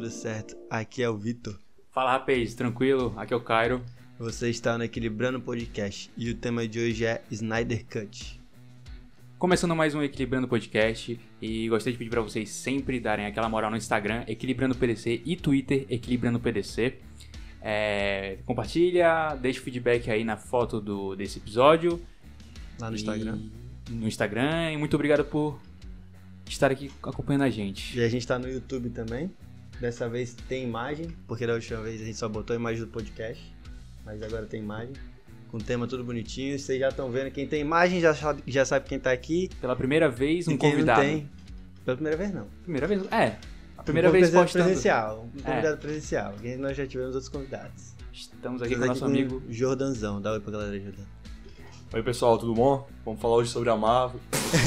tudo certo? Aqui é o Vitor. Fala, rapaz, tranquilo? Aqui é o Cairo. Você está no Equilibrando Podcast e o tema de hoje é Snyder Cut. Começando mais um Equilibrando Podcast e gostaria de pedir para vocês sempre darem aquela moral no Instagram, Equilibrando PDC, e Twitter, Equilibrando PDC. Compartilha, deixa o feedback aí na foto desse episódio. Lá no Instagram. No Instagram, e muito obrigado por estar aqui acompanhando a gente. E a gente está no YouTube também. Dessa vez tem imagem, porque da última vez a gente só botou a imagem do podcast. Mas agora tem imagem, com o tema tudo bonitinho. Vocês já estão vendo, quem tem imagem já sabe quem tá aqui. Pela primeira vez, um e quem convidado. Não tem, pela primeira vez não. Primeira vez? A primeira vez postando. Presencial, um convidado presencial. Nós já tivemos outros convidados. Estamos aqui com o nosso amigo Jordanzão. Dá oi pra galera, Jordan. Oi pessoal, tudo bom? Vamos falar hoje sobre a Marvel.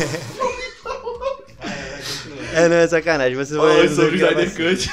Não é sacanagem. Você Falar vai hoje sobre o Snyder Cut.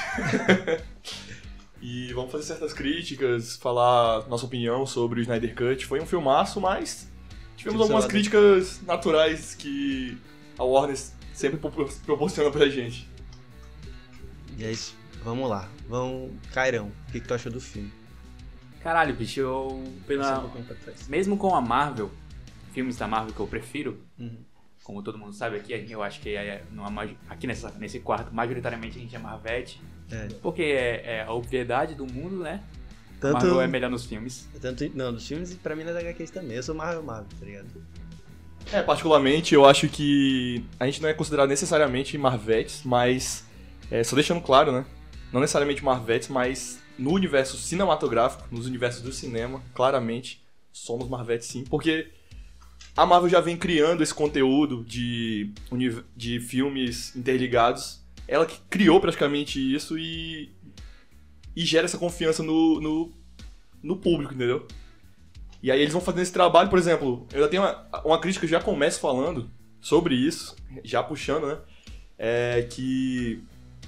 E vamos fazer certas críticas, falar nossa opinião sobre o Snyder Cut. Foi um filmaço, mas tivemos algumas críticas naturais que a Warner sempre proporciona pra gente. E é isso. Vamos lá. Cairão, o que tu achou do filme? Caralho, bicho, mesmo com a Marvel, filmes da Marvel que eu prefiro, como todo mundo sabe aqui, eu acho que aqui nesse quarto, majoritariamente a gente é Marvete, porque é a obviedade do mundo, né? A Marvel é melhor nos filmes. Nos filmes e pra mim nas HQs também. Eu sou Marvel, tá ligado? Particularmente, eu acho que a gente não é considerado necessariamente Marvetes, mas, só deixando claro, né? Não necessariamente Marvetes, mas no universo cinematográfico, nos universos do cinema, claramente somos Marvetes sim, porque a Marvel já vem criando esse conteúdo de filmes interligados. Ela que criou praticamente isso e gera essa confiança no público, entendeu? E aí eles vão fazendo esse trabalho, por exemplo, eu já tenho uma crítica que eu já começo falando sobre isso, já puxando, né? Que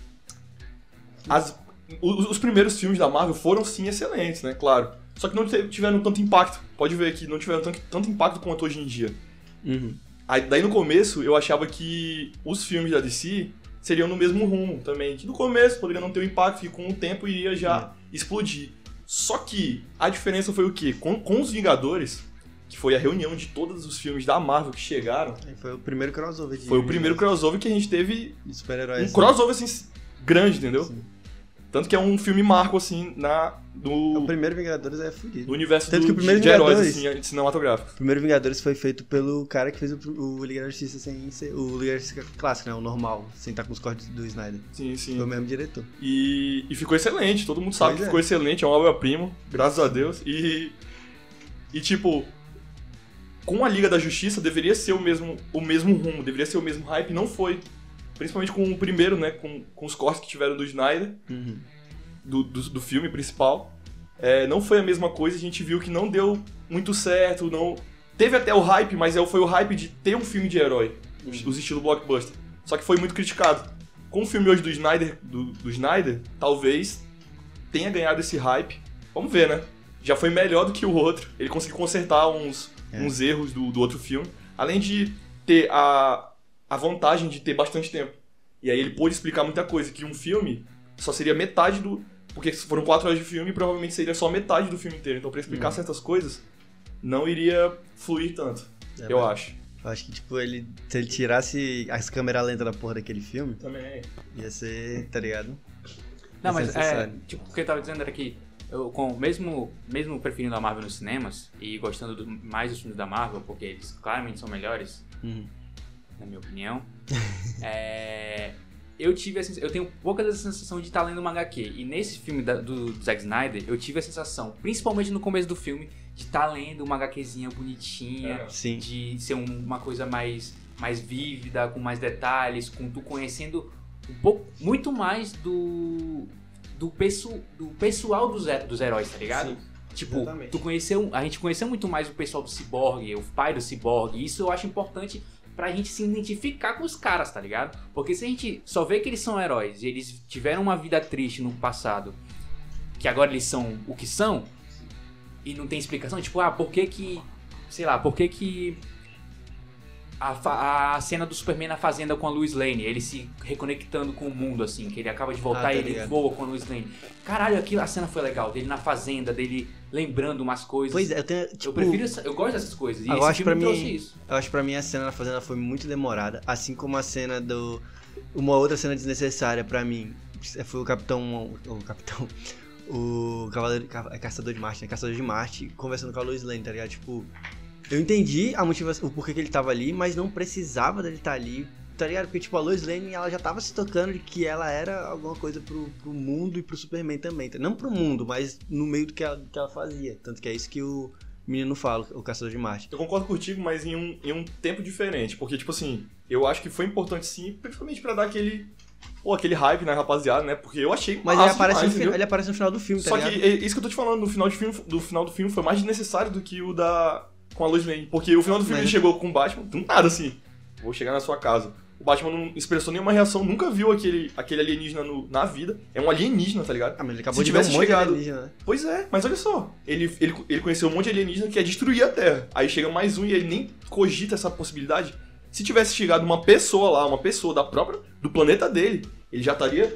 os primeiros filmes da Marvel foram sim excelentes, né? Claro. Só que não tiveram tanto impacto. Pode ver que não tiveram tanto impacto quanto hoje em dia. Aí, daí no começo eu achava que os filmes da DC seriam no mesmo rumo também. Que no começo poderia não ter um impacto, que com o tempo iria já explodir. Só que a diferença foi o quê? Com os Vingadores, que foi a reunião de todos os filmes da Marvel que chegaram. Foi o primeiro crossover. Foi o primeiro crossover que a gente teve. Super-heróis. Um crossover assim, grande, entendeu? Sim. Tanto que é um filme marco, assim, O primeiro Vingadores é fudido. do universo Tanto que o primeiro de heróis, Vingadores, assim, cinematográfico. O primeiro Vingadores foi feito pelo cara que fez o Liga da Justiça sem ser... O Liga da Justiça clássico, né? O normal, sem estar com os cortes do Snyder. Sim, sim. Foi o mesmo diretor. E ficou excelente, todo mundo sabe que ficou excelente, é uma obra-prima, graças a Deus. E tipo, com a Liga da Justiça deveria ser o mesmo rumo, deveria ser o mesmo hype, não foi. Principalmente com o primeiro, né? Com os cortes que tiveram do Snyder, do filme principal. Não foi a mesma coisa, a gente viu que não deu muito certo, não... Teve até o hype, mas foi o hype de ter um filme de herói, os estilo blockbuster. Só que foi muito criticado. Com o filme hoje do Snyder, talvez tenha ganhado esse hype. Vamos ver, né? Já foi melhor do que o outro. Ele conseguiu consertar uns erros do outro filme. Além de ter a vantagem de ter bastante tempo. E aí ele pôde explicar muita coisa, que um filme só seria metade do... Porque foram 4 horas de filme e provavelmente seria só metade do filme inteiro. Então pra explicar certas coisas, não iria fluir tanto, eu acho. Eu acho que, tipo, se ele tirasse as câmeras lentas da porra daquele filme, também ia ser, tá ligado? Não, mas tipo, o que eu tava dizendo era que eu, mesmo preferindo a Marvel nos cinemas e gostando mais dos filmes da Marvel, porque eles claramente são melhores, na minha opinião, eu tenho poucas essa sensação de estar lendo uma HQ. E nesse filme do Zack Snyder, eu tive a sensação, principalmente no começo do filme, de estar lendo uma HQzinha bonitinha, de ser uma coisa mais vívida, com mais detalhes, com tu conhecendo um pouco, muito mais do pessoal dos heróis, tá ligado? Sim, tipo, exatamente. A gente conheceu muito mais o pessoal do Cyborg, o pai do Cyborg, e isso eu acho importante pra gente se identificar com os caras, tá ligado? Porque se a gente só vê que eles são heróis e eles tiveram uma vida triste no passado, que agora eles são o que são, e não tem explicação, tipo, por que que a cena do Superman na fazenda com a Lois Lane, ele se reconectando com o mundo, assim, que ele acaba de voltar e ele voa com a Lois Lane. Caralho, a cena foi legal, dele na fazenda, dele lembrando umas coisas. Pois é, eu gosto dessas coisas, e eu esse acho filme pra trouxe mim, isso. Eu acho que pra mim a cena na fazenda foi muito demorada, assim como a cena uma outra cena desnecessária pra mim, foi o Cavaleiro, Caçador de Marte, né? Caçador de Marte conversando com a Lois Lane, tá ligado? Tipo, eu entendi a motivação, o porquê que ele tava ali, mas não precisava dele estar ali, tá ligado? Porque, tipo, a Lois Lane, ela já tava se tocando de que ela era alguma coisa pro mundo e pro Superman também. Não pro mundo, mas no meio do que ela fazia. Tanto que é isso que o menino fala, o Caçador de Marte. Eu concordo contigo, mas em um tempo diferente. Porque, tipo assim, eu acho que foi importante sim, principalmente pra dar aquele hype na rapaziada, né? Porque eu achei mas ele aparece no final do filme, tá ligado? Só que isso que eu tô te falando, no final do filme foi mais desnecessário do que o com a Lois Lane. Porque o final do filme ele chegou com o Batman, do nada assim, vou chegar na sua casa. O Batman não expressou nenhuma reação, nunca viu aquele alienígena na vida. É um alienígena, tá ligado? Ah, mas ele acabou de ver um monte de alienígena, né? Pois é, mas olha só. Ele conheceu um monte de alienígena que ia destruir a Terra. Aí chega mais um e ele nem cogita essa possibilidade. Se tivesse chegado uma pessoa do planeta dele, ele já estaria,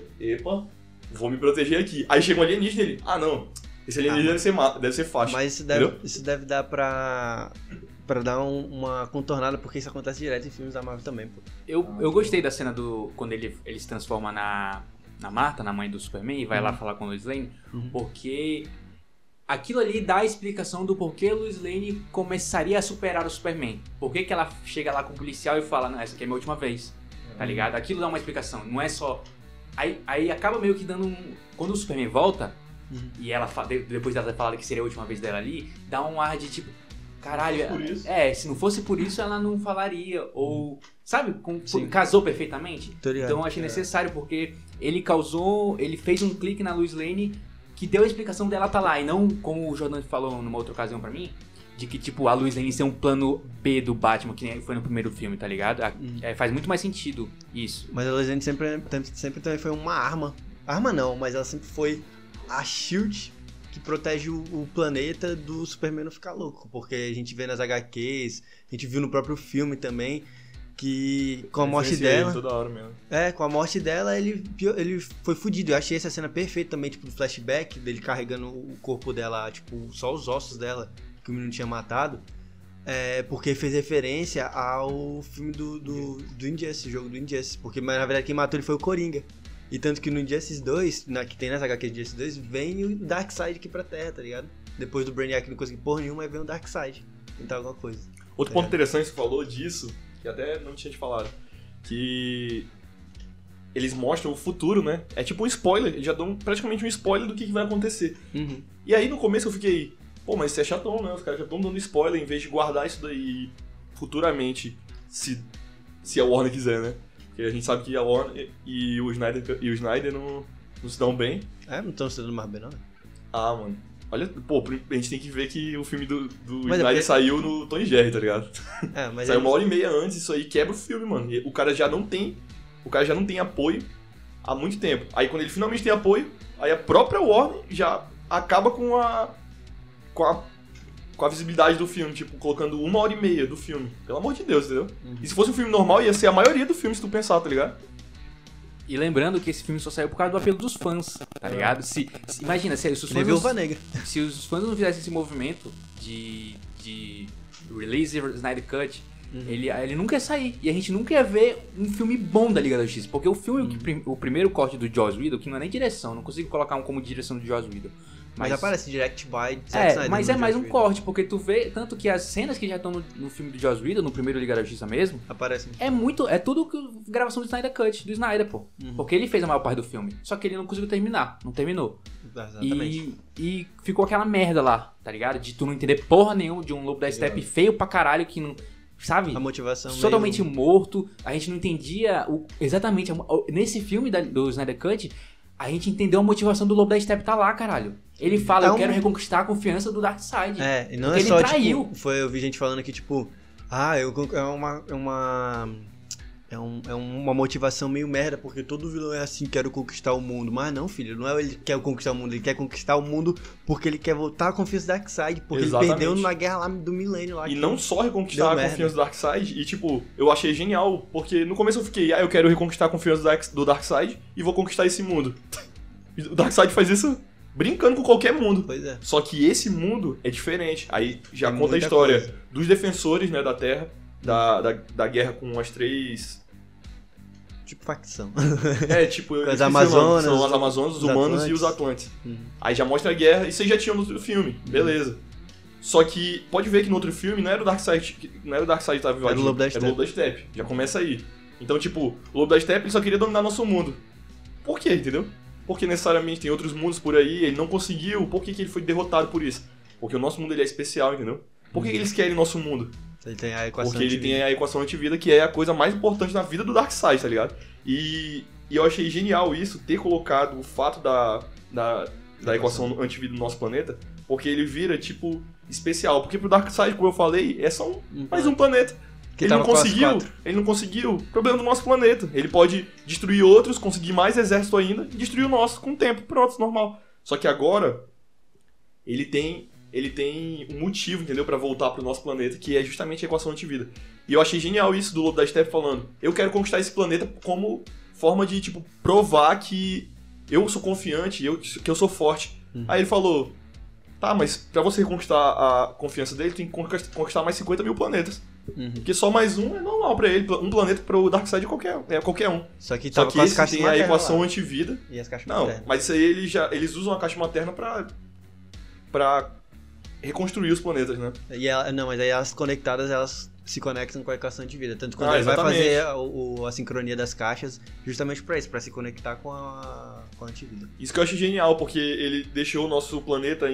vou me proteger aqui. Aí chega um alienígena e ele, não, esse alienígena deve ser fácil. Mas isso deve dar pra dar uma contornada, porque isso acontece direto em filmes da Marvel também, pô. Eu gostei da cena quando ele se transforma na Marta, na mãe do Superman, e vai lá falar com a Lois Lane, porque aquilo ali dá a explicação do porquê a Lois Lane começaria a superar o Superman. Por que ela chega lá com o policial e fala, não, essa aqui é a minha última vez, tá ligado? Aquilo dá uma explicação, não é só... Aí acaba meio que dando Quando o Superman volta, e ela depois dela ter falado que seria a última vez dela ali, dá um ar de tipo... Caralho, se não fosse por isso ela não falaria, ou... Sabe? Casou perfeitamente. Então eu achei necessário, porque ele fez um clique na Lois Lane que deu a explicação dela tá lá, e não como o Jordan falou numa outra ocasião pra mim, de que tipo, a Lois Lane ser um plano B do Batman, que nem foi no primeiro filme, tá ligado? Faz muito mais sentido isso. Mas a Lois Lane sempre também foi uma arma. Arma não, mas ela sempre foi a shield que protege o planeta do Superman não ficar louco. Porque a gente vê nas HQs, a gente viu no próprio filme também, que com a morte dela... Toda hora mesmo. Com a morte dela, ele foi fudido. Eu achei essa cena perfeita também, tipo, do flashback, dele carregando o corpo dela, tipo, só os ossos dela, que o menino tinha matado. Porque fez referência ao filme do Injustice, jogo do Injustice. Porque, mas, na verdade, quem matou ele foi o Coringa. E tanto que no Injustice 2, que tem nas HQs de Injustice 2, vem o Darkseid aqui pra Terra, tá ligado? Depois do Brainiac não conseguir porra nenhuma, aí vem o Darkseid tentar alguma coisa. Outro ponto interessante que você falou disso, que até não tinha te falado, que eles mostram o futuro, né? É tipo um spoiler, eles já dão praticamente um spoiler do que vai acontecer. E aí no começo eu fiquei, mas isso é chatão, né? Os caras já estão dando spoiler em vez de guardar isso daí futuramente, se a Warner quiser, né? Porque a gente sabe que a Warner e o Snyder não se dão bem. Não estão se dando mais bem, não? Mano. Olha, a gente tem que ver que o filme do Snyder saiu no Tom e Jerry, tá ligado? Saiu 1h30 antes, isso aí quebra o filme, mano. E o cara já não tem apoio há muito tempo. Aí quando ele finalmente tem apoio, aí a própria Warner já acaba com a visibilidade do filme, tipo, colocando 1h30 do filme. Pelo amor de Deus, entendeu? E se fosse um filme normal, ia ser a maioria do filme, se tu pensar, tá ligado? E lembrando que esse filme só saiu por causa do apelo dos fãs, tá ligado? Imagina, se os fãs se os fãs não fizessem esse movimento de release Snyder Cut, ele nunca ia sair. E a gente nunca ia ver um filme bom da Liga da Justiça. Porque o filme, o primeiro corte do Joss Whedon, que não é nem direção, não consigo colocar como direção do Joss Whedon. Mas aparece Direct by Zack Snyder. Mas é mais um corte, porque tu vê, tanto que as cenas que já estão no filme do Joss Whedon, no primeiro Liga da Justiça mesmo, aparecem. É tudo gravação do Snyder Cut, do Snyder, pô. Porque ele fez a maior parte do filme. Só que ele não conseguiu terminar, não terminou. Exatamente. E ficou aquela merda lá, tá ligado? De tu não entender porra nenhuma de um Lobo da Steppe feio pra caralho que não... Sabe? A motivação totalmente morto. A gente não entendia exatamente... Nesse filme do Snyder Cut, a gente entendeu a motivação do Lobo da Steppe tá lá, caralho. Ele fala, eu quero reconquistar a confiança do Darkseid. E não é só, ele traiu. Tipo, eu vi gente falando que, tipo, é é uma motivação meio merda, porque todo vilão é assim, quero conquistar o mundo. Mas não, filho, não é ele que quer conquistar o mundo, ele quer conquistar o mundo porque ele quer voltar a confiança do Darkseid, porque ele perdeu numa guerra lá do milênio lá. E não só reconquistar a confiança do Darkseid, e tipo, eu achei genial, porque no começo eu fiquei, eu quero reconquistar a confiança do Darkseid e vou conquistar esse mundo. O Darkseid faz isso brincando com qualquer mundo. Pois é. Só que esse mundo é diferente. Aí já conta a história dos defensores, né, da Terra, da guerra com as 3... Tipo facção. Tipo... as Amazonas. São as Amazonas, os humanos Atlantes. E os Atlantes. Aí já mostra a guerra, isso aí já tinha no filme, beleza. Só que, pode ver que no outro filme não era o Darkseid que tava vivo. Era o Lobo da Steppe. Era o Lobo da Steppe. Já começa aí. Então, tipo, o Lobo da Steppe ele só queria dominar nosso mundo. Por quê, entendeu? Porque necessariamente tem outros mundos por aí, ele não conseguiu, por que ele foi derrotado por isso? Porque o nosso mundo ele é especial, entendeu? Por que eles querem nosso mundo? Ele tem a equação Porque ele tem a equação antivida, que é a coisa mais importante na vida do Darkseid, tá ligado? E eu achei genial isso, ter colocado o fato da equação antivida no nosso planeta, porque ele vira, tipo, especial. Porque pro Darkseid, como eu falei, é só mais um planeta. Ele não conseguiu. Problema do nosso planeta. Ele pode destruir outros, conseguir mais exército ainda e destruir o nosso com o tempo. Pronto, normal. Só que agora, ele tem um motivo, entendeu? Pra voltar pro nosso planeta, que é justamente a equação antivida. E eu achei genial isso do Lobo da Steppe falando, eu quero conquistar esse planeta como forma de, tipo, provar que eu sou confiante, que eu sou forte. Aí ele falou, tá, mas pra você conquistar a confiança dele, tem que conquistar mais 50 mil planetas. Porque só mais um é normal pra ele. Um planeta pro Darkseid é qualquer um. Só que esse tem a equação antivida. E as caixas maternas. Mas isso aí eles usam a caixa materna pra reconstruir os planetas, né? Mas aí as conectadas, elas se conectam com a equação antivida. Tanto quando ele vai fazer a sincronia das caixas, justamente pra isso, pra se conectar com a antivida. Isso que eu achei genial, porque ele deixou o nosso planeta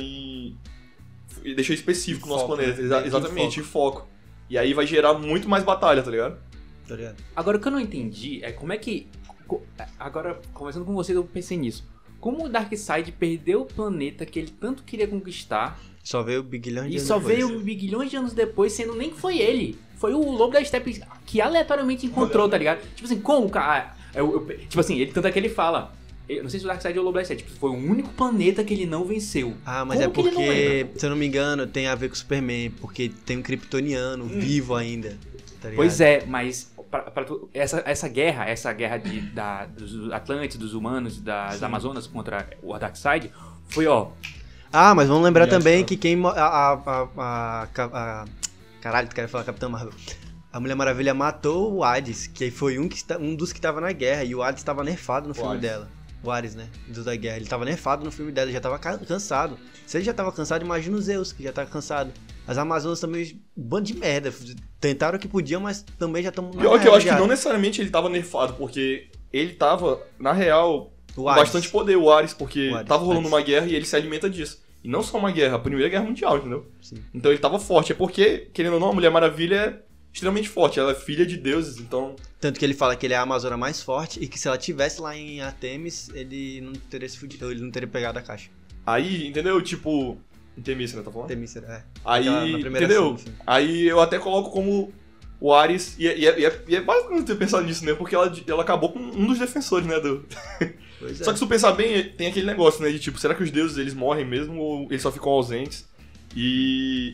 deixou específico o nosso planeta. Né? Exatamente, em foco. E aí vai gerar muito mais batalha, tá ligado? Agora, o que eu não entendi é como é que... Agora, conversando com vocês, eu pensei nisso. Como o Darkseid perdeu o planeta que ele tanto queria conquistar... Só veio bilhões de anos depois. E só veio bilhões de anos depois, sendo nem que foi ele. Foi o Lobo da Steppe que aleatoriamente encontrou, tá ligado? Tipo assim, como, cara... Tipo assim, tanto é que ele fala... Eu não sei se o Darkseid é o Lobo da Steppe. Tipo, foi o único planeta que ele não venceu. Ah, mas como é porque, se eu não me engano, tem a ver com o Superman. Porque tem um kryptoniano vivo ainda, tá ligado? Pois é, mas essa guerra dos Atlantes, dos humanos e das Amazonas contra o Darkseid foi, Ah, mas vamos lembrar também que quem... Caralho, tu quer falar Capitã Marvel. A Mulher Maravilha matou o Hades, que foi um dos que tava na guerra. E o Hades tava nerfado no filme dela. O Ares, né? Dos da guerra. Ele tava nerfado no filme dela, ele já tava cansado. Se ele já tava cansado, imagina o Zeus, que já tá cansado. As Amazonas também, um bando de merda. Tentaram o que podiam, mas também já estão... Pior que eu acho que não necessariamente ele tava nerfado, porque ele tava, na real, com bastante poder, o Ares, porque tava rolando uma guerra e ele se alimenta disso. E não só uma guerra, a Primeira Guerra Mundial, entendeu? Sim. Então ele tava forte. É porque, querendo ou não, a Mulher Maravilha é extremamente forte, ela é filha de deuses, então... Tanto que ele fala que ele é a Amazona mais forte e que se ela tivesse lá em Artemis, ele não teria se fudido, ele não teria pegado a caixa. Aí, entendeu? Tipo... Em Temícera, tá falando? Temícera, Aí, entendeu? Aí eu até coloco como o Ares... E é básico ter pensado nisso, né? Porque ela acabou com um dos defensores, né? Pois é. Só que se tu pensar bem, tem aquele negócio, né? De tipo, será que os deuses, eles morrem mesmo ou eles só ficam ausentes? E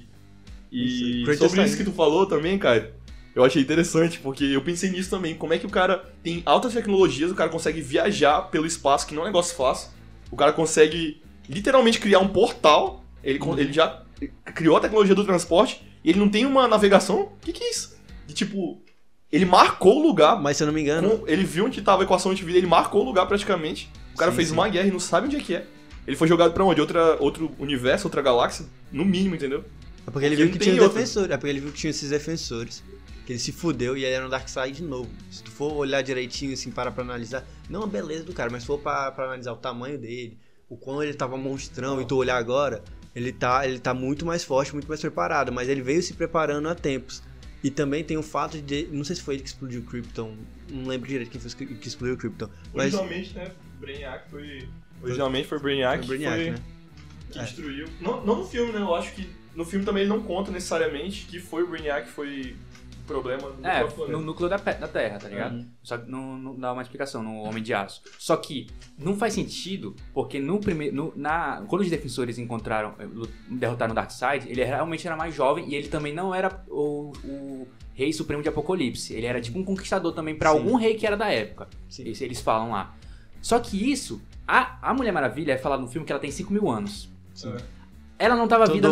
sobre isso que tu falou também, cara, eu achei interessante, porque eu pensei nisso também. Como é que o cara tem altas tecnologias, o cara consegue viajar pelo espaço, que não é um negócio fácil. O cara consegue literalmente criar um portal. Ele já criou a tecnologia do transporte e ele não tem uma navegação? O que é isso? De tipo, ele marcou o lugar. Mas se eu não me engano... Ele viu onde tava a equação antivida, ele marcou o lugar praticamente. O cara fez uma guerra e não sabe onde é que é. Ele foi jogado pra onde? Outro universo, outra galáxia? No mínimo, entendeu? É porque ele viu que tinha defensores. É porque ele viu que tinha esses defensores. Que ele se fudeu e ele era no Darkseid de novo. Se tu for olhar direitinho, assim, pra analisar... Não a beleza do cara, mas se for pra analisar o tamanho dele, o quão ele tava monstrão, e tu olhar agora, ele tá muito mais forte, muito mais preparado. Mas ele veio se preparando há tempos. E também tem o fato de... Não sei se foi ele que explodiu o Krypton. Não lembro direito quem foi que explodiu o Krypton. Mas... Originalmente, né? Brainiac foi... Originalmente foi Brainiac, né? Que destruiu. Não no filme, né? Eu acho que no filme também ele não conta necessariamente que foi o Brainiac que foi problema no núcleo da Terra, tá ligado? Só que não dá uma explicação no Homem de Aço. Só que não faz sentido, porque quando os defensores derrotaram o Darkseid, ele realmente era mais jovem e ele também não era o Rei Supremo de Apocalipse. Ele era tipo um conquistador também pra algum rei que era da época. Isso eles falam lá. Só que isso, a Mulher Maravilha é falado no filme que ela tem 5.000 anos. Sim. Ela não tava viva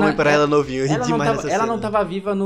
ela não tava viva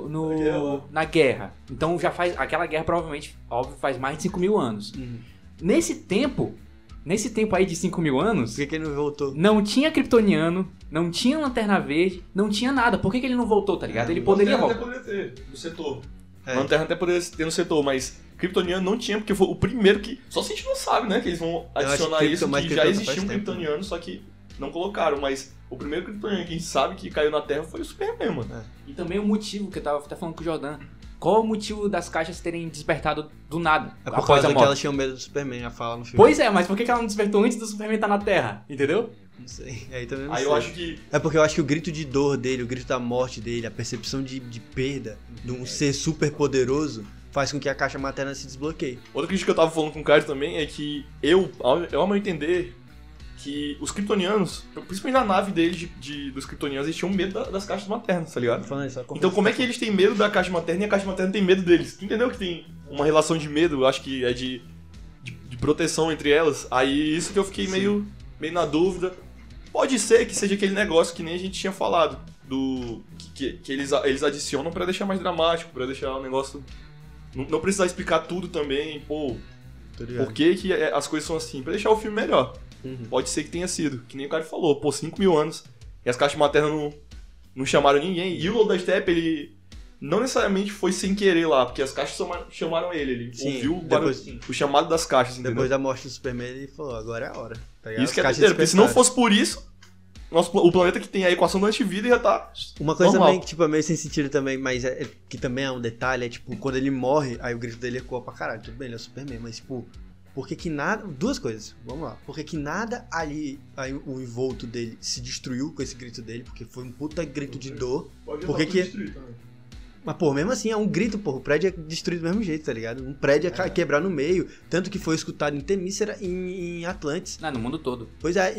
na guerra. Então aquela guerra provavelmente, óbvio, faz mais de 5.000 anos. Nesse tempo aí de 5.000 anos... Por que ele não voltou? Não tinha kryptoniano, não tinha Lanterna Verde, não tinha nada. Por que ele não voltou, tá ligado? Ele poderia voltar. Até poderia ter no setor. Lanterna até poderia ter no setor, mas kryptoniano não tinha, porque foi o primeiro que... Só se a gente não sabe, né? Que eles vão adicionar isso, que já existia um kryptoniano, só que não colocaram, mas... O primeiro kryptoniano que a gente sabe que caiu na Terra foi o Superman, mano. E também o motivo que eu tava até falando com o Jordan. Qual o motivo das caixas terem despertado do nada? É por causa que elas tinham medo do Superman, a fala no filme. Pois é, mas por que ela não despertou antes do Superman estar na Terra? Entendeu? Não sei. Aí também não sei. Eu acho que... É porque eu acho que o grito de dor dele, o grito da morte dele, a percepção de perda de um ser super poderoso faz com que a caixa materna se desbloqueie. Outra crítica que eu tava falando com o Caio também é que ao meu entender... que os kryptonianos, principalmente na nave deles, dos kryptonianos, eles tinham medo das caixas maternas, tá ligado? Então como é que eles têm medo da caixa materna e a caixa materna tem medo deles? Tu entendeu que tem uma relação de medo, acho que é de proteção entre elas? Aí isso que eu fiquei meio na dúvida. Pode ser que seja aquele negócio que nem a gente tinha falado, que eles adicionam pra deixar mais dramático, pra deixar o negócio... Não precisar explicar tudo também, pô, por que as coisas são assim, pra deixar o filme melhor. Pode ser que tenha sido, que nem o cara falou, 5.000 anos e as caixas maternas não chamaram ninguém. E o Lobo da Steppe, ele não necessariamente foi sem querer lá, porque as caixas chamaram ele ouviu o chamado das caixas, entendeu? Depois da morte do Superman, ele falou, agora é a hora. Isso que é doideira, porque se não fosse por isso, o planeta que tem a equação da antivida já tá uma coisa normal. Também que tipo, é meio sem sentido também, mas que também é um detalhe, é tipo, quando ele morre, aí o grito dele ecoa pra caralho. Tudo bem, ele é o Superman, mas tipo... Por que nada... Duas coisas, vamos lá. Por que nada ali, aí, o envolto dele se destruiu com esse grito dele, porque foi um puta grito de dor. Por que... Mas, pô, mesmo assim, é um grito, pô. O prédio é destruído do mesmo jeito, tá ligado? Um prédio é quebrar no meio. Tanto que foi escutado em Temícera e em Atlantis. No mundo todo. Pois é,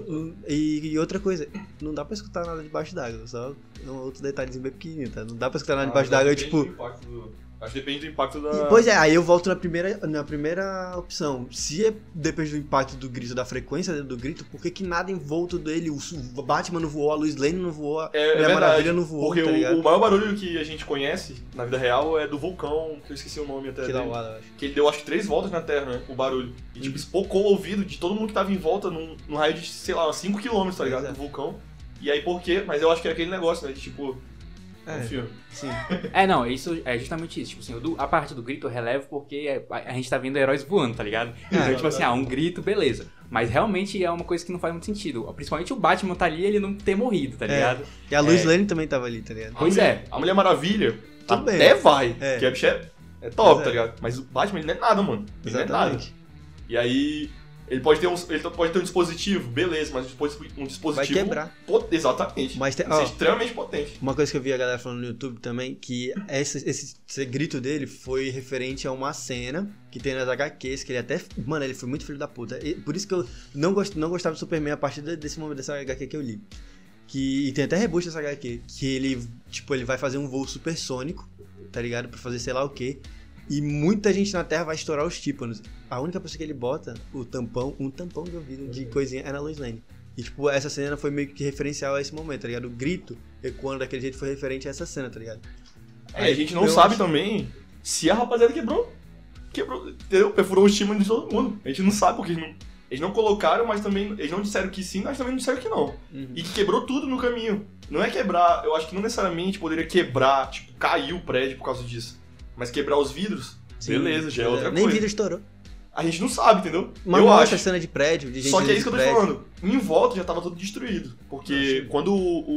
e outra coisa. Não dá pra escutar nada debaixo d'água. Só outro detalhezinho bem pequenininho, tá? Não dá pra escutar nada debaixo d'água, tipo... Acho que depende do impacto da... Pois é, aí eu volto na primeira opção. Se depende do impacto do grito, da frequência do grito, por que nada em volta dele? O Batman não voou, a Lois Lane não voou, a Mulher Maravilha não voou, porque tá ligado? O maior barulho que a gente conhece na vida real é do vulcão, que eu esqueci o nome até dele. Acho. Que ele deu, acho que 3 voltas na Terra, né? O barulho. E tipo, espocou o ouvido de todo mundo que tava em volta num raio de, sei lá, 5 km, tá ligado? Do vulcão. E aí por quê? Mas eu acho que é aquele negócio, né? De tipo... filme. Sim. Não, isso é justamente isso. Tipo assim, a parte do grito eu relevo porque a gente tá vendo heróis voando, tá ligado? Então, tipo assim, um grito, beleza. Mas realmente é uma coisa que não faz muito sentido. Principalmente o Batman tá ali e ele não ter morrido, tá ligado? E a Lois Lane também tava ali, tá ligado? Pois é. A Mulher Maravilha tudo até bem. Vai, porque a bicha é top, tá ligado? Mas o Batman, ele não é nada, mano. Ele não é nada. E aí... Ele pode ter um dispositivo, beleza, mas um dispositivo... Vai quebrar. Exatamente. Mas é extremamente potente. Uma coisa que eu vi a galera falando no YouTube também, que esse grito dele foi referente a uma cena que tem nas HQs, que ele até... Mano, ele foi muito filho da puta. Por isso que eu não gostava do Superman a partir desse momento dessa HQ que eu li. E tem até reboot dessa HQ, que ele vai fazer um voo supersônico, tá ligado? Pra fazer sei lá o quê. E muita gente na Terra vai estourar os tímpanos. A única pessoa que ele bota um tampão de ouvido de coisinha é na Lois Lane. E, tipo, essa cena foi meio que referencial a esse momento, tá ligado? O grito ecoando daquele jeito foi referente a essa cena, tá ligado? Aí a gente não sabe também se a rapaziada quebrou, entendeu? Perfurou os tímpanos de todo mundo. A gente não sabe porque eles não colocaram, mas também eles não disseram que sim, mas também não disseram que não. E que quebrou tudo no caminho. Não é quebrar, eu acho que não necessariamente poderia quebrar, tipo, cair o prédio por causa disso. Mas quebrar os vidros, sim, beleza, já é outra coisa. Nem vidro estourou. A gente não sabe, entendeu? Mas eu acho a cena de prédio, de gente. Só que é isso que eu tô falando. Em volta já tava tudo destruído. Porque quando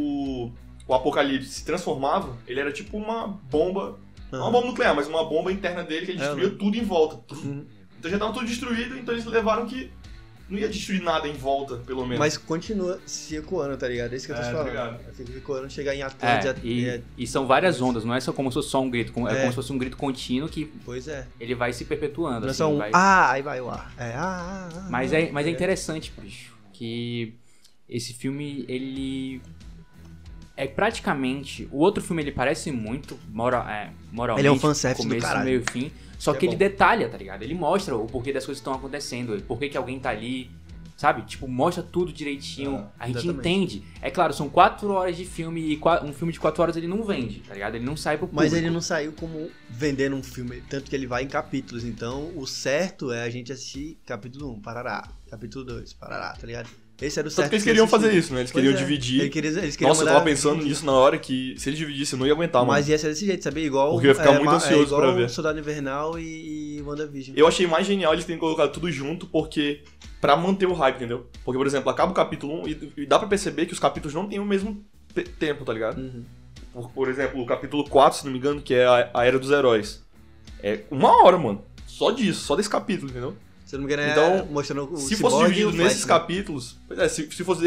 o Apocalipse se transformava, ele era tipo uma bomba. Não uma bomba nuclear, mas uma bomba interna dele que ele destruía tudo em volta. Então já tava tudo destruído, então eles levaram que não ia destruir nada em volta, pelo menos. Mas continua se ecoando, tá ligado? É isso que eu tô te falando. Obrigado. Fica ecoando, chegar em Atlântida. E são várias ondas, não é só como se fosse só um grito, é como se fosse um grito contínuo que pois é. Ele vai se perpetuando. Não é assim, só um vai... aí vai o ar. Mas é interessante, bicho, que esse filme, ele... É praticamente... O outro filme, ele parece muito moralmente... Ele é um fanservice do caralho. Começo, meio e fim. Só que ele detalha, tá ligado? Ele mostra o porquê das coisas estão acontecendo. Por que alguém tá ali, sabe? Tipo, mostra tudo direitinho. A gente entende. É claro, são 4 horas de filme e um filme de 4 horas ele não vende, tá ligado? Ele não sai pro público. Mas ele não saiu como vendendo um filme. Tanto que ele vai em capítulos. Então, o certo é a gente assistir capítulo 1, parará. Capítulo 2, parará, tá ligado? Esse era o certo. Tanto que eles queriam fazer isso, né? Eles queriam dividir. Eles queriam Nossa, eu tava pensando nisso na hora que se eles dividissem eu não ia aguentar, mano. Mas ia ser desse jeito, sabia? Igual. Porque eu ia ficar muito ansioso pra ver. Soldado Invernal e WandaVision. Eu achei mais genial eles terem colocado tudo junto, porque. Pra manter o hype, entendeu? Porque, por exemplo, acaba o capítulo 1 e dá pra perceber que os capítulos não têm o mesmo tempo, tá ligado? Uhum. Por exemplo, o capítulo 4, se não me engano, que é a Era dos Heróis. É 1 hora, mano. Só disso, só desse capítulo, entendeu? Se não me engano, então, mostrando o se fosse dividido nesses capítulos... Pois é, se fosse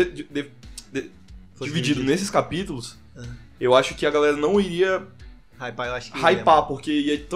dividido nesses capítulos, eu acho que a galera não iria... Hypar, eu acho que hypar, porque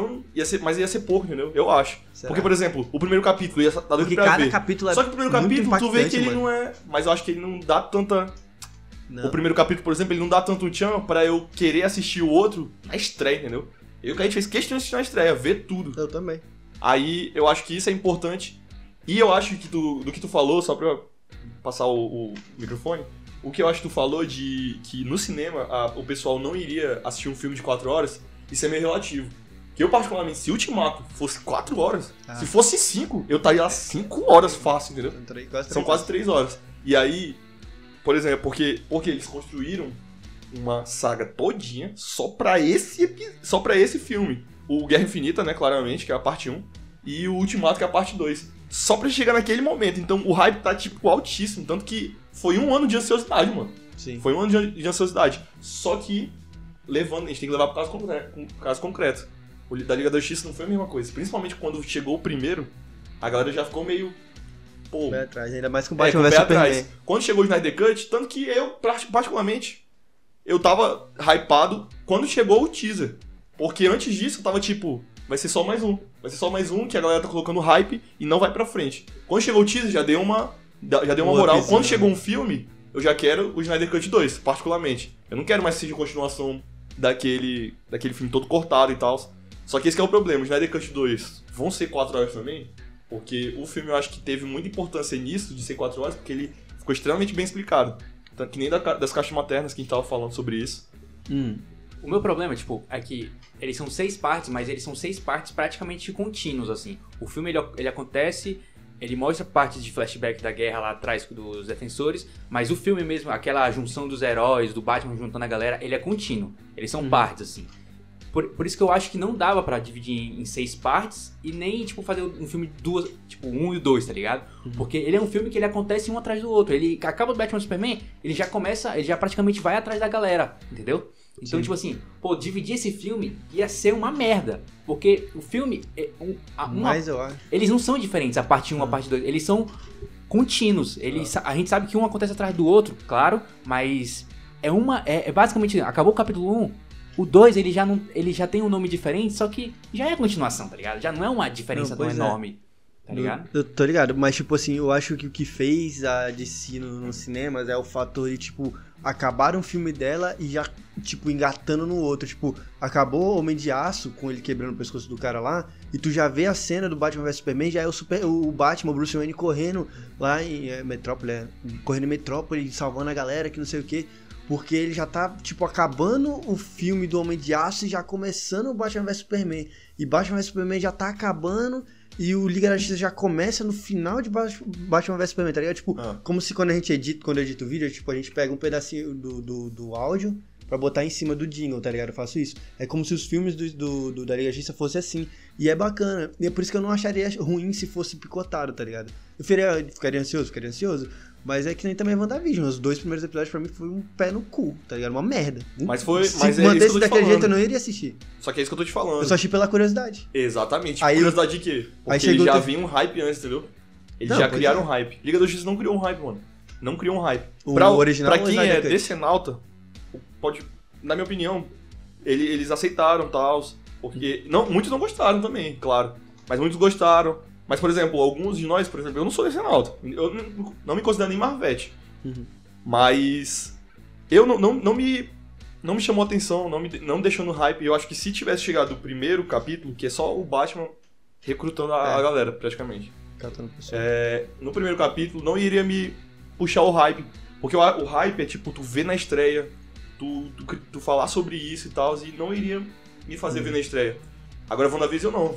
ia ser pouco, entendeu? Eu acho. Será? Porque, por exemplo, o primeiro capítulo ia dar porque pra cada ver. capítulo é Só que o primeiro capítulo, tu vê que ele mano. não é... Mas eu acho que ele não dá tanta... Não. O primeiro capítulo, por exemplo, ele não dá tanto tchan pra eu querer assistir o outro na estreia, entendeu? A gente fez questão de assistir na estreia, ver tudo. Eu também. Aí, eu acho que isso é importante. E eu acho que do que tu falou, só pra passar o microfone, o que eu acho que tu falou de que no cinema o pessoal não iria assistir um filme de 4 horas, isso é meio relativo. Que eu, particularmente, se Ultimato fosse 4 horas, se fosse 5, eu estaria lá 5 horas fácil, entendeu? São quase 3 horas. E aí, por exemplo, porque eles construíram uma saga todinha só pra esse filme. O Guerra Infinita, né, claramente, que é a parte 1, e o Ultimato, que é a parte 2. Só pra chegar naquele momento. Então o hype tá, tipo, altíssimo. Tanto que foi 1 ano de ansiosidade, mano. Sim. Foi 1 ano de ansiosidade. Só que, a gente tem que levar pro caso concreto. O da Liga da Justiça não foi a mesma coisa. Principalmente quando chegou o primeiro, a galera já ficou meio... Pô... Pé atrás, ainda mais com o Batman com o vs pé atrás. Superman. Quando chegou o Snyder Cut, tanto que eu, particularmente, eu tava hypado quando chegou o teaser. Porque antes disso, eu tava tipo... Vai ser só mais um. Vai ser só mais um que a galera tá colocando hype e não vai pra frente. Quando chegou o teaser, já deu uma moral. Quando chegou um filme, eu já quero o Snyder Cut 2, particularmente. Eu não quero mais assistir continuação daquele filme todo cortado e tal. Só que esse que é o problema. O Snyder Cut 2 vão ser 4 horas também, porque o filme eu acho que teve muita importância nisso, de ser 4 horas, porque ele ficou extremamente bem explicado. Tanto que nem das caixas maternas que a gente tava falando sobre isso. O meu problema, tipo, é que eles são 6 partes, mas eles são 6 partes praticamente contínuos, assim. O filme, ele acontece, ele mostra partes de flashback da guerra lá atrás dos defensores, mas o filme mesmo, aquela junção dos heróis, do Batman juntando a galera, ele é contínuo. Eles são partes, assim. Por isso que eu acho que não dava pra dividir em 6 partes e nem, tipo, fazer um filme de 2, tipo, 1 e 2, tá ligado? Porque ele é um filme que ele acontece um atrás do outro. Ele acaba o Batman Superman, ele já praticamente vai atrás da galera, entendeu? Então, tipo assim, dividir esse filme ia ser uma merda. Porque o filme... Mas eu acho. Eles não são diferentes, a parte 1 e a parte 2. Eles são contínuos. A gente sabe que um acontece atrás do outro, claro, mas é basicamente... Acabou o capítulo 1, o 2 ele já tem um nome diferente, só que já é a continuação, tá ligado? Já não é uma diferença tão enorme. Tá ligado? Eu tô ligado, mas tipo assim, eu acho que o que fez a DC nos cinemas é o fator de, tipo, acabar um filme dela e já, tipo, engatando no outro. Tipo, acabou Homem de Aço, com ele quebrando o pescoço do cara lá, e tu já vê a cena do Batman vs Superman, já é o Batman, o Bruce Wayne correndo lá em Metrópole, correndo em Metrópole, salvando a galera, que não sei o que. Porque ele já tá, tipo, acabando o filme do Homem de Aço e já começando o Batman vs Superman. E Batman vs Superman já tá acabando e o Liga da Justiça já começa no final de Batman vs Superman, tá ligado? Tipo, como se quando eu edito o vídeo, tipo, a gente pega um pedacinho do áudio pra botar em cima do jingle, tá ligado? Eu faço isso. É como se os filmes da Liga da Justiça fossem assim. E é bacana. E é por isso que eu não acharia ruim se fosse picotado, tá ligado? Eu ficaria ansioso. Mas é que nem também WandaVision. Os 2 primeiros episódios pra mim foi um pé no cu, tá ligado? Uma merda. Mas é isso que eu tô te falando. Jeito eu não iria assistir. Só que é isso que eu tô te falando. Eu só achei pela curiosidade. Exatamente. Aí curiosidade de quê? Porque ele já vinha um hype antes, entendeu? Eles já criaram hype. Liga da Justiça não criou um hype, mano. Não criou um hype. O original pra quem é decenalta, pode, na minha opinião, eles aceitaram tal, porque muitos não gostaram também, claro. Mas muitos gostaram. Mas, por exemplo, alguns de nós, por exemplo, eu não sou decenalta. Eu não me considero nem Marvete. Mas eu não me chamou atenção, não me deixou no hype. Eu acho que se tivesse chegado o primeiro capítulo, que é só o Batman recrutando a galera, praticamente. No primeiro capítulo, não iria me puxar o hype. Porque o hype é tipo, tu vê na estreia, tu falar sobre isso e tal, e não iria me fazer ver na estreia. Agora, WandaVision não.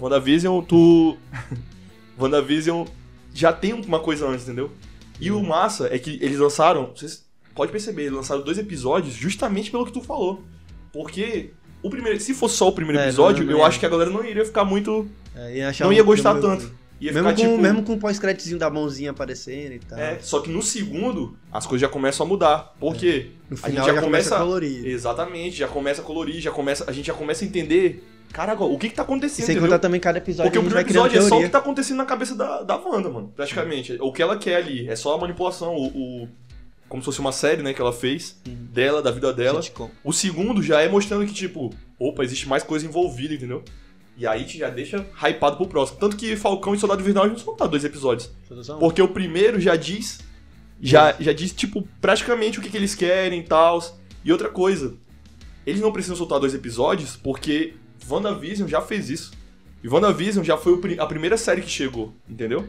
WandaVision já tem uma coisa antes, entendeu? E o massa é que eles lançaram, vocês podem perceber, eles lançaram 2 episódios justamente pelo que tu falou. Porque se fosse só o primeiro episódio, eu acho que a galera não iria ficar muito... não ia gostar tanto. Ia mesmo com o pós-créditozinho da mãozinha aparecendo e tal. Só que no segundo, as coisas já começam a mudar. Por quê? No final já começa a colorir. Exatamente, já começa a colorir, a gente já começa a entender... Cara, o que tá acontecendo, sem contar também cada episódio. Porque o primeiro episódio é só o que tá acontecendo na cabeça da Wanda, mano, praticamente. O que ela quer ali, é só a manipulação, como se fosse uma série, né, que ela fez, dela, da vida dela. O segundo já é mostrando que, tipo, opa, existe mais coisa envolvida, entendeu? E aí te já deixa hypado pro próximo. Tanto que Falcão e Soldado Invernal não são 2 episódios. Porque o primeiro já diz, tipo, praticamente o que eles querem e tal. E outra coisa, eles não precisam soltar 2 episódios porque WandaVision já fez isso. E WandaVision já foi a primeira série que chegou, entendeu?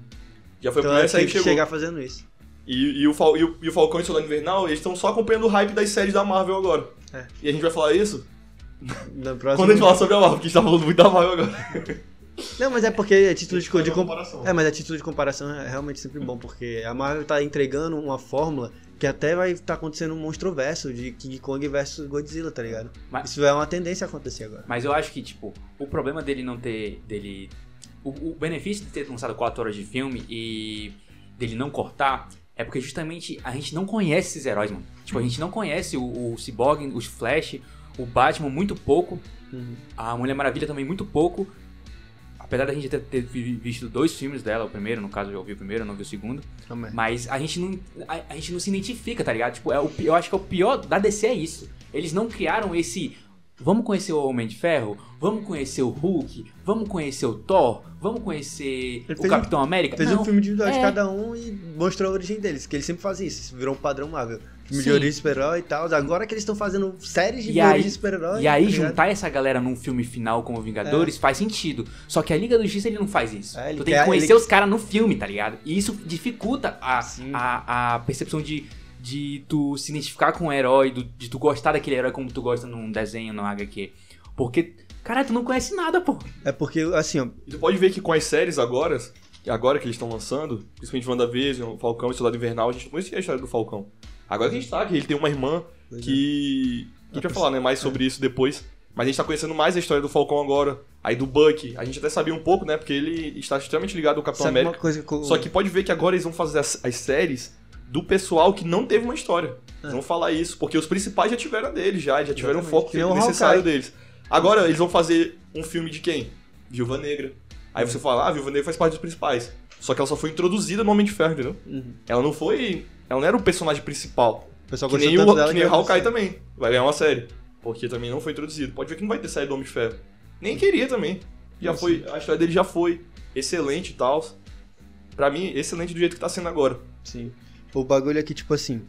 Já foi a primeira série que chegou. Chegar fazendo isso. E o Falcão e o Soldado Invernal, eles estão só acompanhando o hype das séries da Marvel agora. E a gente vai falar isso quando a gente falar sobre a Marvel, porque a gente tá falando muito da Marvel agora. Não, mas é porque a título de comparação. Mas a título de comparação é realmente sempre bom, porque a Marvel tá entregando uma fórmula que até vai estar acontecendo um monstroverso de King Kong versus Godzilla, tá ligado? Isso é uma tendência a acontecer agora. Mas eu acho que, tipo, o problema dele não ter... O benefício de ter lançado 4 horas de filme e dele não cortar é porque justamente a gente não conhece esses heróis, mano. Tipo, a gente não conhece o Cyborg, o Flash, o Batman muito pouco, a Mulher Maravilha também muito pouco. Apesar da gente ter visto 2 filmes dela, o primeiro, no caso eu vi o primeiro, eu não vi o segundo. Também. Mas a gente não se identifica, tá ligado? Tipo, eu acho que é o pior da DC é isso. Eles não criaram esse... Vamos conhecer o Homem de Ferro? Vamos conhecer o Hulk? Vamos conhecer o Thor? Vamos conhecer o Capitão América? Fez um filme individual de cada um e mostrou a origem deles, que eles sempre fazem isso. Isso virou um padrão Marvel. Filme de origem de super-herói e tal. Agora que eles estão fazendo séries de origem de super-herói. E aí juntar essa galera num filme final como Vingadores faz sentido. Só que a Liga da Justiça ele não faz isso. Tu tem que conhecer os caras no filme, tá ligado? E isso dificulta a percepção de tu se identificar com o herói, de tu gostar daquele herói como tu gosta num desenho, num HQ. Porque, cara, tu não conhece nada, pô. É porque, assim, ó... E tu pode ver que com as séries agora que eles estão lançando, principalmente WandaVision, Falcão e Soldado Invernal, a gente não conhecia a história do Falcão. Agora que a gente tá, que ele tem uma irmã que... A gente vai falar, né, mais sobre isso depois. Mas a gente tá conhecendo mais a história do Falcão agora. Aí do Bucky, a gente até sabia um pouco, né, porque ele está extremamente ligado ao Capitão América. Só que pode ver que agora eles vão fazer as séries do pessoal que não teve uma história. Eles vão falar isso, porque os principais já tiveram deles, já tiveram o foco necessário deles. Agora eles vão fazer um filme de quem? Viúva Negra. Aí você fala, Viúva Negra faz parte dos principais. Só que ela só foi introduzida no Homem de Ferro, entendeu? Ela não era o personagem principal. O pessoal que nem o Hawkeye também. Vai ganhar uma série. Porque também não foi introduzido. Pode ver que não vai ter série do Homem de Ferro. Nem queria também. A história dele já foi excelente e tal. Pra mim, excelente do jeito que tá sendo agora. Sim. O bagulho é que, tipo assim,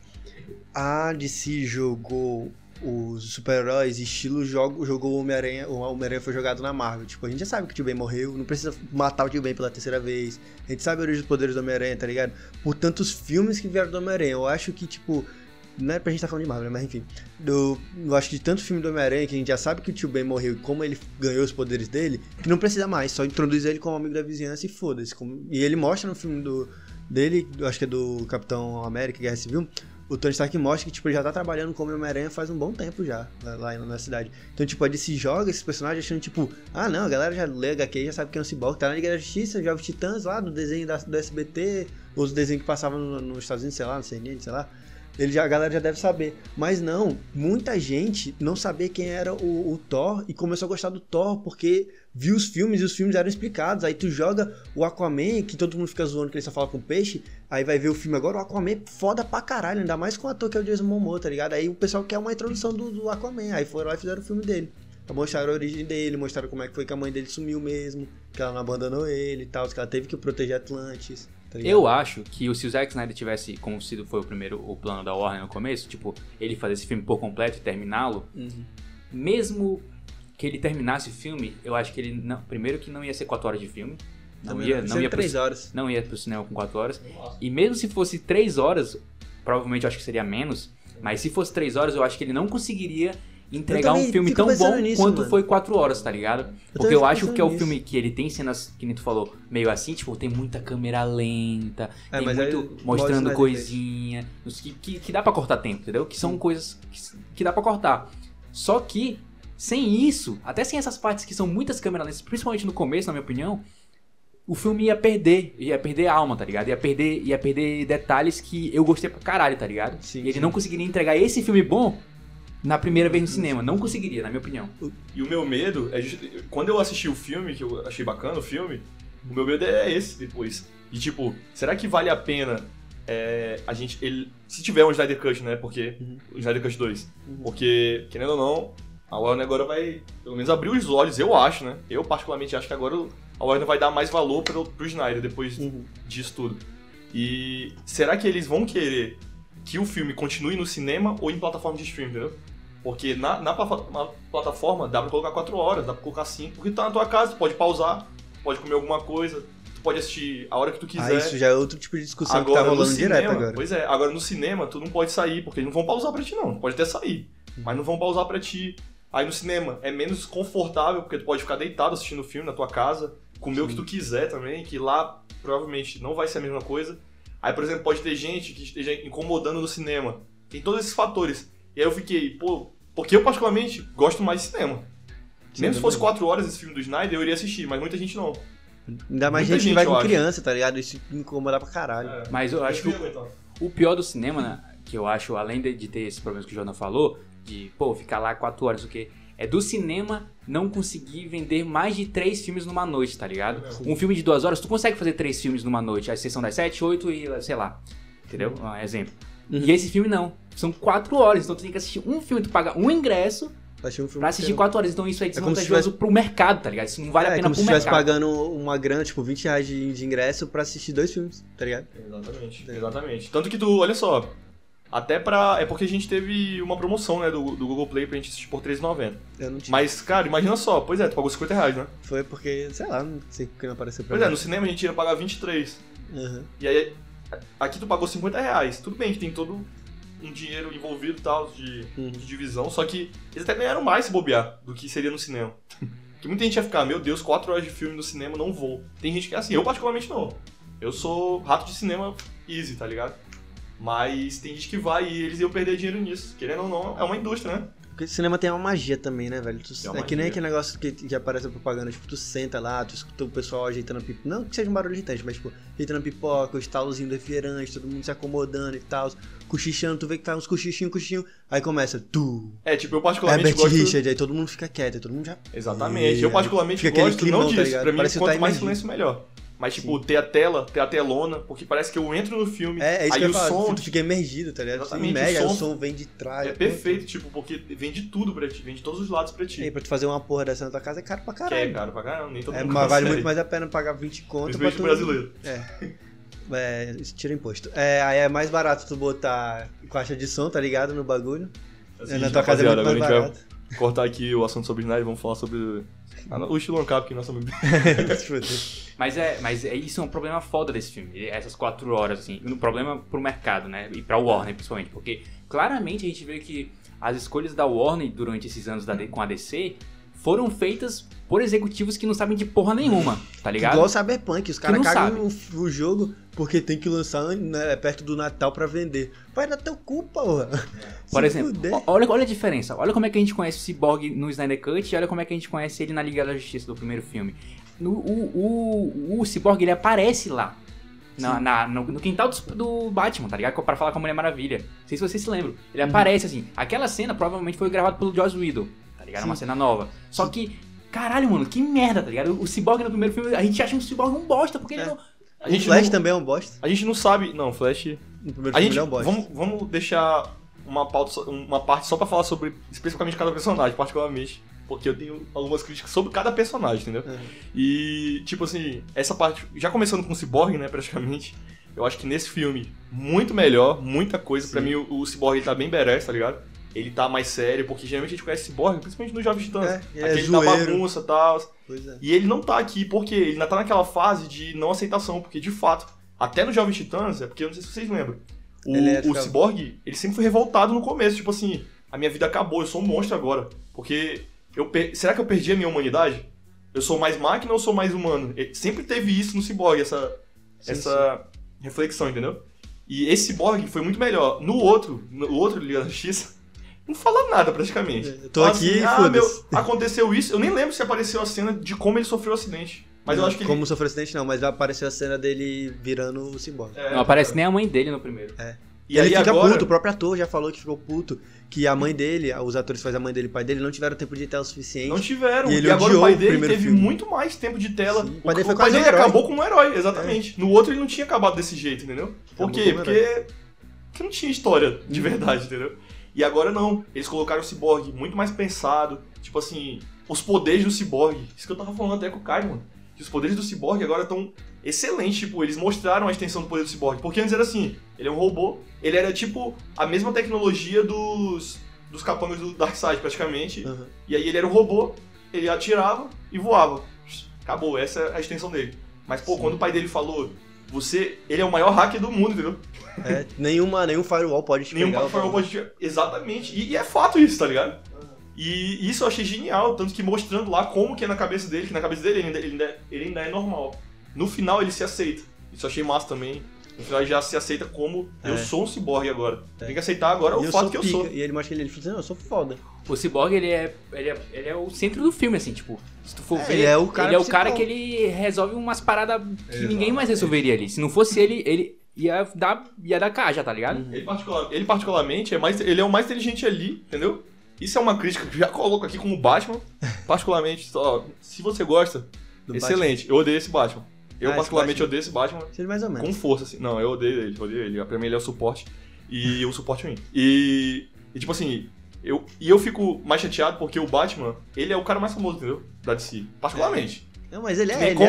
a DC jogou os super-heróis, estilo jogou o Homem-Aranha foi jogado na Marvel. Tipo, a gente já sabe que o Tio Ben morreu, não precisa matar o Tio Ben pela 3ª vez. A gente sabe a origem dos poderes do Homem-Aranha, tá ligado? Por tantos filmes que vieram do Homem-Aranha. Eu acho que, tipo, não é pra gente tá falando de Marvel, mas enfim. Eu acho que de tanto filme do Homem-Aranha que a gente já sabe que o Tio Ben morreu e como ele ganhou os poderes dele, que não precisa mais, só introduz ele como amigo da vizinhança e foda-se. E ele mostra no filme dele, acho que é do Capitão América, Guerra Civil, o Tony Stark mostra que, tipo, ele já tá trabalhando como Homem-Aranha faz um bom tempo já, lá na cidade. Então, tipo, a DC joga esses personagens achando, tipo, não, a galera já lê HQ, já sabe que é um Cyborg, tá na Liga da Justiça, já os Titãs lá, do desenho do SBT, ou os desenhos que passavam nos Estados Unidos, sei lá, no CNN, sei lá. a galera já deve saber. Mas não, muita gente não sabia quem era o Thor e começou a gostar do Thor porque viu os filmes e os filmes eram explicados. Aí tu joga o Aquaman, que todo mundo fica zoando que ele só fala com peixe, aí vai ver o filme agora, o Aquaman é foda pra caralho, ainda mais com o ator que é o Jason Momoa, tá ligado? Aí o pessoal quer uma introdução do Aquaman, aí foram lá e fizeram o filme dele. Mostraram a origem dele, mostraram como é que foi que a mãe dele sumiu mesmo, que ela não abandonou ele e tal, que ela teve que proteger Atlantis. Tá, eu acho que se o Zack Snyder tivesse, como foi o plano da Warner no começo, tipo, ele fazer esse filme por completo e terminá-lo, mesmo que ele terminasse o filme, eu acho que ele não, primeiro que não ia ser 4 horas de filme, não ia 3 horas. Não ia pro cinema com 4 horas. E mesmo se fosse 3 horas, provavelmente eu acho que seria menos, mas se fosse 3 horas, eu acho que ele não conseguiria entregar um filme tão bom quanto foi 4 horas, tá ligado? Porque eu acho que é o filme que ele tem cenas, que nem tu falou, meio assim, tipo, tem muita câmera lenta, tem muito mostrando coisinha, que dá pra cortar tempo, entendeu? Que são coisas que dá pra cortar. Só que, sem isso, até sem essas partes que são muitas câmeras lentas, principalmente no começo, na minha opinião, o filme ia perder alma, tá ligado? Ia perder detalhes que eu gostei pra caralho, tá ligado? Sim, e ele não conseguiria entregar esse filme bom na primeira vez no cinema. Não conseguiria, na minha opinião. E o meu medo é... Quando eu assisti o filme, que eu achei bacana o filme, o meu medo é esse depois. E tipo, será que vale a pena se tiver um Snyder Cut, né? Porque... O Snyder Cut 2. Porque, querendo ou não, a Warner agora vai, pelo menos, abrir os olhos, eu acho, né? Eu particularmente acho que agora a Warner vai dar mais valor pro Snyder depois disso tudo. E será que eles vão querer que o filme continue no cinema ou em plataforma de streaming, entendeu? Porque na plataforma dá pra colocar 4 horas, dá pra colocar 5, porque tá na tua casa, tu pode pausar, pode comer alguma coisa, tu pode assistir a hora que tu quiser. Isso já é outro tipo de discussão agora, que tá rolando direto agora. Pois é, agora no cinema tu não pode sair, porque eles não vão pausar pra ti não, tu pode até sair, mas não vão pausar pra ti. Aí no cinema é menos confortável, porque tu pode ficar deitado assistindo o filme na tua casa, comer o que tu quiser também, que lá provavelmente não vai ser a mesma coisa. Aí, por exemplo, pode ter gente que esteja incomodando no cinema. Tem todos esses fatores. E aí eu fiquei, porque eu particularmente gosto mais de cinema. Sim, mesmo se fosse 4 horas esse filme do Snyder, eu iria assistir, mas muita gente não. Ainda mais gente que vai com criança, tá ligado? Isso me incomoda pra caralho. Mas eu acho que o pior do cinema, né, que eu acho, além de ter esses problemas que o Jordan falou, de, ficar lá 4 horas, o quê? É do cinema não conseguir vender mais de 3 filmes numa noite, tá ligado? Um filme de 2 horas, tu consegue fazer 3 filmes numa noite, a exceção das 7, 8 e sei lá, entendeu? Um exemplo. E esse filme não, são 4 horas, então tu tem que assistir um filme, tu paga um ingresso pra assistir 4 horas, então isso é desvantajoso pro mercado, tá ligado? Isso não vale a pena pro mercado. É como se estivesse pagando uma grana, tipo R$20 de ingresso pra assistir 2 filmes, tá ligado? Exatamente. Tanto que tu, olha só... É porque a gente teve uma promoção, né, do Google Play pra gente assistir por R$3,90. Eu não tinha. Mas, cara, imagina só, pois é, tu pagou R$50, né? Foi porque, sei lá, não sei porque não apareceu pra mim. Pois é, no cinema a gente ia pagar 23. E aí, aqui tu pagou R$50. Tudo bem que tem todo um dinheiro envolvido e tal, de divisão, só que eles até ganharam mais se bobear do que seria no cinema. Porque muita gente ia ficar, meu Deus, 4 horas de filme no cinema, não vou. Tem gente que é assim, eu particularmente não. Eu sou rato de cinema easy, tá ligado? Mas tem gente que vai e eles iam perder dinheiro nisso. Querendo ou não, é uma indústria, né? Porque o cinema tem uma magia também, né, velho? É que nem aquele negócio que aparece na propaganda, tipo, tu senta lá, tu escuta o pessoal ajeitando a pipoca. Não que seja um barulho irritante, mas, tipo, ajeitando a pipoca, o estalozinho do refrigerante, todo mundo se acomodando e tal, cochichando, tu vê que tá uns cochichinho, aí começa, tipo, eu particularmente gosto... Richard, aí todo mundo fica quieto, aí todo mundo já... Exatamente, eu particularmente gosto não disso, tá, pra mim, quanto mais silêncio, melhor. Mas, tipo, ter a telona, porque parece que eu entro no filme, isso aí que eu o falo, som... Tu fica emergido, tá ligado? Exatamente, o som vem de trás. É perfeito, tipo, porque vem de tudo pra ti, vem de todos os lados pra ti. E pra tu fazer uma porra dessa na tua casa é caro pra caralho. É caro pra caralho, nem todo mundo mas vale muito mais a pena pagar 20 conto pra tu... brasileiro. Tira imposto. Aí é mais barato tu botar caixa de som, tá ligado, no bagulho. Assim, na tua casa é muito mais barato. A gente vai cortar aqui o assunto sobre Snyder e vamos falar sobre... o estilo Ancap, que nosso amigo. Mas isso é um problema foda desse filme, essas 4 horas, assim. Um problema pro mercado, né? E pra Warner, principalmente. Porque claramente a gente vê que as escolhas da Warner durante esses anos com a DC foram feitas por executivos que não sabem de porra nenhuma, tá ligado? Igual o Cyberpunk, os caras cagam o jogo porque tem que lançar, né, perto do Natal pra vender. Vai dar teu cu, porra. Por exemplo, olha a diferença. Olha como é que a gente conhece o Cyborg no Snyder Cut e olha como é que a gente conhece ele na Liga da Justiça do primeiro filme. O Cyborg, ele aparece lá. no quintal do Batman, tá ligado? Pra falar com a Mulher Maravilha. Não sei se vocês se lembram. Ele aparece assim. Aquela cena provavelmente foi gravada pelo Joss Whedon, tá ligado? Uma cena nova. Só que, caralho, mano, que merda, tá ligado? O Cyborg no primeiro filme, a gente acha um Cyborg um bosta, porque ele não... O Flash também é um bosta. A gente não sabe... Não, Flash... No primeiro filme ele é um bosta. Vamos deixar uma parte só pra falar sobre especificamente cada personagem, particularmente. Porque eu tenho algumas críticas sobre cada personagem, entendeu? E, tipo assim, essa parte... Já começando com o Cyborg, né, praticamente... Eu acho que nesse filme, muito melhor, muita coisa. Sim. Pra mim, o Cyborg ele tá bem badass, tá ligado? Ele tá mais sério, porque geralmente a gente conhece Cyborg, principalmente no Jovens Titãs. Aquele da bagunça e tal. E ele não tá aqui, porque ele ainda tá naquela fase de não aceitação, porque de fato, até no Jovens Titãs, é porque eu não sei se vocês lembram, o Cyborg, ele sempre foi revoltado no começo, tipo assim, a minha vida acabou, eu sou um monstro agora. Porque, será que eu perdi a minha humanidade? Eu sou mais máquina ou sou mais humano? Ele sempre teve isso no Cyborg, essa reflexão, entendeu? E esse Cyborg foi muito melhor. No outro Liga da Justiça, não fala nada praticamente. Eu tô aqui e aconteceu isso. Eu nem lembro se apareceu a cena de como ele sofreu o acidente. Mas eu acho que como sofreu o acidente não, mas apareceu a cena dele virando o Cyborg. Não aparece nem a mãe dele no primeiro. E ele fica puto, o próprio ator já falou que ficou puto, que a mãe dele, os atores que fazem a mãe dele e o pai dele não tiveram tempo de tela o suficiente. Não tiveram, e agora o pai dele teve muito mais tempo de tela. Sim, o pai dele acabou como um herói, exatamente. No outro ele não tinha acabado desse jeito, entendeu? Por quê? Porque não tinha história de verdade, entendeu? E agora não, eles colocaram o Cyborg muito mais pensado, tipo assim, os poderes do Cyborg, isso que eu tava falando até com o Caio, mano, que os poderes do Cyborg agora estão excelentes, tipo, eles mostraram a extensão do poder do Cyborg, porque antes era assim, ele é um robô, ele era tipo a mesma tecnologia dos capangas do Darkseid praticamente, e aí ele era um robô, ele atirava e voava, acabou, essa é a extensão dele. Mas pô, quando o pai dele falou, ele é o maior hacker do mundo, entendeu? Nenhum firewall pode te pegar. Nenhum firewall pode te... Exatamente. E é fato isso, tá ligado? E isso eu achei genial, tanto que mostrando lá como que é na cabeça dele, que na cabeça dele ele ainda é normal. No final ele se aceita. Isso eu achei massa também. No final ele já se aceita como eu sou um ciborgue agora. Tem que aceitar agora o fato que eu sou. E ele mostra que ele fala assim, não, eu sou foda. O Cyborg, ele é o centro do filme, assim, tipo, se tu for ver, ele é o cara que ele resolve umas paradas que ninguém mais resolveria ali. Se não fosse ele ia dar caja, tá ligado? Ele particularmente, ele é o mais inteligente ali, entendeu? Isso é uma crítica que eu já coloco aqui como Batman. Particularmente, se você gosta, excelente. Batman. Eu odeio esse Batman. Eu particularmente odeio esse Batman mais ou menos. Com força, assim. Não, eu odeio ele. Pra mim ele é o suporte. E o suporte ruim. E tipo assim, eu fico mais chateado porque o Batman, ele é o cara mais famoso, entendeu? Da DC. Particularmente. Não, mas ele é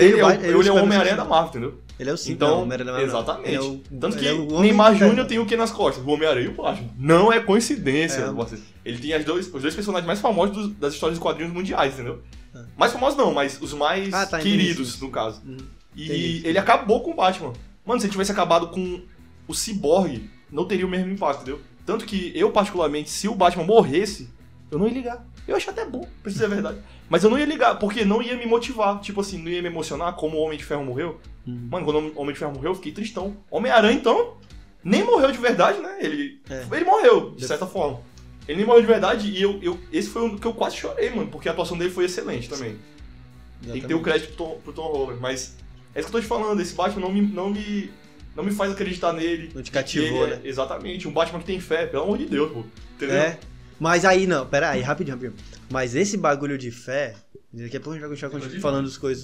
o Homem-Aranha da Marvel, entendeu? Ele é o símbolo, então, exatamente. Tanto que Neymar Júnior tem o que nas costas? O Homem-Aranha e o Batman. Não é coincidência. Ele tem os dois personagens mais famosos das histórias de quadrinhos mundiais, entendeu? Mais famosos não, mas os mais queridos, no caso. E ele acabou com o Batman. Mano, se ele tivesse acabado com o Cyborg, não teria o mesmo impacto, entendeu? Tanto que eu, particularmente, se o Batman morresse, eu não ia ligar. Eu achei até bom, pra dizer a verdade. Mas eu não ia ligar, porque não ia me motivar. Tipo assim, não ia me emocionar como o Homem de Ferro morreu. Mano, quando o Homem de Ferro morreu, eu fiquei tristão. Homem-Aranha, então, nem morreu de verdade, né? Ele morreu, de certa forma. Ele nem morreu de verdade e esse foi o que eu quase chorei, mano. Porque a atuação dele foi excelente também. Exatamente. Tem que ter o crédito pro Tom Holland. Mas é isso que eu tô te falando, esse Batman não me faz acreditar nele. Não te cativou, né? Exatamente, um Batman que tem fé, pelo amor de Deus, pô. Entendeu? Mas aí, não, pera aí, rapidinho. Mas esse bagulho de fé, daqui a pouco a gente vai continuar falando das coisas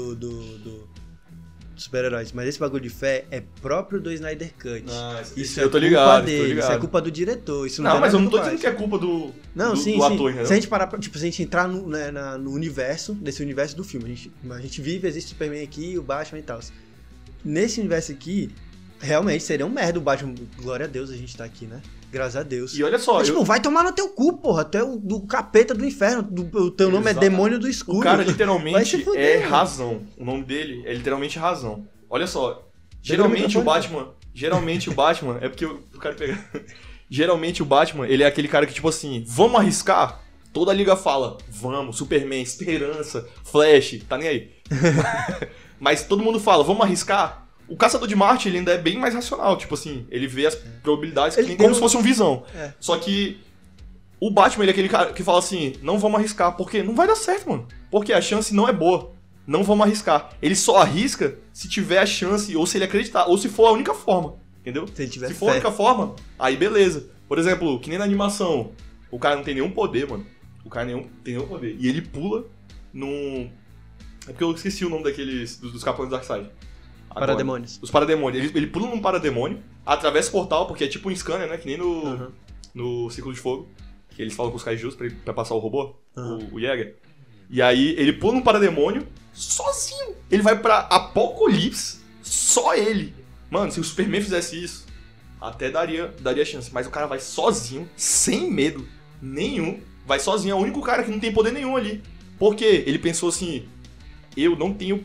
dos super-heróis, mas esse bagulho de fé é próprio do Snyder Cut. Isso é culpa dele, isso é culpa do diretor. Isso não, mas eu não tô dizendo que é culpa do ator, né? Se a gente parar, se a gente entrar no universo, desse universo do filme, a gente vive, existe o Superman aqui, o Batman e tal. Nesse universo aqui, realmente seria um merda o Batman. Glória a Deus a gente tá aqui, né? Graças a Deus. E olha só... Mas, vai tomar no teu cu, porra. Tu é do capeta do inferno. O teu nome é Demônio do Escuro. O cara literalmente razão. O nome dele é literalmente razão. Olha só. Geralmente o Batman... É porque eu quero pegar... Geralmente o Batman, ele é aquele cara que tipo assim... Vamos arriscar? Toda a liga fala... Vamos, Superman, Esperança, Flash... Tá nem aí. Mas todo mundo fala... Vamos arriscar? O Caçador de Marte, ele ainda é bem mais racional, tipo assim, ele vê as probabilidades como se fosse um visão. Só que o Batman, ele é aquele cara que fala assim, não vamos arriscar, porque não vai dar certo, mano. Porque a chance não é boa. não vamos arriscar. Ele só arrisca se tiver a chance, ou se ele acreditar, ou se for a única forma, entendeu? Se for a única forma, aí beleza. Por exemplo, que nem na animação, o cara não tem nenhum poder, mano. O cara não tem nenhum poder. E ele pula num... É porque eu esqueci o nome daqueles, dos Capões do Darkseid. Parademônios. Os parademônios. Ele pula num parademônio, atravessa o portal, porque é tipo um scanner, né? Que nem no Círculo de Fogo. Que eles falam com os kaijus pra passar o robô, o Jäger. E aí ele pula num parademônio sozinho. Ele vai pra Apocalipse, só ele. Mano, se o Superman fizesse isso, até daria chance. Mas o cara vai sozinho, sem medo nenhum. Vai sozinho, é o único cara que não tem poder nenhum ali. Por quê? Ele pensou assim, eu não tenho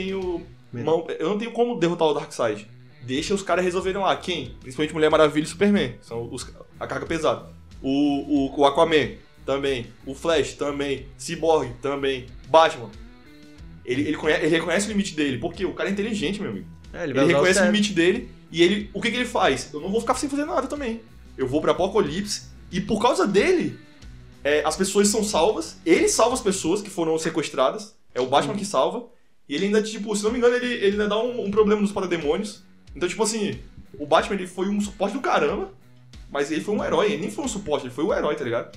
como derrotar o Darkseid. Deixa os caras resolverem lá. Quem? Principalmente Mulher Maravilha e Superman. São a carga pesada. O Aquaman também. O Flash também. Cyborg também. Batman. Ele reconhece o limite dele. Porque o cara é inteligente, meu amigo. Ele reconhece o limite dele. E o que ele faz? Eu não vou ficar sem fazer nada também. Eu vou pra Apocalipse. E por causa dele, as pessoas são salvas. Ele salva as pessoas que foram sequestradas. É o Batman que salva. E ele ainda, tipo, se não me engano, ele ainda dá um problema nos parademônios. Então, tipo assim, o Batman ele foi um suporte do caramba, mas ele foi um herói. Ele nem foi um suporte, ele foi um herói, tá ligado?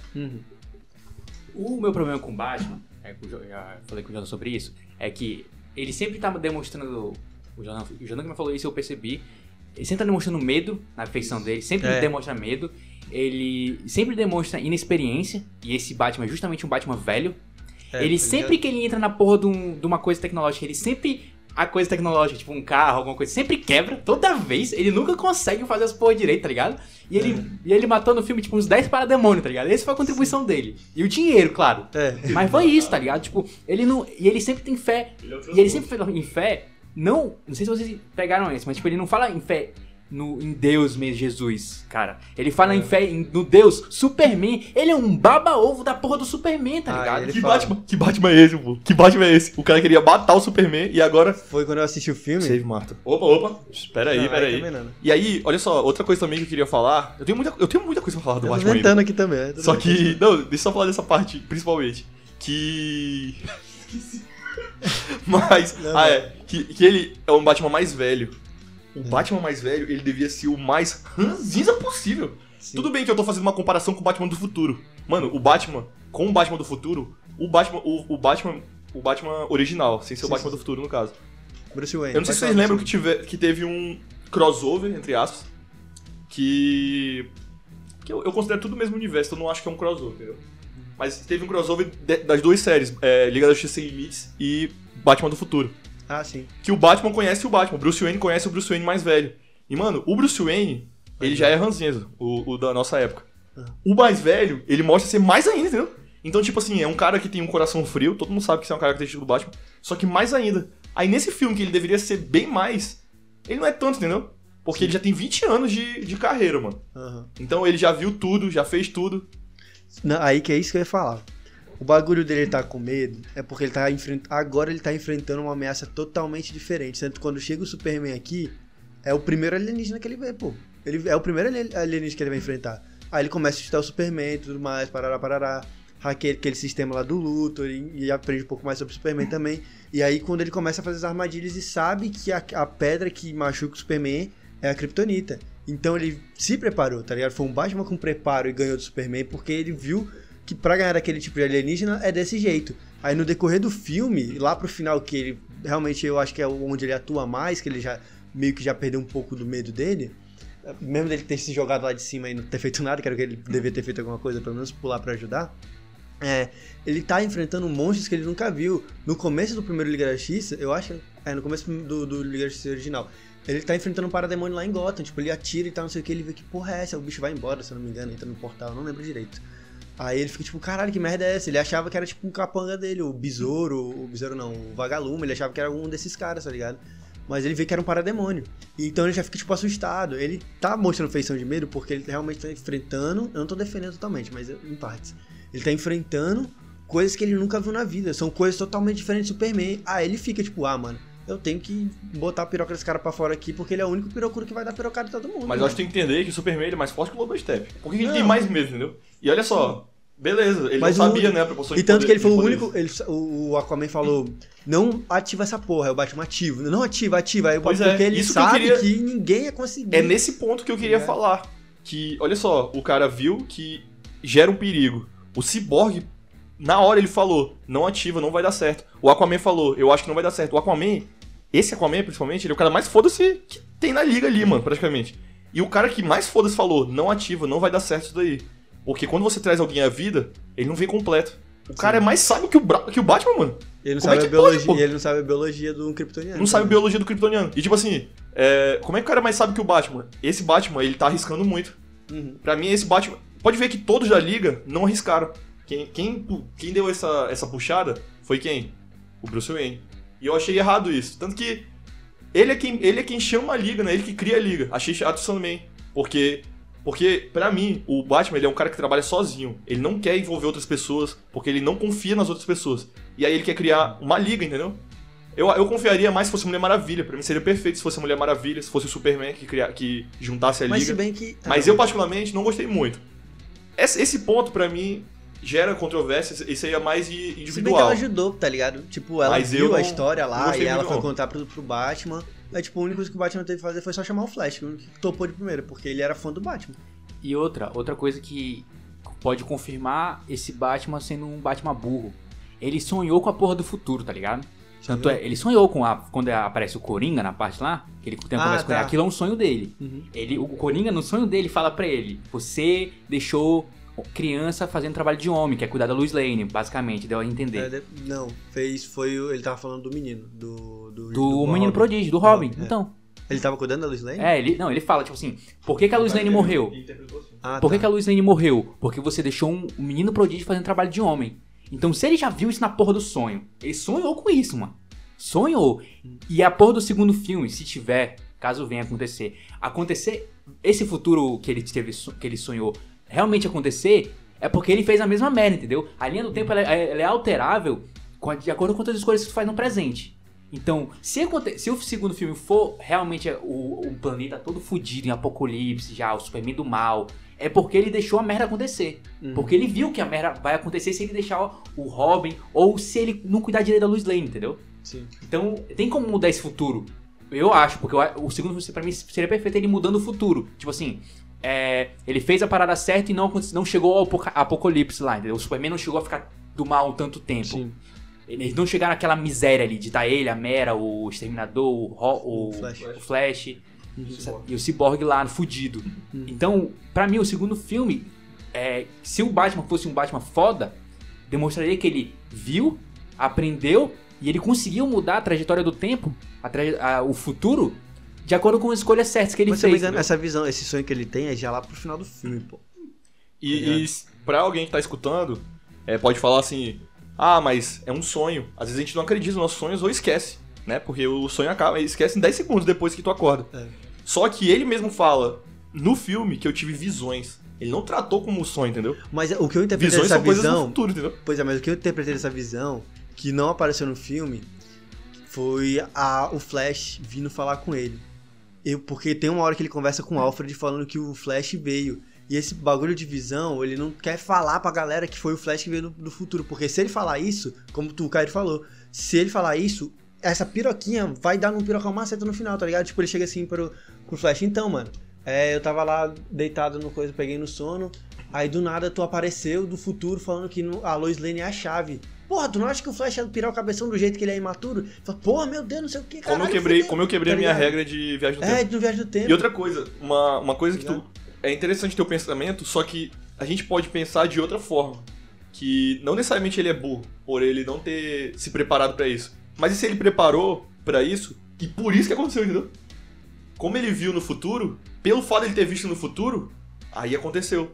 O meu problema com o Batman, eu já falei com o Jonathan sobre isso, é que ele sempre tá demonstrando... O Jonathan que me falou isso, eu percebi. Ele sempre tá demonstrando medo na feição dele, sempre demonstra medo. Ele sempre demonstra inexperiência, e esse Batman é justamente um Batman velho. Ele sempre que ele entra na porra de uma coisa tecnológica, ele sempre... A coisa tecnológica, tipo um carro, alguma coisa, sempre quebra, toda vez. Ele nunca consegue fazer as porra direito, tá ligado? E ele matou no filme, tipo, uns 10 parademônios, tá ligado? Essa foi a contribuição dele. E o dinheiro, claro. Mas foi isso, tá ligado? Tipo, ele não... E ele sempre tem fé. E ele sempre fala em fé... Não sei se vocês pegaram esse, mas tipo, ele não fala em fé em Deus mesmo, Jesus, cara. Ele fala em fé no Deus Superman. Ele é um baba-ovo da porra do Superman, tá ligado? Que Batman é esse, pô? Que Batman é esse? O cara queria matar o Superman e agora... Foi quando eu assisti o filme. Save Martha. Opa. Espera aí. E aí, olha só, outra coisa também que eu queria falar. Eu tenho muita coisa pra falar do Batman ainda. Aqui também. Só que... Não, deixa eu só falar dessa parte, principalmente. Que... Esqueci. Mas... Que ele é um Batman mais velho. O Batman mais velho, ele devia ser o mais ranzinza possível. Sim. Tudo bem que eu tô fazendo uma comparação com o Batman do futuro. Mano, o Batman, com o Batman do futuro, o Batman original, sem ser o Batman do futuro, no caso. Bruce Wayne. Eu não sei se vocês lembram que teve um crossover, entre aspas, que eu considero tudo o mesmo universo, então eu não acho que é um crossover, entendeu? Mas teve um crossover das duas séries, Liga da Justiça Sem Limites e Batman do Futuro. Ah, sim. Que o Batman conhece o Batman, o Bruce Wayne conhece o Bruce Wayne mais velho. E, mano, o Bruce Wayne, ele já é ranzinza, o da nossa época. O mais velho, ele mostra ser mais ainda, entendeu? Então, tipo assim, é um cara que tem um coração frio, todo mundo sabe que isso é uma característica do Batman, só que mais ainda. Aí nesse filme, que ele deveria ser bem mais, ele não é tanto, entendeu? Porque ele já tem 20 anos de carreira, mano. Então ele já viu tudo, já fez tudo. Não, aí que é isso que eu ia falar. O bagulho dele tá com medo é porque ele tá agora ele tá enfrentando uma ameaça totalmente diferente. Sendo que quando chega o Superman aqui, é o primeiro alienígena que ele vê, pô. Ele é o primeiro alienígena que ele vai enfrentar. Aí ele começa a estudar o Superman e tudo mais, parará. Hackeia aquele sistema lá do Luthor e aprende um pouco mais sobre o Superman também. E aí quando ele começa a fazer as armadilhas e sabe que a pedra que machuca o Superman é a Kryptonita. Então ele se preparou, tá ligado? Foi um Batman com preparo e ganhou do Superman porque ele viu que pra ganhar aquele tipo de alienígena é desse jeito. Aí no decorrer do filme, lá pro final, que ele realmente eu acho que é onde ele atua mais, que ele já meio que já perdeu um pouco do medo dele, mesmo dele ter se jogado lá de cima e não ter feito nada, que era que ele devia ter feito alguma coisa, pelo menos pular pra ajudar, ele tá enfrentando monstros que ele nunca viu. No começo do primeiro Liga da Justiça, eu acho, no começo do Liga da Justiça original, ele tá enfrentando um parademônio lá em Gotham, tipo, ele atira e tal, não sei o que, ele vê que porra é essa, o bicho vai embora, se eu não me engano, entra no portal, eu não lembro direito. Aí ele fica tipo, caralho, que merda é essa? Ele achava que era tipo um capanga dele, o Vagalume, ele achava que era um desses caras, tá ligado? Mas ele vê que era um parademônio. E então ele já fica tipo assustado. Ele tá mostrando feição de medo porque ele realmente tá enfrentando, eu não tô defendendo totalmente, mas em partes. Ele tá enfrentando coisas que ele nunca viu na vida, são coisas totalmente diferentes do Superman. Aí ele fica tipo, mano, eu tenho que botar a piroca desse cara pra fora aqui, porque ele é o único pirocuro que vai dar pirocada em todo mundo. Mas eu acho que tem que entender que o Superman ele é mais forte que o Lobo Step. Por que ele tem mais medo, entendeu? E olha só, Beleza, ele mas não sabia, né, a proporção de poder. E tanto que ele foi o único, o Aquaman falou, não ativa essa porra, aí o Batman ativa. Não ativa. Aí, porque ele sabe que ninguém ia conseguir. É nesse ponto que eu queria falar. Que, olha só, o cara viu que gera um perigo. O Cyborg, na hora ele falou, não ativa, não vai dar certo. O Aquaman falou, eu acho que não vai dar certo. O Aquaman, esse Aquaman principalmente, ele é o cara mais foda-se que tem na liga ali, mano, praticamente. E o cara que mais foda-se falou, não ativa, não vai dar certo isso daí. Porque quando você traz alguém à vida, ele não vem completo. O cara é mais sábio que o Batman, mano. Ele não sabe a biologia, ele não sabe a biologia do kryptoniano. Não sabe a biologia do kryptoniano. E tipo assim, como é que o cara é mais sábio que o Batman? Esse Batman, ele tá arriscando muito. Pra mim, esse Batman... Pode ver que todos da Liga não arriscaram. Quem deu essa puxada foi quem? O Bruce Wayne. E eu achei errado isso. Tanto que ele é quem chama a Liga, né? Ele que cria a Liga. Achei chato isso também. Porque pra mim, o Batman, ele é um cara que trabalha sozinho. Ele não quer envolver outras pessoas, porque ele não confia nas outras pessoas. E aí ele quer criar uma liga, entendeu? Eu confiaria mais se fosse Mulher Maravilha. Pra mim seria perfeito se fosse Mulher Maravilha, se fosse o Superman que juntasse a liga. Mas se bem que... Mas eu, particularmente, não gostei muito. Esse ponto, pra mim, gera controvérsias. Isso aí é mais individual. Se bem que ela ajudou, tá ligado? Tipo, ela viu a história lá e ela foi contar pro Batman... Aí, tipo, a única coisa que o Batman teve que fazer foi só chamar o Flash, que topou de primeira, porque ele era fã do Batman. E outra coisa que pode confirmar esse Batman sendo um Batman burro. Ele sonhou com a porra do futuro, tá ligado? Tanto ele sonhou quando aparece o Coringa na parte lá, que ele tem uma conversa com ele, aquilo é um sonho dele. O Coringa, no sonho dele, fala pra ele, você deixou criança fazendo trabalho de homem, que é cuidar da Lois Lane, basicamente, deu a entender. Ele tava falando do menino, do menino prodígio, do Robin, então. Ele tava cuidando da Lois Lane? Ele fala, tipo assim, por que a Lois Lane morreu? Por que a Lois Lane morreu? Porque você deixou um menino prodígio fazendo trabalho de homem. Então, se ele já viu isso na porra do sonho, ele sonhou com isso, mano. Sonhou. E a porra do segundo filme, se tiver, caso venha acontecer, esse futuro que ele sonhou realmente acontecer, é porque ele fez a mesma merda, entendeu? A linha do tempo ela é alterável de acordo com as escolhas que tu faz no presente. Então, se o segundo filme for realmente o planeta todo fudido em apocalipse, já o Superman do mal, é porque ele deixou a merda acontecer. Porque ele viu que a merda vai acontecer se ele deixar o Robin ou se ele não cuidar direito da Lois Lane, entendeu? Sim. Então, tem como mudar esse futuro? Eu acho, porque o segundo filme pra mim seria perfeito ele mudando o futuro. Tipo assim, ele fez a parada certa e não chegou ao apocalipse lá, entendeu? O Superman não chegou a ficar do mal tanto tempo. Sim. Eles não chegaram naquela miséria ali de estar ele, a Mera, o Exterminador, o Flash e o Cyborg lá, fudido. Então, pra mim, o segundo filme, se o Batman fosse um Batman foda, demonstraria que ele viu, aprendeu e ele conseguiu mudar a trajetória do tempo, o futuro, de acordo com as escolhas certas que ele fez. Mas essa visão, esse sonho que ele tem é já lá pro final do filme, pô. E pra alguém que tá escutando, pode falar assim... mas é um sonho. Às vezes a gente não acredita nos nossos sonhos ou esquece, né? Porque o sonho acaba, esquece em 10 segundos depois que tu acorda. Só que ele mesmo fala no filme que eu tive visões. Ele não tratou como um sonho, entendeu? Mas o que eu interpretei dessa visão... Visões são coisas do futuro, entendeu? Pois é, mas o que eu interpretei dessa visão, que não apareceu no filme, foi o Flash vindo falar com ele. Porque tem uma hora que ele conversa com o Alfred falando que o Flash veio. E esse bagulho de visão, ele não quer falar pra galera que foi o Flash que veio do futuro. Porque se ele falar isso, como o Caio falou, se ele falar isso, essa piroquinha vai dar num pirocão maceta no final, tá ligado? Tipo, ele chega assim pro Flash. Então, mano, eu tava lá deitado no coisa, peguei no sono. Aí do nada tu apareceu do futuro falando que a Lois Lane é a chave. Porra, tu não acha que o Flash ia pirar o cabeção do jeito que ele é imaturo? Fala, porra, meu Deus, não sei o que, caralho. Como eu quebrei a minha regra de viagem do tempo. De viagem do tempo. E outra coisa, uma coisa que tu... É interessante teu pensamento, só que a gente pode pensar de outra forma. Que não necessariamente ele é burro, por ele não ter se preparado pra isso. Mas e se ele preparou pra isso, e por isso que aconteceu, entendeu? Como ele viu no futuro, pelo fato de ele ter visto no futuro, aí aconteceu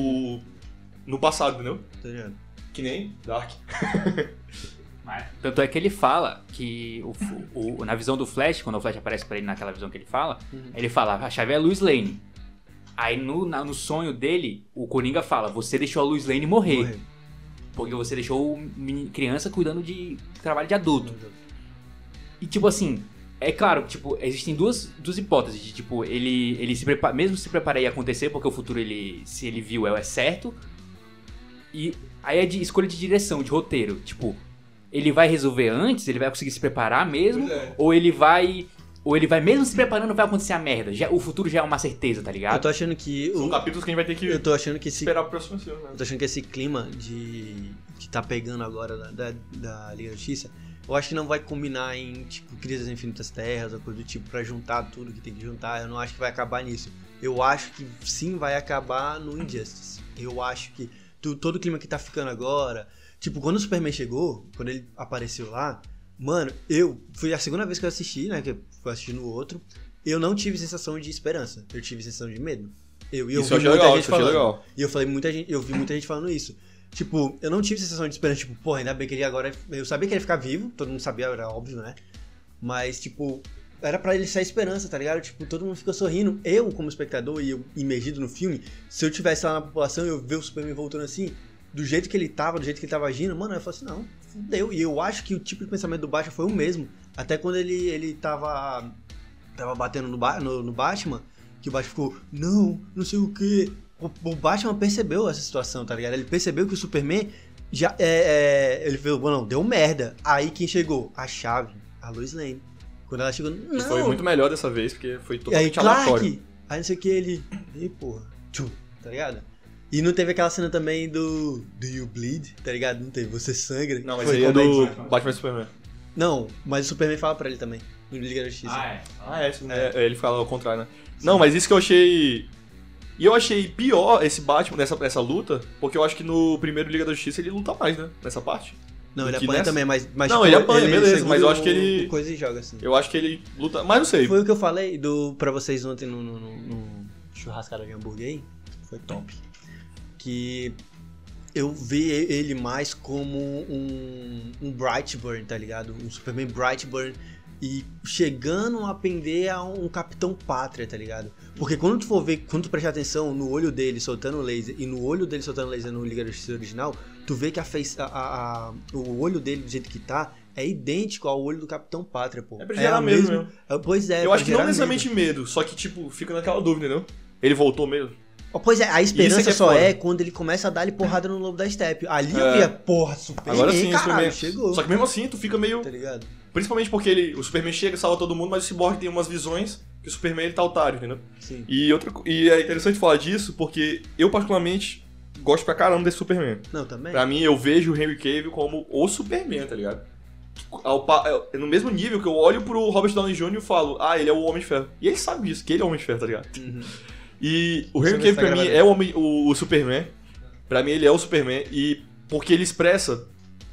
no passado, entendeu? Tá ligado? Que nem Dark. Tanto é que ele fala que na visão do Flash, quando o Flash aparece pra ele naquela visão que ele fala, ele fala, a chave é a Lois Lane. Aí no sonho dele, o Coringa fala, você deixou a Lois Lane morrer. Porque você deixou criança cuidando de trabalho de adulto. E tipo assim, é claro, tipo, existem duas hipóteses de tipo, ele mesmo se preparar e acontecer, porque o futuro se ele viu é certo. E aí é de escolha de direção, de roteiro. Tipo, ele vai resolver antes? Ele vai conseguir se preparar mesmo? Ou ele vai mesmo se preparando, vai acontecer a merda. O futuro já é uma certeza, tá ligado? Eu tô achando que... São capítulos que a gente vai ter que esperar pro próximo filme, né? Eu tô achando que esse clima que tá pegando agora da Liga da Justiça, eu acho que não vai combinar em, tipo, Crises Infinitas Terras ou coisa do tipo, pra juntar tudo que tem que juntar. Eu não acho que vai acabar nisso. Eu acho que sim vai acabar no Injustice. Eu acho que todo o clima que tá ficando agora... Tipo, quando o Superman chegou, quando ele apareceu lá... Mano, foi a segunda vez que eu assisti, né? Que eu assisti no outro. Eu não tive sensação de esperança. Eu tive sensação de medo. Eu vi muita gente falando. Legal. E eu vi muita gente falando isso. Tipo, eu não tive sensação de esperança. Tipo, porra, ainda bem que ele agora... Eu sabia que ele ia ficar vivo. Todo mundo sabia, era óbvio, né? Mas, tipo... Era pra ele ser a esperança, tá ligado? Tipo, todo mundo fica sorrindo. Eu, como espectador, e eu imergido no filme... Se eu tivesse lá na população e eu ver o Superman voltando assim... Do jeito que ele tava agindo... Mano, eu falei assim, não... Fudeu. E eu acho que o tipo de pensamento do Batman foi o mesmo. Até quando ele tava batendo no Batman, que o Batman ficou, não sei o quê. O Batman percebeu essa situação, tá ligado? Ele percebeu que o Superman já ele falou, não, deu merda. Aí quem chegou? A Chave, a Lois Lane. Quando ela chegou, não. E foi muito melhor dessa vez, porque foi totalmente aleatório. Aí não sei o que, ele, porra, tá ligado? E não teve aquela cena também do You Bleed, tá ligado? Não teve, você sangra. Não, mas aí é do Batman e Superman. Não, mas o Superman fala pra ele também, no Liga da Justiça. Ele fala ao contrário, né? Sim. Não, mas isso que eu achei... E eu achei pior esse Batman nessa luta, porque eu acho que no primeiro Liga da Justiça ele luta mais, né? Nessa parte. Não, ele apanha também, mas... Não, tipo, ele apanha, beleza, mas eu acho que ele... Coisa e joga assim. Eu acho que ele luta... Mas não sei. Foi o que eu falei pra vocês ontem no churrascada de hambúrguer aí. Foi top. Que eu vi ele mais como um Brightburn, tá ligado? Um Superman Brightburn e chegando a pender a um Capitão Pátria, tá ligado? Porque quando tu prestar atenção no olho dele soltando laser e no olho dele soltando laser no Liga da Justiça original, tu vê que o olho dele do jeito que tá é idêntico ao olho do Capitão Pátria, pô. É pra gerar medo mesmo. Pois é. Eu acho que não necessariamente medo, só que tipo, fica naquela dúvida, não? Ele voltou mesmo? Pois é, a esperança só é quando ele começa a dar-lhe porrada no Lobo da Steppe. Ali eu via, porra, Superman, agora sim, caralho, chegou. Só que mesmo assim, tu fica meio... Tá ligado? Principalmente porque o Superman chega, salva todo mundo, mas o Cyborg tem umas visões que o Superman ele tá otário, entendeu? Sim. E é interessante falar disso porque eu, particularmente, gosto pra caramba desse Superman. Não, também. Pra mim, eu vejo o Henry Cavill como o Superman, tá ligado? No mesmo nível que eu olho pro Robert Downey Jr. e falo, ele é o Homem de Ferro. E ele sabe disso, que ele é o Homem de Ferro, tá ligado? Uhum. E o Henry Cavill pra mim é o Superman. Pra mim ele é o Superman. E porque ele expressa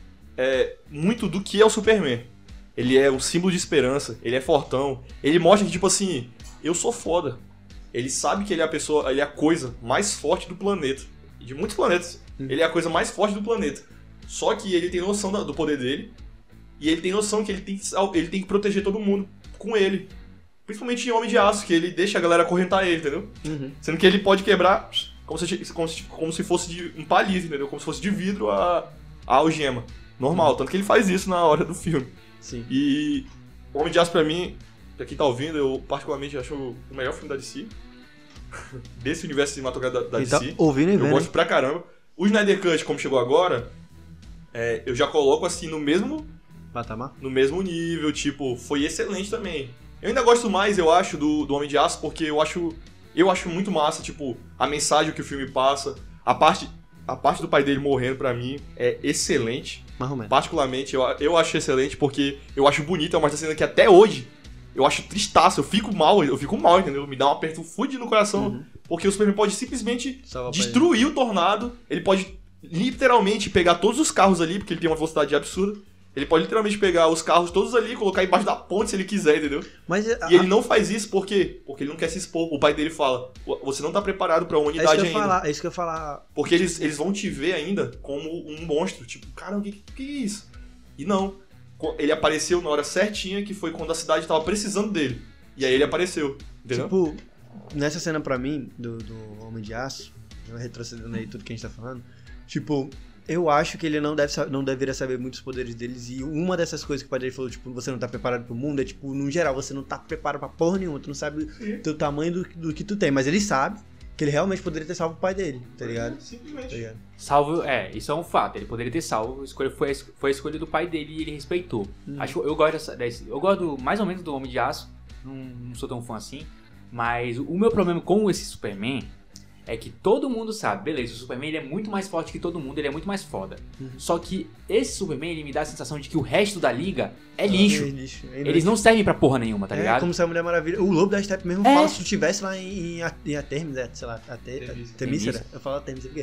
muito do que é o Superman. Ele é um símbolo de esperança. Ele é fortão. Ele mostra que tipo assim, eu sou foda. Ele sabe que ele é a coisa mais forte do planeta. De muitos planetas. Ele é a coisa mais forte do planeta. Só que ele tem noção do poder dele. E ele tem noção que ele tem que proteger todo mundo com ele. Principalmente em Homem de Aço, que ele deixa a galera acorrentar ele, entendeu? Uhum. Sendo que ele pode quebrar como se fosse de um palito, entendeu? Como se fosse de vidro a algema. Normal, tanto que ele faz isso na hora do filme. Sim. E o Homem de Aço, pra mim, pra quem tá ouvindo, eu particularmente acho o melhor filme da DC. Desse universo cinematográfico da DC. Tá ouvindo e vendo. Eu gosto pra caramba. O Snyder Cut, como chegou agora, eu já coloco assim no mesmo... Patamar? No mesmo nível, tipo, foi excelente também. Eu ainda gosto mais, eu acho, do Homem de Aço, porque eu acho muito massa, tipo, a mensagem que o filme passa. A parte do pai dele morrendo, pra mim, é excelente. Mais ou menos. Particularmente, eu acho excelente, porque eu acho bonita, é uma cena que até hoje eu acho tristaço, eu fico mal, entendeu? Me dá um aperto fudido no coração, porque o Superman pode simplesmente destruir o Tornado, ele pode literalmente pegar todos os carros ali, porque ele tem uma velocidade absurda. Ele pode literalmente pegar os carros todos ali e colocar embaixo da ponte se ele quiser, entendeu? E ele não faz isso por quê? Porque ele não quer se expor. O pai dele fala, você não tá preparado pra humanidade ainda. É isso que eu ia falar. Porque eles vão te ver ainda como um monstro. Tipo, caramba, o que é isso? E não. Ele apareceu na hora certinha, que foi quando a cidade tava precisando dele. E aí ele apareceu, entendeu? Tipo, nessa cena pra mim, do Homem de Aço, retrocedendo aí tudo que a gente tá falando, tipo... Eu acho que ele não deveria saber muitos poderes deles. E uma dessas coisas que o pai dele falou, tipo, você não tá preparado pro mundo, é tipo, no geral, você não tá preparado pra porra nenhuma. Tu não sabe o teu tamanho do que tu tem. Mas ele sabe que ele realmente poderia ter salvo o pai dele, tá ligado? Simplesmente. Tá ligado? Salvo, isso é um fato, ele poderia ter salvo, a escolha foi a escolha do pai dele e ele respeitou. Eu gosto mais ou menos do Homem de Aço, não sou tão fã assim, mas o meu problema com esse Superman é que todo mundo sabe, beleza, o Superman ele é muito mais forte que todo mundo, ele é muito mais foda. Só que esse Superman, ele me dá a sensação de que o resto da liga é lixo. Eles não servem pra porra nenhuma, tá ligado? É como se a Mulher Maravilha... O Lobo da Steppe mesmo fala, se tu tivesse lá em Artemis, sei lá, Temícera. Eu falo Artemis, porque...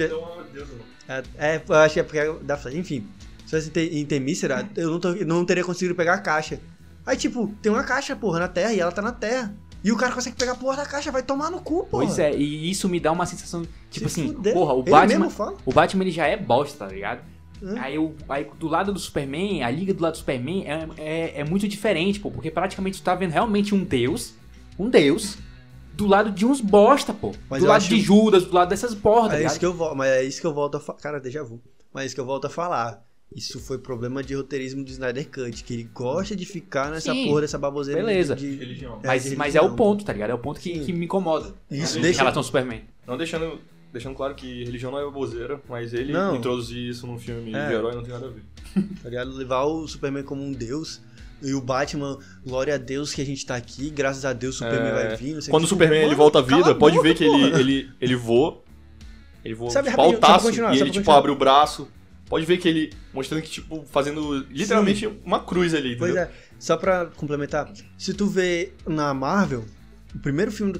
eu acho que é porque dá pra... Enfim, se tivesse em Temícera, eu não teria conseguido pegar a caixa. Aí, tipo, tem uma caixa, porra, na Terra, e ela tá na Terra. E o cara consegue pegar a porra da caixa, vai tomar no cu, porra. Pois é, e isso me dá uma sensação, tipo assim, fuder. Porra, o Batman ele já é bosta, tá ligado? Aí do lado do Superman, a liga do lado do Superman é muito diferente, pô, porque praticamente tu tá vendo realmente um deus, do lado de uns bosta, pô. Do lado de Judas, do lado dessas porra, tá ligado? Mas é isso que eu volto a falar. Cara, déjà vu. Mas é isso que eu volto a falar. Isso foi problema de roteirismo do Snyder Cut, que ele gosta de ficar nessa porra dessa baboseira de religião. Mas é o ponto, tá ligado? É o ponto que me incomoda. Isso em relação ao Superman. Não deixando claro que religião não é baboseira, mas ele introduzir isso num filme de herói não tem nada a ver. Tá ligado? Levar o Superman como um deus e o Batman, glória a Deus que a gente tá aqui, graças a Deus o Superman vai vir. Não sei quando o Superman ele volta à vida, pode ver que ele voa. Ele voa tipo altaço e ele tipo abre o braço. Pode ver que ele mostrando que, tipo, fazendo literalmente uma cruz ali, entendeu? Pois é, só pra complementar, se tu vê na Marvel, o primeiro filme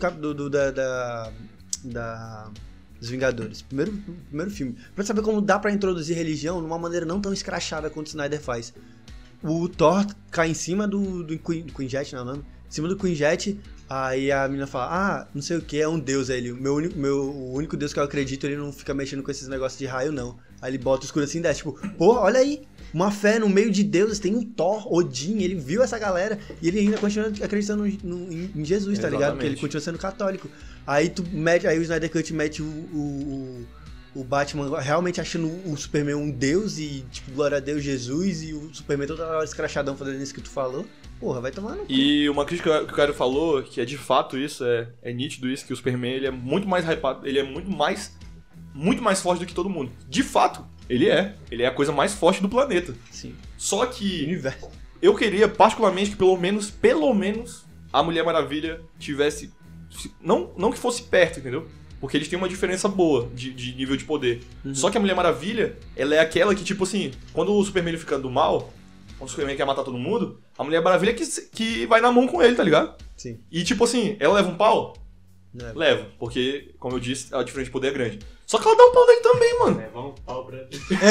dos Vingadores, primeiro filme, pra saber como dá pra introduzir religião numa maneira não tão escrachada quanto o Snyder faz. O Thor cai em cima do Quinjet, não é o nome? Em cima do Quinjet, aí a menina fala, não sei o que, é um deus. Aí ele, o único deus que eu acredito, ele não fica mexendo com esses negócios de raio, não. Aí ele bota o escuro assim e desce, tipo, porra, olha aí, uma fé no meio de deuses, tem um Thor, Odin, ele viu essa galera e ele ainda continua acreditando em Jesus, tá ligado? Porque ele continua sendo católico. Aí aí o Snyder Cut mete o Batman realmente achando o Superman um deus e, tipo, glória a Deus, Jesus, e o Superman toda hora escrachadão fazendo isso que tu falou. Porra, vai tomar no cu. E uma crítica que o cara falou, que é de fato isso, é nítido isso, que o Superman ele é muito mais hypado, ele é muito mais forte do que todo mundo. De fato, ele é a coisa mais forte do planeta. Sim. Só que universo. Eu queria particularmente que pelo menos a Mulher Maravilha tivesse, não que fosse perto, entendeu? Porque eles têm uma diferença boa de nível de poder. Só que a Mulher Maravilha, ela é aquela que, tipo assim, quando o Superman fica do mal, quando o Superman quer matar todo mundo, a Mulher Maravilha que vai na mão com ele, tá ligado? Sim. E tipo assim, ela leva um pau? Leva, porque, como eu disse, a diferença de poder é grande. Só que ela dá um pau nele também, mano. Leva um pau pra...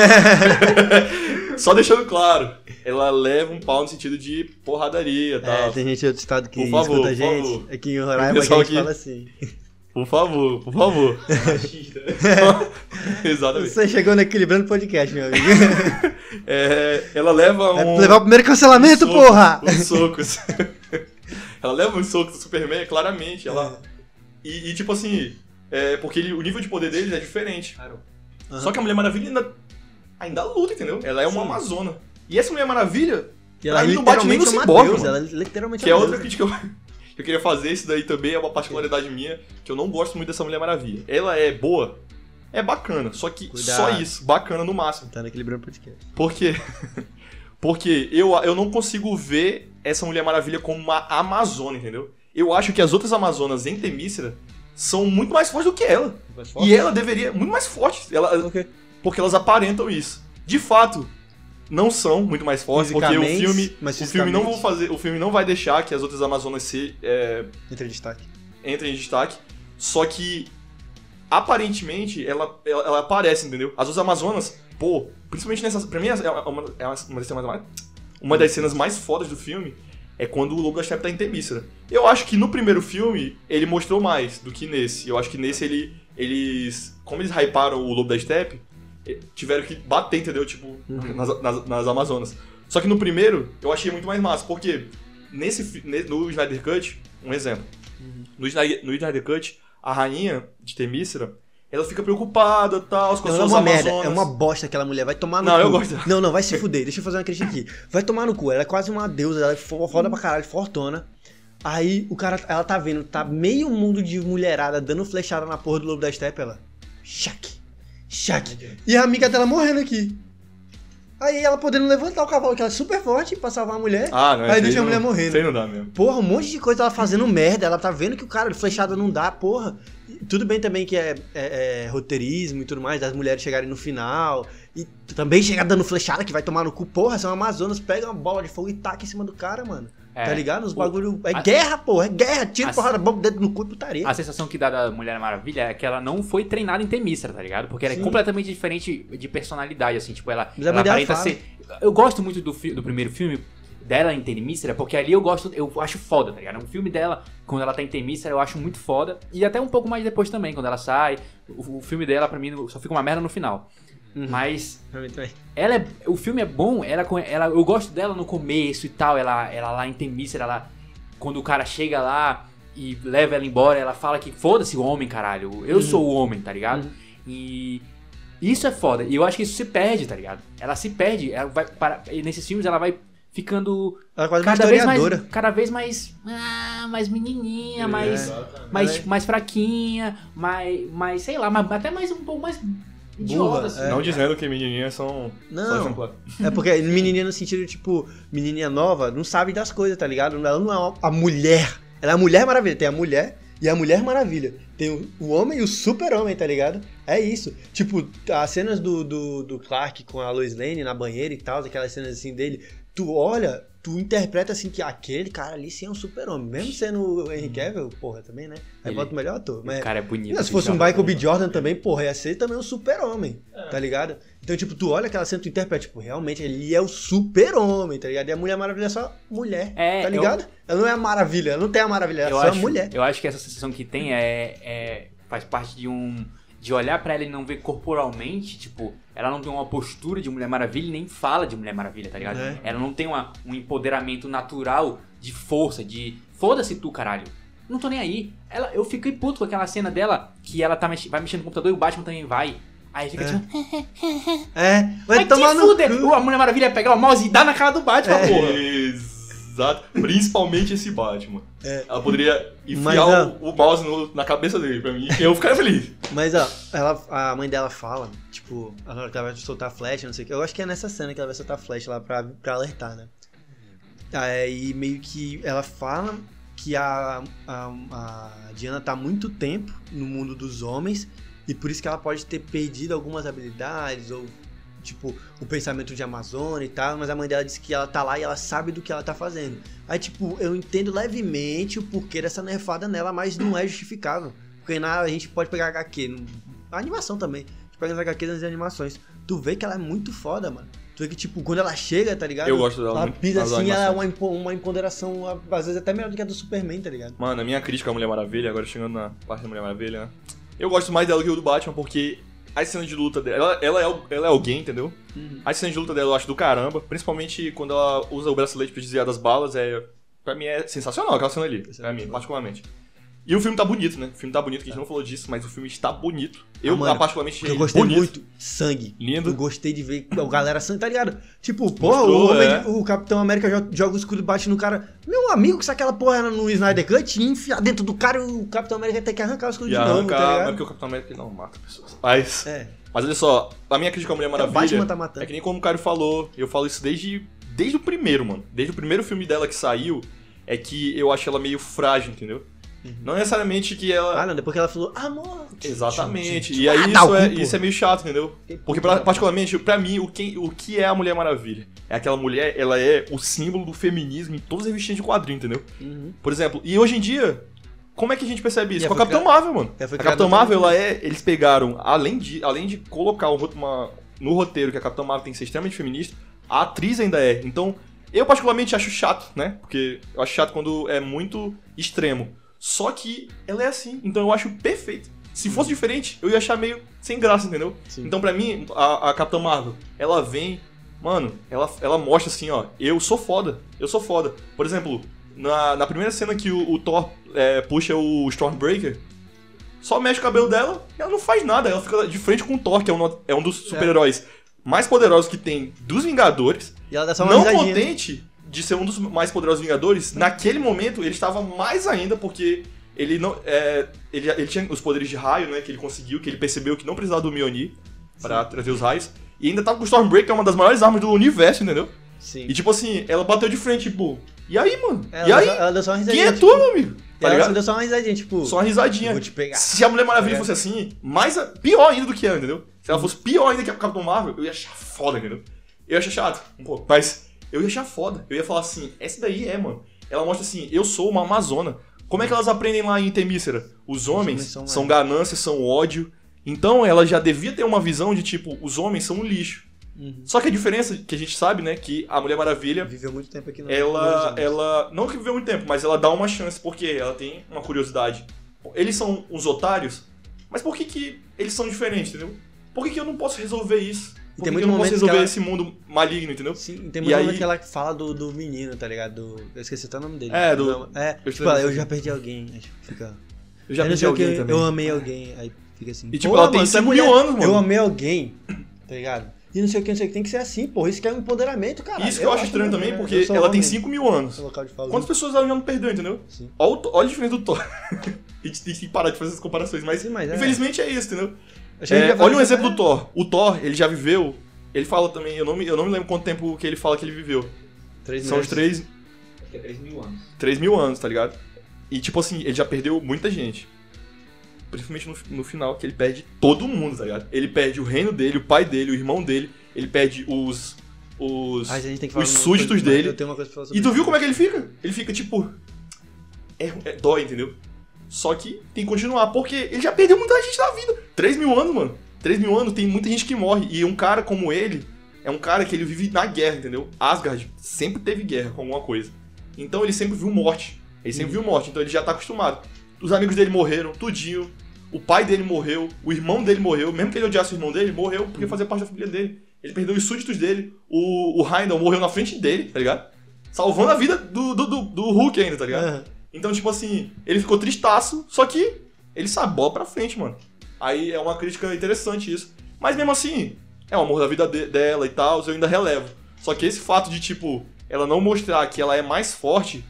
Só deixando claro, ela leva um pau no sentido de porradaria e tal. Tem gente de outro estado que escuta a gente. Aqui em Roraima a gente fala assim. Por favor. Exatamente. Você chegou no Equilibrando Podcast, meu amigo. Ela leva um... levar o primeiro cancelamento, porra! Uns socos. Ela leva uns socos do Superman, claramente. Ela... E tipo assim, porque o nível de poder deles é diferente. Só que a Mulher Maravilha ainda luta, entendeu? Ela é uma amazona. E essa Mulher Maravilha, ela não bate nem no ciborgue, ela literalmente que é outra crítica que eu queria fazer. Isso daí também é uma particularidade minha, que eu não gosto muito dessa Mulher Maravilha. Ela é boa, é bacana, só que só isso, bacana no máximo. Tá no Equilibrando Podcast. Por quê? Porque eu não consigo ver essa Mulher Maravilha como uma amazona, entendeu? Eu acho que as outras Amazonas em Temícera são muito mais fortes do que ela. E ela deveria... Muito mais forte. Porque elas aparentam isso. De fato, não são muito mais fortes, porque o filme não vai deixar que as outras Amazonas entrem em destaque. Só que, aparentemente, ela aparece, entendeu? As outras Amazonas, principalmente nessas... Pra mim, uma das cenas mais fodas do filme é quando o Lobo da Steppe tá em Temícera. Eu acho que no primeiro filme ele mostrou mais do que nesse. Eu acho que nesse como eles hyparam o Lobo da Steppe, tiveram que bater, entendeu? Tipo, nas Amazonas. Só que no primeiro eu achei muito mais massa, porque no Snyder Cut, um exemplo. No Snyder Cut, a rainha de Temícera, ela fica preocupada, tal, com as suas Amazonas. Merda, é uma bosta aquela mulher, vai tomar no cu. Não, eu gosto. Não, vai se fuder, deixa eu fazer uma crítica aqui. Vai tomar no cu, ela é quase uma deusa, ela é foda pra caralho, fortona. Aí ela tá vendo, tá meio mundo de mulherada dando flechada na porra do Lobo da Steppe, ela... Shaq. E a amiga dela morrendo aqui. Aí ela podendo levantar o cavalo, que ela é super forte pra salvar a mulher. Aí deixa a mulher morrendo. Isso aí não dá mesmo. Porra, um monte de coisa ela fazendo merda. Ela tá vendo que o cara, flechada não dá, porra. Tudo bem também que é roteirismo e tudo mais, das mulheres chegarem no final. E também chegar dando flechada que vai tomar no cu. Porra, são Amazonas, pega uma bola de fogo e taca em cima do cara, mano. Tá ligado? Os bagulho... guerra, porra. É guerra. Tira porrada, bomba dentro no cu e putaria. A sensação que dá da Mulher Maravilha é que ela não foi treinada em Temícera, tá ligado? Porque ela é completamente diferente de personalidade, assim. Tipo, ela aparenta ser... Eu gosto muito do primeiro filme dela em Temícera, porque ali eu acho foda, tá ligado? O filme dela, quando ela tá em Temícera, eu acho muito foda. E até um pouco mais depois também, quando ela sai. O filme dela, pra mim, só fica uma merda no final. Mas o filme é bom, eu gosto dela no começo e tal, ela lá em Temícera, quando o cara chega lá e leva ela embora, ela fala que foda-se o homem, caralho, eu sou o homem, tá ligado? E isso é foda, e eu acho que isso se perde, tá ligado? Ela se perde, nesses filmes ela vai ficando cada vez mais menininha, mais fraquinha, mais sei lá, até mais um pouco mais idiota, assim. Não dizendo que menininhas são exemplares. É porque menininha no sentido, tipo, menininha nova não sabe das coisas, tá ligado? Ela não é a mulher. Ela é a Mulher Maravilha. Tem a mulher e a Mulher Maravilha. Tem o homem e o super-homem, tá ligado? É isso. Tipo, as cenas do Clark com a Lois Lane na banheira e tal, aquelas cenas assim dele, tu olha, tu interpreta assim que aquele cara ali sim é um super-homem. Mesmo sendo o Henry Cavill, porra, também, né? Aí bota o melhor ator. Mas, o cara é bonito. Se fosse um Michael B. Jordan também, porra, ia ser também um super-homem, tá ligado? Então, tipo, tu olha aquela cena, tu interpreta, tipo, realmente ele é o super-homem, tá ligado? E a Mulher Maravilha é só mulher, tá ligado? Ela não é a maravilha, ela não tem a maravilha, ela é só a mulher. Eu acho que essa sensação que tem faz parte de olhar pra ela e não ver corporalmente, tipo, ela não tem uma postura de Mulher Maravilha e nem fala de Mulher Maravilha, tá ligado? Ela não tem um empoderamento natural de força, de foda-se tu, caralho. Não tô nem aí. Eu fiquei puto com aquela cena dela, que ela vai mexendo no computador e o Batman também vai. Aí fica tipo... vai tomar no cu. A Mulher Maravilha ia pegar o mouse e dar na cara do Batman, porra. Exato. Principalmente esse Batman. Ela poderia enfiar o mouse na cabeça dele, pra mim. Eu ficaria feliz. Mas, ó, a mãe dela fala, tipo, ela vai soltar a flecha, não sei o que. Eu acho que é nessa cena que ela vai soltar a flecha lá pra alertar, né? Aí meio que ela fala que a Diana tá há muito tempo no mundo dos homens e por isso que ela pode ter perdido algumas habilidades ou... Tipo, o pensamento de Amazônia e tal, mas a mãe dela disse que ela tá lá e ela sabe do que ela tá fazendo. Aí, tipo, eu entendo levemente o porquê dessa nerfada nela, mas não é justificável. Porque a gente pode pegar HQ, a animação também, a gente pega as HQ nas animações. Tu vê que ela é muito foda, mano. Tu vê que, tipo, quando ela chega, tá ligado? Eu gosto dela ela muito. Pisa assim, ela é uma empoderação, às vezes até melhor do que a do Superman, tá ligado? Mano, a minha crítica à Mulher Maravilha, agora chegando na parte da Mulher Maravilha, né? Eu gosto mais dela que o do Batman, porque... As cenas de luta dela, ela é alguém, entendeu? As cenas de luta dela eu acho do caramba, principalmente quando ela usa o bracelete pra desviar das balas, pra mim é sensacional aquela cena ali, pra mim, particularmente. E o filme tá bonito, né? O filme tá bonito, que a gente não falou disso, mas o filme está bonito. Eu, particularmente, achei bonito. Eu gostei muito. Sangue. Lindo. Eu gostei de ver a galera sangue, tá ligado? Tipo, porra, o Capitão América joga o escudo e bate no cara. Meu amigo, que se aquela porra era no Snyder Cut, enfiar dentro do cara e o Capitão América tem que arrancar o escudo de novo, tá ligado? Não é porque o Capitão América não mata pessoas. Mas olha só, a minha crítica à Mulher Maravilha tá é que nem como o Caio falou, eu falo isso desde o primeiro, mano. Desde o primeiro filme dela que saiu, é que eu acho ela meio frágil, entendeu? Não necessariamente que ela... não, depois que ela falou, amor... Exatamente. E aí isso é meio chato, entendeu? Porque particularmente, pra mim, o que é a Mulher Maravilha? É aquela mulher, ela é o símbolo do feminismo em todas as revistinhas de quadrinho, entendeu? Por exemplo, e hoje em dia... Como é que a gente percebe isso? Com a Capitã Marvel, mano. A Capitã Marvel, eles pegaram, além de colocar no roteiro que a Capitã Marvel tem que ser extremamente feminista, a atriz ainda é. Então, eu particularmente acho chato, né? Porque eu acho chato quando é muito extremo. Só que ela é assim, então eu acho perfeito. Se fosse diferente, eu ia achar meio sem graça, entendeu? Sim. Então, pra mim, a Capitã Marvel, ela vem... Mano, ela mostra assim, ó, eu sou foda. Por exemplo... Na primeira cena que o Thor puxa o Stormbreaker, só mexe o cabelo dela e ela não faz nada. Ela fica de frente com o Thor, que é um dos super-heróis mais poderosos que tem dos Vingadores. E ela dá só uma não risadinha. contente, de ser um dos mais poderosos Vingadores, naquele momento ele estava mais ainda, porque ele não ele tinha os poderes de raio, né, que ele conseguiu, que ele percebeu que não precisava do Mjolnir pra trazer os raios, e ainda tava com o Stormbreaker, que é uma das maiores armas do universo, entendeu? Sim. E tipo assim, ela bateu de frente, tipo, e aí, mano? Ela deu só uma risadinha. Quem é tu, meu amigo? Tá ligado? Ela deu só uma risadinha, tipo... Só uma risadinha. Vou te pegar. Se a Mulher Maravilha fosse assim, pior ainda do que ela, entendeu? Se ela fosse pior ainda que a Capitão Marvel, eu ia achar foda, entendeu? Eu ia achar chato, um pouco, mas eu ia achar foda. Eu ia falar assim, essa daí mano. Ela mostra assim, eu sou uma amazona. Como é que elas aprendem lá em Temícera? Os homens são ganância, são ódio. Então ela já devia ter uma visão de tipo, os homens são um lixo. Uhum. Só que a diferença que a gente sabe, né, que a Mulher Maravilha... Viveu muito tempo aqui no ela não que viveu muito tempo, mas ela dá uma chance, porque ela tem uma curiosidade. Eles são uns otários, mas por que eles são diferentes, entendeu? Por que eu não posso resolver isso? Por que eu não posso resolver esse mundo maligno, entendeu? Sim, tem muito momento que ela fala do menino, tá ligado? Eu esqueci até o nome dele. Tipo, eu já perdi alguém, aí fica... Eu já perdi alguém também. Eu amei alguém, aí fica assim... E tipo, ela tem 5 mil anos, mano. Eu amei alguém, tá ligado? E não sei o que, tem que ser assim, porra. Isso que é um empoderamento, cara. Isso que eu acho estranho também, porque ela tem 5 mil anos. Quantas pessoas ela já não perdeu, entendeu? Sim. Olha a diferença do Thor. A gente tem que parar de fazer essas comparações, mas infelizmente é isso, entendeu? Olha um exemplo do Thor. O Thor, ele já viveu... Ele fala também, eu não me lembro quanto tempo que ele fala que ele viveu. 3 São os 3... Acho que é 3 mil anos. 3 mil anos, tá ligado? E tipo assim, ele já perdeu muita gente. Principalmente no final, que ele perde todo mundo, tá ligado? Ele perde o reino dele, o pai dele, o irmão dele. Ele perde os súditos dele. E tu viu como é que ele fica? Ele fica tipo... dói, entendeu? Só que tem que continuar, porque ele já perdeu muita gente na vida. 3 mil anos, mano. 3 mil anos tem muita gente que morre. E um cara como ele, é um cara que ele vive na guerra, entendeu? Asgard sempre teve guerra com alguma coisa. Então ele sempre viu morte. Então ele já tá acostumado. Os amigos dele morreram, tudinho. O pai dele morreu, o irmão dele morreu. Mesmo que ele odiasse o irmão dele, morreu porque fazia parte da família dele. Ele perdeu os súditos dele. O Heimdall morreu na frente dele, tá ligado? Salvando a vida do Hulk ainda, tá ligado? Uhum. Então, tipo assim, ele ficou tristaço, só que ele sabe, bola pra frente, mano. Aí é uma crítica interessante isso. Mas mesmo assim, é o amor da vida dela e tal, eu ainda relevo. Só que esse fato de, tipo, ela não mostrar que ela é mais forte,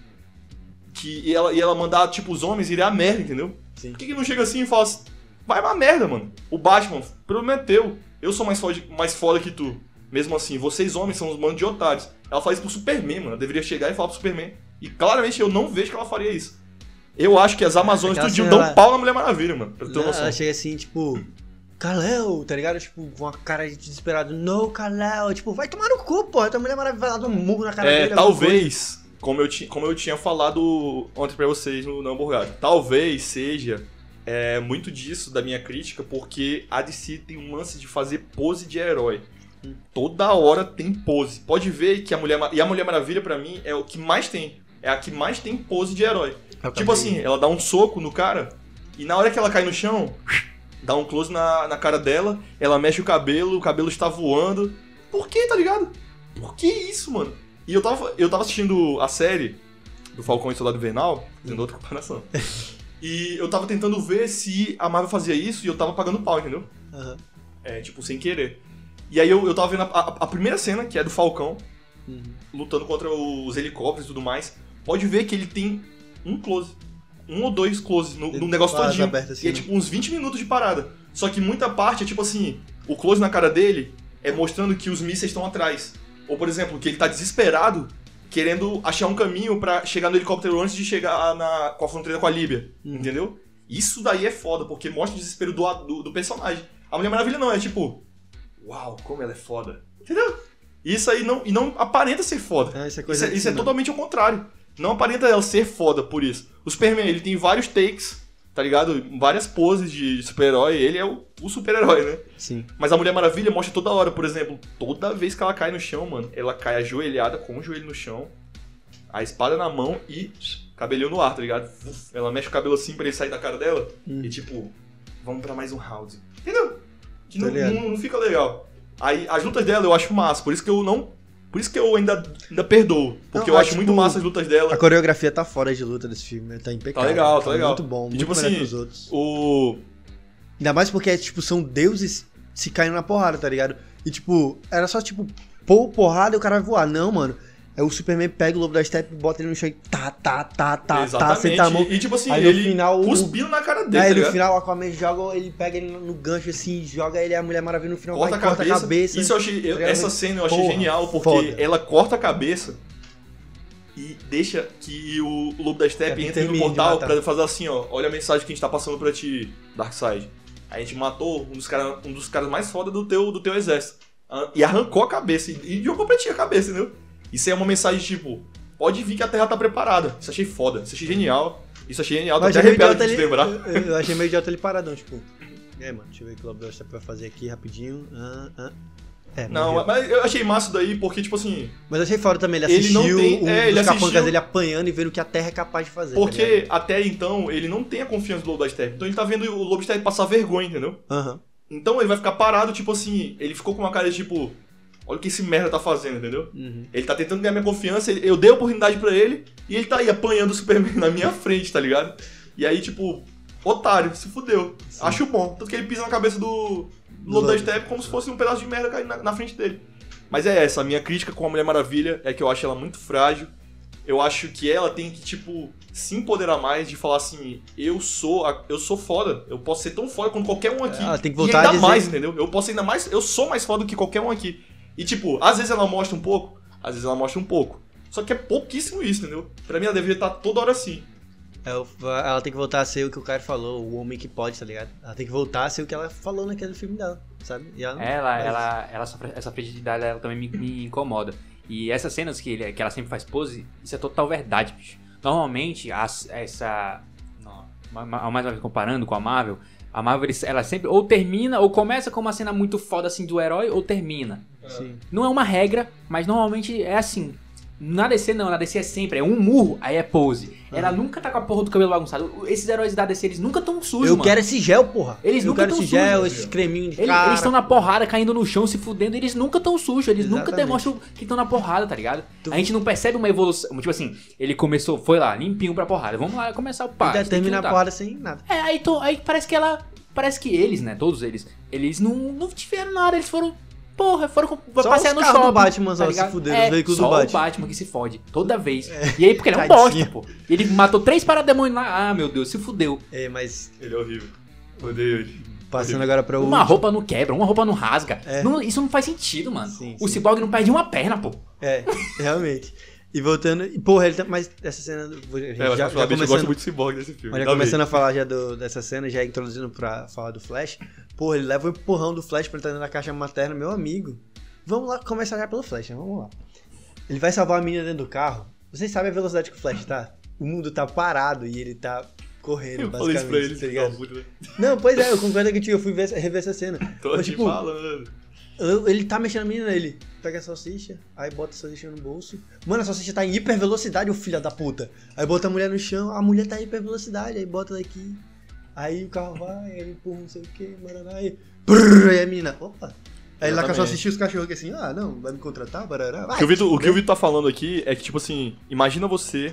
e ela mandar, tipo, os homens irem à merda, entendeu? Sim. Por que não chega assim e fala assim, vai pra merda, mano. O Batman, prometeu, eu sou mais foda que tu. Mesmo assim, vocês homens são uns bandos de otários. Ela faz isso pro Superman, mano. Ela deveria chegar e falar pro Superman. E claramente eu não vejo que ela faria isso. Eu acho que as Amazonas tudinho dão pau na Mulher Maravilha, mano. Pra ter noção. Ela chega assim, tipo... Kal-El, tá ligado? Tipo, com uma cara de desesperado. No, Kal-El. Tipo, vai tomar no cu, pô. A Mulher Maravilha vai lá dar um murro na cara dele. Talvez, como eu tinha falado ontem pra vocês no Hamburgado, talvez seja muito disso da minha crítica, porque a DC tem um lance de fazer pose de herói. Toda hora tem pose. Pode ver que a Mulher Maravilha, pra mim, é o que mais tem. É a que mais tem pose de herói. Tipo assim, ela dá um soco no cara e na hora que ela cai no chão, dá um close na cara dela, ela mexe o cabelo está voando. Por que, tá ligado? Por que isso, mano? E eu tava assistindo a série do Falcão e Soldado Invernal, fazendo outra comparação. E eu tava tentando ver se a Marvel fazia isso e eu tava pagando pau, entendeu? Uhum. Tipo, sem querer. E aí eu tava vendo a primeira cena, que é do Falcão, lutando contra os helicópteros e tudo mais. Pode ver que ele tem um close. 1 ou 2 closes no negócio todinho. Assim, e é tipo uns 20 minutos de parada. Só que muita parte é tipo assim, o close na cara dele é mostrando que os mísseis estão atrás. Ou, por exemplo, que ele tá desesperado, querendo achar um caminho pra chegar no helicóptero antes de chegar com a fronteira com a Líbia. Entendeu? Isso daí é foda, porque mostra o desespero do personagem. A Mulher Maravilha não, é tipo... Uau, como ela é foda. Entendeu? Isso aí não aparenta ser foda. Isso é totalmente ao contrário. Não aparenta ela ser foda por isso. O Superman, ele tem vários takes, tá ligado? Várias poses de super-herói. Ele é o super-herói, né? Sim. Mas a Mulher Maravilha mostra toda hora, por exemplo, toda vez que ela cai no chão, mano, ela cai ajoelhada, com o joelho no chão, a espada na mão e cabelinho no ar, tá ligado? Ela mexe o cabelo assim pra ele sair da cara dela e tipo, vamos pra mais um round. Entendeu? Que não fica legal. Aí as lutas dela eu acho massa, por isso que eu ainda perdoo. Porque eu acho muito massa as lutas dela. A coreografia tá fora de luta desse filme, tá impecável. Tá legal. Muito bom, muito tipo melhor assim, que os outros. Ainda mais porque, tipo, são deuses se caindo na porrada, tá ligado? E, tipo, era só, tipo, pôr porrada e o cara vai voar. Não, mano. Aí o Superman pega o Lobo da Steppe, bota ele no chão e Exatamente. senta a mão. E tipo assim, aí, ele no final, cuspindo na cara dele. Aí tá no final o Aquaman joga, ele pega ele no gancho assim, joga ele e a Mulher Maravilha no final corta a cabeça. Isso eu achei, essa cena eu achei genial, porque ela corta a cabeça e deixa que o Lobo da Steppe entre no portal pra fazer assim, ó, olha a mensagem que a gente tá passando pra ti, Darkseid. A gente matou um dos caras mais foda do teu exército. E arrancou a cabeça e jogou pra ti a cabeça, entendeu? Isso aí é uma mensagem tipo, pode vir que a Terra tá preparada. Isso achei foda, isso achei genial. Tô até arrepiado de lembrar. Eu achei meio idiota ele paradão, tipo... mano, deixa eu ver o que o Lobo da Steppe vai fazer aqui rapidinho. Não, mas eu achei massa daí porque, tipo assim... Mas eu achei foda também, ele assistiu os capangas dele apanhando e vendo o que a Terra é capaz de fazer. Porque até então, ele não tem a confiança do Lobo da Steppe. Então ele tá vendo o Lobo da Steppe passar vergonha, entendeu? Então ele vai ficar parado, tipo assim... Ele ficou com uma cara de tipo... Olha o que esse merda tá fazendo, entendeu? Ele tá tentando ganhar minha confiança, eu dei a oportunidade pra ele e ele tá aí apanhando o Superman na minha frente, tá ligado? E aí, tipo, otário, se fudeu. Sim. Acho bom. Tanto que ele pisa na cabeça do Lobo da Steppe como se fosse um pedaço de merda cair na frente dele. Mas é essa, a minha crítica com a Mulher Maravilha é que eu acho ela muito frágil. Eu acho que ela tem que, tipo, se empoderar mais de falar assim, eu sou foda, eu posso ser tão foda quanto qualquer um aqui. Ela tem que voltar e ainda mais, entendeu? Eu posso ainda mais, eu sou mais foda do que qualquer um aqui. E tipo, às vezes ela mostra um pouco, às vezes ela mostra um pouco. Só que é pouquíssimo isso, entendeu? Pra mim ela deveria estar toda hora assim. Ela tem que voltar a ser o que o cara falou, o homem que pode, tá ligado? Ela tem que voltar a ser o que ela falou naquele filme dela, sabe? E ela sofre, essa fragilidade ela também me incomoda. E essas cenas que ela sempre faz pose, isso é total verdade, bicho. Normalmente, mais uma vez comparando com a Marvel ela sempre ou termina, ou começa com uma cena muito foda assim do herói, ou termina. Sim. Não é uma regra, mas normalmente é assim. Na DC não, na DC é sempre, é um murro, aí é pose. Ela nunca tá com a porra do cabelo bagunçado. Esses heróis da DC, eles nunca tão sujos, mano. Eu quero esse gel, porra. Eles nunca tão sujos. Eu quero esse gel, esse creminho de cara. Eles estão na porrada, caindo no chão, se fudendo, eles nunca tão sujos. Eles nunca demonstram que estão na porrada, tá ligado? A gente não percebe uma evolução. Tipo assim, ele começou, foi lá, limpinho pra porrada. Vamos lá começar o par. Termina a porrada sem nada. Aí parece que eles, né, todos eles não tiveram nada, eles foram passear no shopping. Do Batman só se fuderam, os veículos do Batman. Só o Batman que se fode, toda vez. E aí, porque ele é um bosta, pô. Ele matou 3 parademônios lá. Ah, meu Deus, se fudeu. Mas... Ele é horrível. Odeio ele. Passando agora pra uma roupa não quebra, uma roupa não rasga. Isso não faz sentido, mano. Sim. O Cyborg não perde uma perna, pô. Realmente. E voltando... Porra, ele tá... Mas essa cena... Já gosto muito do Cyborg desse filme. Mas já começando a falar já dessa cena, já introduzindo pra falar do Flash. Porra, ele leva o empurrão do Flash pra entrar dentro da caixa materna. Meu amigo. Vamos lá começar já pelo Flash, né? Vamos lá. Ele vai salvar a menina dentro do carro. Vocês sabem a velocidade que o Flash tá? O mundo tá parado e ele tá correndo, basicamente. Eu falei isso pra ele, tá ligado? Não, pois é, eu concordo contigo. Eu fui rever essa cena. Tô te falando. Ele tá mexendo na menina, ele pega a salsicha, aí bota a salsicha no bolso. Mano, a salsicha tá em hiper velocidade, o filho da puta. Aí bota a mulher no chão, a mulher tá em hiper velocidade, aí bota ela aqui. Aí o carro vai, aí ele empurra não sei o que, maraná, aí a menina, opa. Aí ele lá com a salsicha e os cachorros que assim, não, vai me contratar, barará. O que o Vitor tá falando aqui é que, tipo assim, imagina você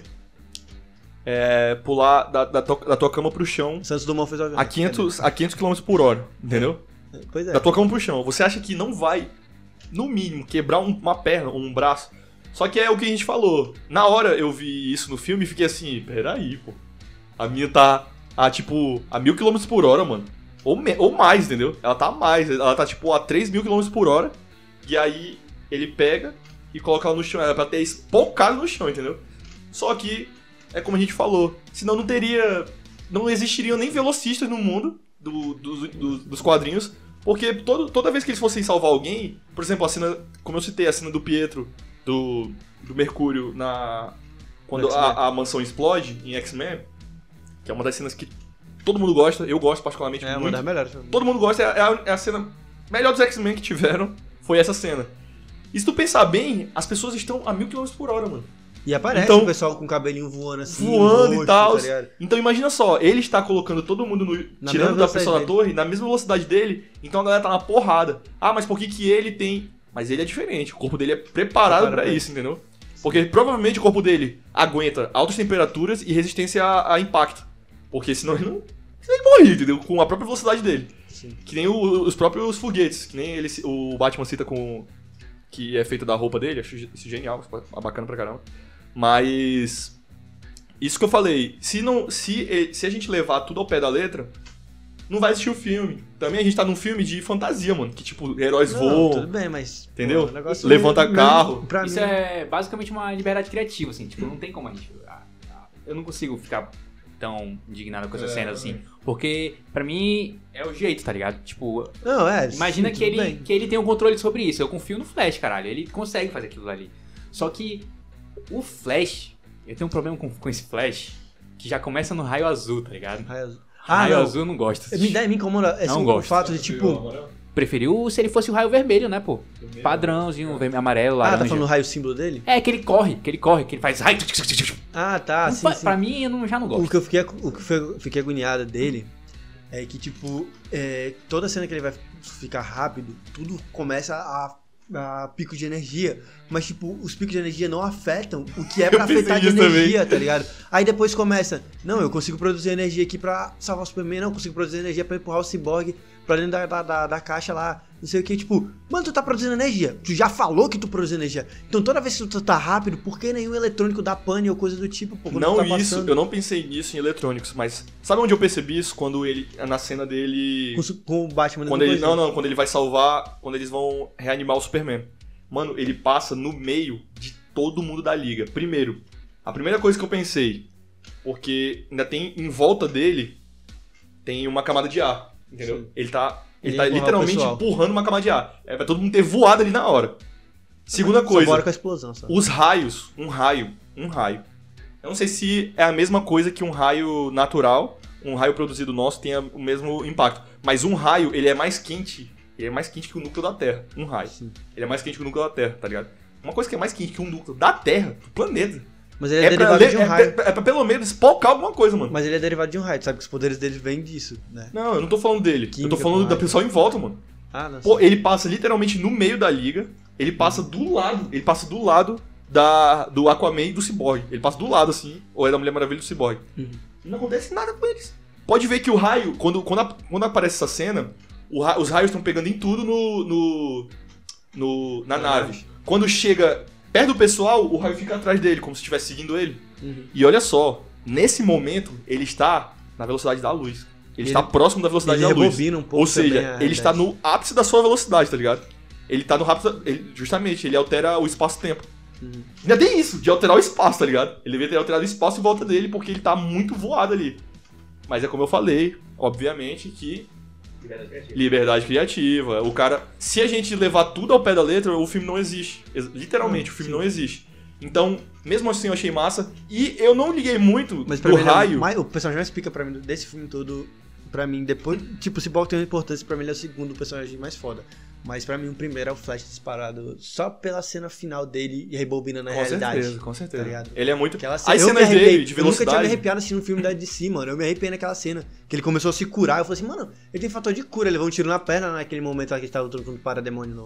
pular da tua cama pro chão. Santos Dumont fez a 500 km por hora, entendeu? Pois é. Da tua cama pro chão. Você acha que não vai, no mínimo, quebrar uma perna ou um braço? Só que é o que a gente falou. Na hora eu vi isso no filme e fiquei assim, peraí, pô. A minha tá a 1.000 km por hora, mano. Ou mais, entendeu? Ela tá a mais. Ela tá tipo a 3.000 km por hora. E aí ele pega e coloca ela no chão. Era pra ter espocado no chão, entendeu? Só que, é como a gente falou. Senão não existiriam nem velocistas no mundo dos quadrinhos. Porque toda vez que eles fossem salvar alguém, por exemplo, a cena, como eu citei, a cena do Pietro, do Mercúrio, quando a mansão explode em X-Men, que é uma das cenas que todo mundo gosta, eu gosto particularmente muito. Uma das melhores. Todo mundo gosta, é a cena melhor dos X-Men que tiveram, foi essa cena. E se tu pensar bem, as pessoas estão a 1.000 km por hora, mano. E aparece o pessoal com o cabelinho voando assim. Voando e tal. Tá, então imagina só, ele está colocando todo mundo tirando da pessoa da torre na mesma velocidade dele, então a galera tá na porrada. Ah, mas por que ele tem... Mas ele é diferente, o corpo dele é preparado pra isso, entendeu? Porque provavelmente o corpo dele aguenta altas temperaturas e resistência a impacto. Porque senão ele morre, entendeu? Com a própria velocidade dele. Sim. Que nem os próprios foguetes, que nem o Batman cita que é feita da roupa dele, acho isso genial, bacana pra caramba. Mas isso que eu falei, se a gente levar tudo ao pé da letra, não vai assistir o filme. Também a gente tá num filme de fantasia, mano, que tipo, heróis voam. Tudo bem, mas... Entendeu? Pô, levanta carro. Isso é basicamente uma liberdade criativa, assim, tipo, não tem como a gente... Eu não consigo ficar tão indignado com essa cena, assim, porque pra mim é o jeito, tá ligado? Tipo, não, imagina que ele tem um controle sobre isso. Eu confio no Flash, caralho, ele consegue fazer aquilo ali. Só que o Flash, eu tenho um problema com esse Flash, que já começa no raio azul, tá ligado? Raio azul eu não gosto. Me incomoda o fato de, tipo... Preferiu se ele fosse o raio vermelho, né, pô? Padrãozinho, amarelo, laranja. Tá falando o raio símbolo dele? É, que ele corre, que ele faz raio... Ah, tá, sim. Pra mim, eu já não gosto. O que eu fiquei agoniado dele é que, tipo, toda cena que ele vai ficar rápido, tudo começa a pico de energia. Mas, tipo, os picos de energia não afetam o que é pra afetar de energia, também. Tá ligado? Aí depois começa, não, eu consigo produzir energia aqui pra salvar o Superman, não, eu consigo produzir energia pra empurrar o Cyborg pra dentro da caixa lá, não sei o que, tipo, mano, tu tá produzindo energia, tu já falou que tu produz energia, então toda vez que tu tá rápido, por que nenhum eletrônico dá pane ou coisa do tipo, pô, não, tá isso, eu não pensei nisso em eletrônicos, mas sabe onde eu percebi isso? Quando ele, na cena dele... Com o Batman... Quando ele, quando ele vai salvar, quando eles vão reanimar o Superman. Mano, ele passa no meio de todo mundo da liga. Primeiro, a primeira coisa que eu pensei, porque ainda tem, em volta dele, tem uma camada de ar, entendeu? Sim. Ele tá literalmente empurrando uma camada de ar. É pra todo mundo ter voado ali na hora. Segunda coisa, com a explosão, sabe? Os raios, um raio. Eu não sei se é a mesma coisa que um raio natural, um raio produzido nosso tenha o mesmo impacto. Mas um raio, ele é mais quente. Ele é mais quente que o núcleo da Terra, um raio. Sim. Ele é mais quente que o núcleo da Terra, tá ligado? Uma coisa que é mais quente que um núcleo da Terra, do planeta. Mas ele é derivado de um raio. É pra pelo menos espocar alguma coisa, mano. Mas ele é derivado de um raio, sabe que os poderes dele vêm disso, né? Não, eu não tô falando dele. Química, eu tô falando da pessoa em volta, mano. Ah, não. Pô, ele passa literalmente no meio da liga, ele passa do lado do Aquaman e do Cyborg. Ele passa do lado, assim, ou é da Mulher Maravilha e do Cyborg. Não acontece nada com eles. Pode ver que o raio, quando aparece essa cena... Os raios estão pegando em tudo na nave. Quando chega perto do pessoal, o raio fica atrás dele, como se estivesse seguindo ele. E olha só, nesse momento, ele está na velocidade da luz. Ele está próximo da velocidade da luz. Um pouco. Ou seja, ele está no ápice da sua velocidade, tá ligado? Ele está no ápice... Justamente, ele altera o espaço-tempo. Ainda tem isso, de alterar o espaço, tá ligado? Ele devia ter alterado o espaço em volta dele, porque ele tá muito voado ali. Mas é como eu falei, obviamente que... Liberdade criativa. O cara... Se a gente levar tudo ao pé da letra, o filme não existe. Literalmente, o filme não existe. Então, mesmo assim, eu achei massa. E eu não liguei muito pro raio. O personagem mais pica pra mim desse filme todo, pra mim, depois... Tipo, o Cyborg tem uma importância, pra mim ele é o segundo personagem mais foda. Mas pra mim o primeiro é o Flash disparado só pela cena final dele e rebobinando na realidade. Com certeza. Tá ligado? Ele é muito... As cenas dele, de velocidade... Eu nunca tinha me arrepiado assistindo um filme da DC, mano. Eu me arrepiei naquela cena. Que ele começou a se curar. Eu falei assim, mano, ele tem fator de cura. Ele levou um tiro na perna naquele momento lá que ele tava lutando contra o parademônio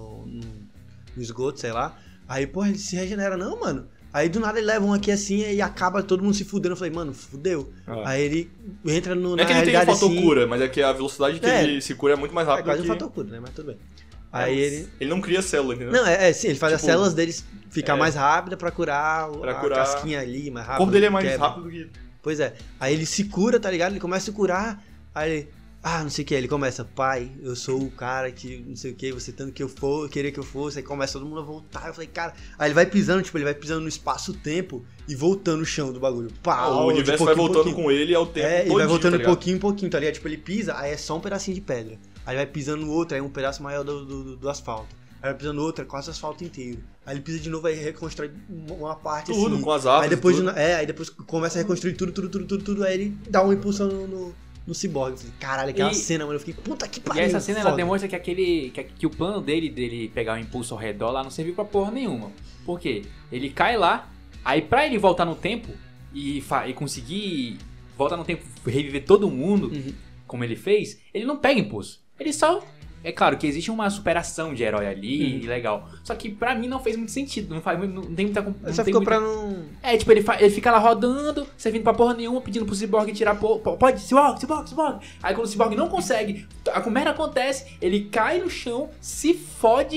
no esgoto, sei lá. Aí, porra, ele se regenera. Não, mano. Aí do nada ele leva um aqui assim e acaba todo mundo se fudendo. Eu falei, mano, fudeu. Aí ele entra na realidade assim... Não é que ele tem um fator cura, mas é que a velocidade que ele se cura é muito mais rápida. É quase um fator cura, né? Mas tudo bem. Aí ele não cria célula, entendeu? Não, sim, ele faz as células deles ficar mais rápida pra curar a casquinha ali, mais rápido. O corpo dele é mais rápido do que... Pois é. Aí ele se cura, tá ligado? Ele começa a se curar, aí ele... não sei o que, ele começa, pai, eu sou o cara que não sei o que, você tanto que eu queria que eu fosse, aí começa todo mundo a voltar, eu falei, cara... Aí ele vai pisando, tipo, ele vai pisando no espaço-tempo e voltando no chão do bagulho. O universo vai voltando com ele ao tempo todinho, e vai voltando pouquinho em pouquinho, tá ligado? Tipo, ele pisa, aí é só um pedacinho de pedra. Aí vai pisando no outro, aí é um pedaço maior do asfalto. Aí vai pisando no outro, é quase o asfalto inteiro. Aí ele pisa de novo, aí reconstrói uma parte tudo, assim. Com as árvores, aí depois começa a reconstruir tudo, aí ele dá uma impulsão no Cyborg. Eu falei, caralho, aquela cena, mano, eu fiquei, puta que pariu. E essa cena, ela demonstra que o plano dele pegar o impulso ao redor lá não serviu pra porra nenhuma. Por quê? Ele cai lá, aí pra ele voltar no tempo e conseguir voltar no tempo, reviver todo mundo, como ele fez, ele não pega impulso. Ele só... É claro que existe uma superação de herói ali, legal. Só que pra mim não fez muito sentido. Não tem muita... Ele só ficou pra não... tipo, ele fica lá rodando, servindo pra porra nenhuma, pedindo pro Cyborg tirar... Pode, Cyborg. Aí quando o Cyborg não consegue, a merda acontece, ele cai no chão, se fode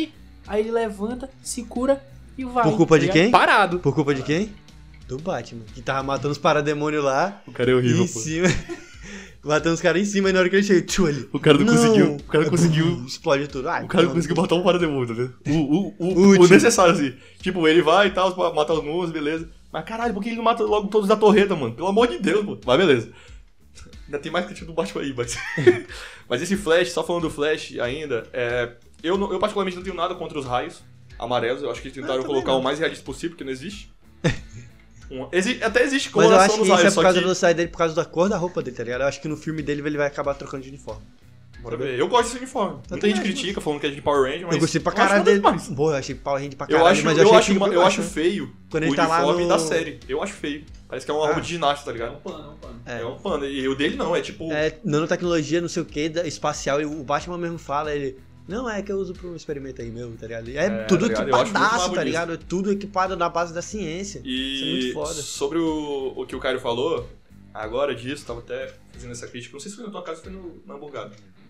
Aí ele levanta, se cura e vai. Por culpa de quem? Parado. Por culpa de quem? Do Batman, que tava matando os parademônios lá. O cara é horrível, em cima. Matando os caras em cima e na hora que ele chega, tchau ali. O cara não conseguiu. O cara conseguiu. Explode tudo. O cara não conseguiu matar um parademônio, tá vendo? O necessário, assim. Tipo, ele vai e tal, matar os monstros, beleza. Mas caralho, por que ele não mata logo todos da torreta, mano? Pelo amor de Deus, mano. Mas beleza. Ainda tem mais crítica do Batman aí, mas... Mas esse Flash, só falando do Flash ainda, eu particularmente não tenho nada contra os raios amarelos. Eu acho que eles tentaram colocar o mais realista possível, porque não existe. Até existe coloração nos raios, mas eu acho que isso é por causa da velocidade dele, por causa da cor da roupa dele, tá ligado? Eu acho que no filme dele ele vai acabar trocando de uniforme. Bora ver. Eu gosto desse uniforme. Muita gente critica, falando que é de Power Ranger, mas... Eu gostei pra caralho dele. Pô, eu achei Power Ranger pra caralho, mas eu acho feio quando o ele tá uniforme lá da série. Eu acho feio. Parece que é uma roupa de ginástica, tá ligado? É um pano. E o dele não, é tipo... É nanotecnologia, não sei o que, espacial, e o Batman mesmo fala, ele... Não, é que eu uso pra um experimento aí mesmo, tá ligado? Tudo tá equipadaço, tá ligado? É tudo equipado na base da ciência. E isso é muito foda. Sobre o que o Caio falou, agora disso, tava até fazendo essa crítica, não sei se foi na tua casa ou foi na Hamburgada.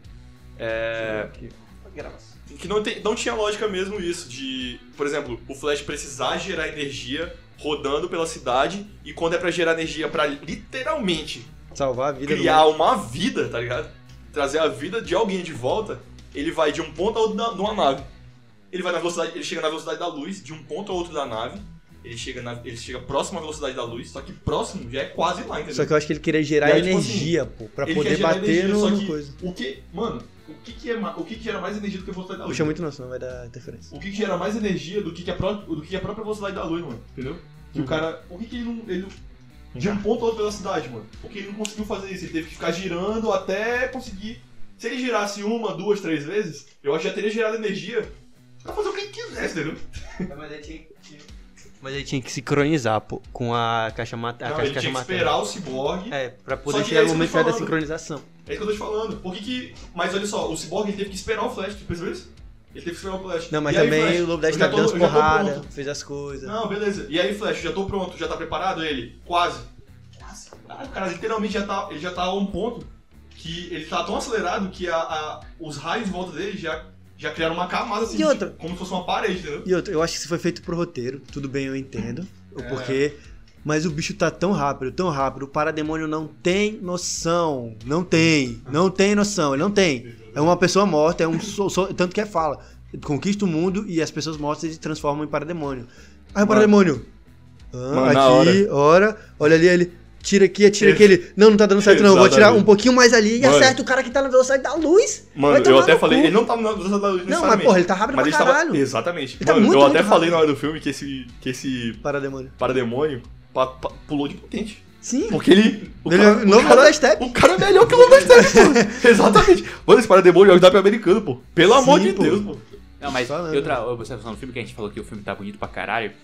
Que não tinha lógica mesmo isso, de, por exemplo, o Flash precisar gerar energia rodando pela cidade, e quando é pra gerar energia pra literalmente salvar a vida, criar uma vida, tá ligado? Trazer a vida de alguém de volta, ele vai de um ponto a outro de uma nave. Ele chega na velocidade da luz, de um ponto a outro da nave. Ele chega próximo à velocidade da luz, só que próximo já é quase lá, entendeu? Só que eu acho que ele queria gerar aí, energia, tipo assim, pô, pra poder bater no coisa. O que gera mais energia do que a velocidade da luz? Puxa muito não, senão vai dar interferência. O que gera mais energia do que a própria velocidade da luz, mano, entendeu? Que o cara... Por que ele não... De um ponto a outra velocidade, mano. Porque ele não conseguiu fazer isso, ele teve que ficar girando até conseguir... Se ele girasse 1, 2, 3 vezes, eu acho que já teria gerado energia pra fazer o que ele quisesse, entendeu? Mas ele tinha que sincronizar, pô, com a caixa materna. Ele tinha que esperar o Cyborg. Pra poder chegar no momento da sincronização. É isso que eu tô te falando. Mas olha só, o Cyborg ele teve que esperar o Flash, tu percebeu isso? Ele teve que esperar o Flash. Não, mas aí, também Flash, o Lobo da Steppe deu as porradas, fez as coisas. Não, beleza. E aí, Flash, já tô pronto, já tá preparado? Ele, quase. O cara literalmente ele já tá a um ponto que ele tá tão acelerado que os raios em volta dele já criaram uma camada assim, como se fosse uma parede, entendeu? E outra, eu acho que isso foi feito pro roteiro, tudo bem, eu entendo o porquê, mas o bicho tá tão rápido, o parademônio não tem noção, não tem noção, ele não tem. É uma pessoa morta, tanto que fala, conquista o mundo e as pessoas mortas se transformam em parademônio. Aí o parademônio, aqui, olha ali, ele... Tira aqui, atira aquele. Não tá dando certo, não. Vou tirar um pouquinho mais ali e acerta o cara que tá na velocidade da luz. Mano, eu até falei, ele não tava na velocidade da luz. Não, mas porra, ele tá rápido pra caralho. Exatamente. Ele mano, eu até falei na hora do filme que esse parademônio pulou de potente. Sim. Porque ele. O Lobo da Steppe. O cara é melhor que o Lobo da Steppe, pô. Exatamente. Mano, esse parademônio é o Steppe americano, pô. Pelo amor de Deus, pô. Não, mas você falando do filme que a gente falou que o filme tá bonito pra caralho.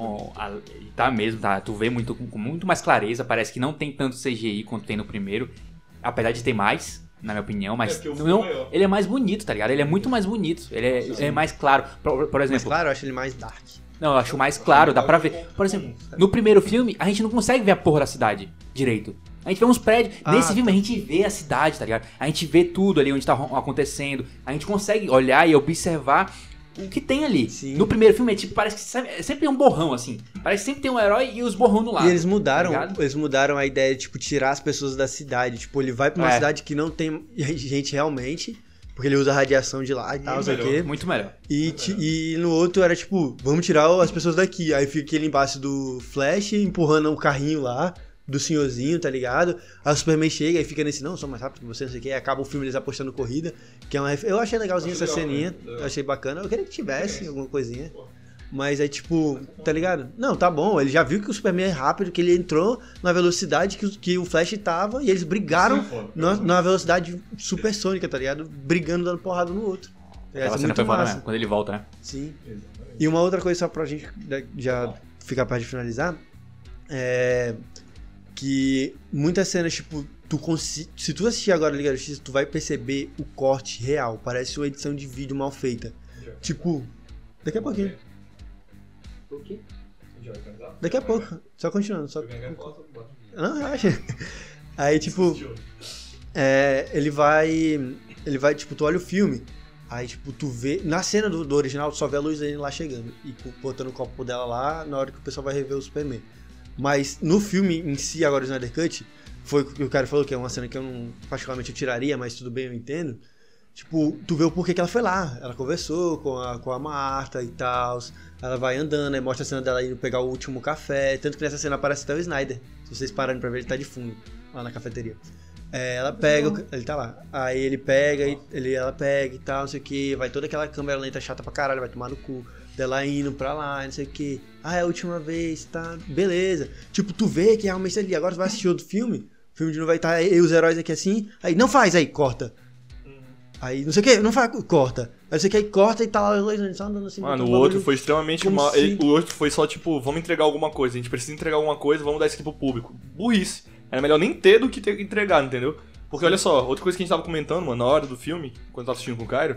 Tá mesmo, tá? Tu vê com muito mais clareza. Parece que não tem tanto CGI quanto tem no primeiro. Apesar de ter mais, na minha opinião. Mas ele é mais bonito, tá ligado? Ele é muito mais bonito. Ele é mais claro. Por exemplo. Mais claro, eu acho ele mais dark. Não, eu acho mais claro, dá pra ver. Por exemplo, no primeiro filme, a gente não consegue ver a porra da cidade direito. A gente vê uns prédios. Nesse filme a gente vê a cidade, tá ligado? A gente vê tudo ali onde tá acontecendo. A gente consegue olhar e observar o que tem ali. Sim. No primeiro filme, parece que sempre tem um borrão, assim. Parece que sempre tem um herói e os borrão do lado. E eles mudaram a ideia de, tirar as pessoas da cidade. Tipo, ele vai pra uma cidade que não tem gente realmente, porque ele usa a radiação de lá e tal, sei o quê. Muito melhor. E no outro era, vamos tirar as pessoas daqui. Aí fica ele embaixo do Flash, empurrando um carrinho lá, do senhorzinho, tá ligado? Aí o Superman chega e fica nesse, não, sou mais rápido que você, não sei o que, aí acaba o filme eles apostando corrida, que é uma... Eu achei legalzinho essa ceninha, eu achei bacana, eu queria que tivesse alguma coisinha, mas aí tá ligado? Não, tá bom, ele já viu que o Superman é rápido, que ele entrou na velocidade que o Flash tava, e eles brigaram na velocidade supersônica, tá ligado? Brigando, dando porrada no outro. Essa cena foi foda mesmo, quando ele volta, né? Sim. E uma outra coisa só pra gente já ficar perto de finalizar, que muitas cenas, se tu assistir agora Liga da Justiça, tu vai perceber o corte real. Parece uma edição de vídeo mal feita. Daqui a pouquinho. O quê? Daqui a pouco. Só continuando. Não, relaxa. Aí, ele vai, tu olha o filme, Aí, tipo, tu vê... Na cena do original, tu só vê a Lois Lane lá chegando e botando o copo dela lá na hora que o pessoal vai rever o Superman. Mas no filme em si, agora o Snyder Cut, foi o que o cara falou, que é uma cena que eu não... particularmente eu tiraria, mas tudo bem, eu entendo. Tipo, tu vê o porquê que ela foi lá. Ela conversou com a Martha e tal. Ela vai andando, aí mostra a cena dela indo pegar o último café. Tanto que nessa cena aparece até o Snyder. Se vocês pararem pra ver, ele tá de fundo, lá na cafeteria. Ela pega, ele tá lá. Aí ele pega, ela pega e tal, não sei o que. Vai toda aquela câmera lenta chata pra caralho, vai tomar no cu. Dela indo pra lá, não sei o que. É a última vez, tá? Beleza. Tipo, tu vê que realmente ali. Agora tu vai assistir outro filme. O filme de novo vai estar aí, os heróis aqui assim. Aí, não faz, aí, corta. Aí, não sei o que, não faz, corta. Aí você quer ir, corta e tá lá só andando assim. Mano, o outro foi extremamente mal. O outro foi só tipo, vamos entregar alguma coisa. A gente precisa entregar alguma coisa, vamos dar isso aqui pro público. Burrice. Era melhor nem ter do que ter que entregar, entendeu? Porque olha só, outra coisa que a gente tava comentando, mano, na hora do filme, quando eu tava assistindo com o Cairo,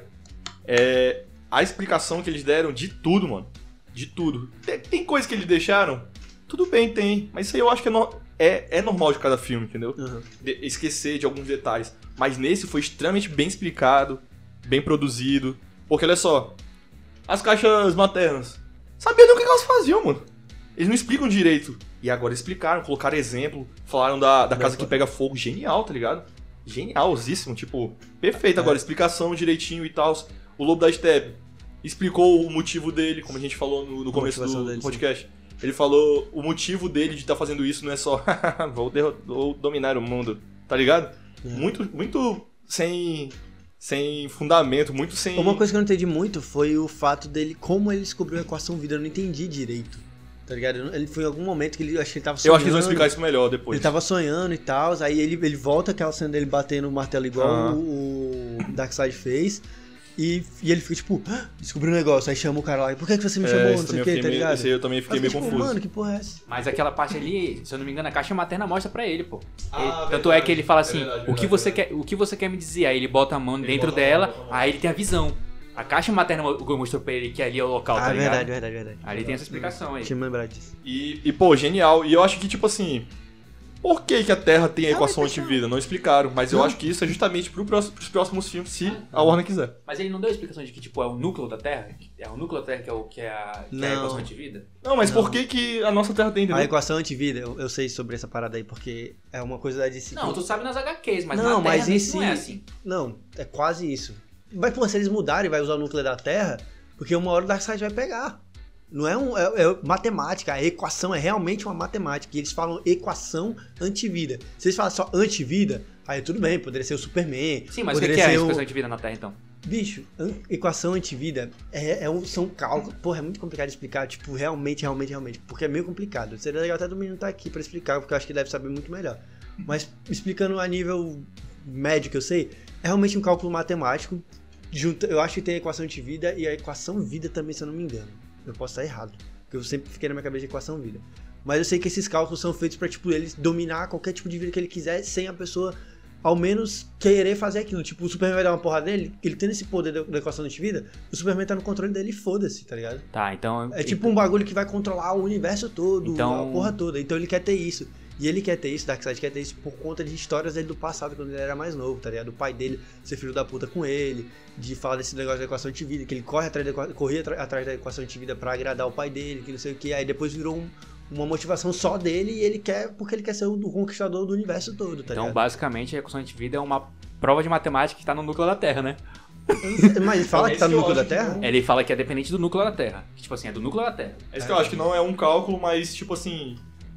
é a explicação que eles deram de tudo, mano. De tudo. Tem coisa que eles deixaram? Tudo bem, tem. Mas isso aí eu acho que é normal de cada filme, entendeu? Uhum. Esquecer de alguns detalhes. Mas nesse foi extremamente bem explicado, bem produzido. Porque olha só, as caixas maternas, sabia nem o que elas faziam, mano. Eles não explicam direito. E agora explicaram, colocaram exemplo, falaram da casa que pega fogo. Genial, tá ligado? Genialzíssimo, tipo, perfeito. Agora, explicação direitinho e tal. O Lobo da Steppe explicou o motivo dele, como a gente falou no começo do podcast. Sim. Ele falou o motivo dele de estar fazendo isso não é só vou dominar o mundo, tá ligado? Muito sem fundamento, muito sem... Uma coisa que eu não entendi muito foi o fato dele, como ele descobriu a equação vida, eu não entendi direito, tá ligado? Ele foi em algum momento que ele, acho que ele tava sonhando. Eu acho que eles vão explicar isso melhor depois. Ele tava sonhando e tal, aí ele volta aquela cena dele batendo o martelo igual o Darkseid fez. E ele fica tipo, descobriu um negócio, aí chama o cara lá, por que você me chamou, não sei o que, tá ligado? Esse aí eu também fiquei meio confuso. Mano, que porra é essa? Mas aquela parte ali, se eu não me engano, a caixa materna mostra pra ele, pô. Tanto é que ele fala assim, o que você quer me dizer? Aí ele bota a mão dentro dela, aí ele tem a visão. A caixa materna mostrou pra ele que ali é o local, tá ligado? Verdade. Ali tem essa explicação aí. Deixa eu lembrar disso. E pô, genial. E eu acho que, tipo assim, por que a Terra tem a equação antivida? Não explicaram, mas eu acho que isso é justamente pros próximos filmes, se a Warner quiser. Mas ele não deu a explicação de que, tipo, é o núcleo da Terra? É o núcleo da Terra que é a equação antivida? Não, mas por que a nossa Terra tem, entendeu? A equação antivida, eu sei sobre essa parada aí, porque é uma coisa da DC. Não, tu sabe nas HQs, mas na Terra não é assim. Não, é quase isso. Mas, pô, se eles mudarem e vai usar o núcleo da Terra, porque uma hora o Darkseid vai pegar. Não é matemática, a equação é realmente uma matemática. E eles falam equação antivida. Se eles falam só antivida, aí tudo bem, poderia ser o Superman. Sim, mas o que é a equação antivida na Terra, então? Bicho, equação antivida são cálculos. Porra, é muito complicado de explicar, tipo, realmente. Porque é meio complicado. Seria legal até do menino estar aqui pra explicar, porque eu acho que ele deve saber muito melhor. Mas explicando a nível médio que eu sei, é realmente um cálculo matemático. Eu acho que tem a equação antivida e a equação vida também, se eu não me engano. Eu posso estar errado, porque eu sempre fiquei na minha cabeça de equação vida. Mas eu sei que esses cálculos são feitos pra, tipo, eles dominar qualquer tipo de vida que ele quiser, sem a pessoa, ao menos, querer fazer aquilo. Tipo, o Superman vai dar uma porrada nele, ele tendo esse poder da equação antivida, o Superman tá no controle dele e foda-se, tá ligado? Tá, então... É tipo um bagulho que vai controlar o universo todo, a porra toda. Então ele quer ter isso. E ele quer ter isso, Darkseid quer ter isso por conta de histórias dele do passado, quando ele era mais novo, tá ligado? O pai dele ser filho da puta com ele, de falar desse negócio da equação antivida, que ele corria atrás da equação antivida pra agradar o pai dele, que não sei o que, aí depois virou uma motivação só dele e ele quer, porque ele quer ser o conquistador do universo todo, tá ligado? Então, basicamente, a equação antivida é uma prova de matemática que tá no núcleo da Terra, né? Mas ele fala que tá no núcleo da Terra? Ele fala que é dependente do núcleo da Terra. Tipo assim, é do núcleo da Terra. É isso que eu acho que não é um cálculo, mas tipo assim...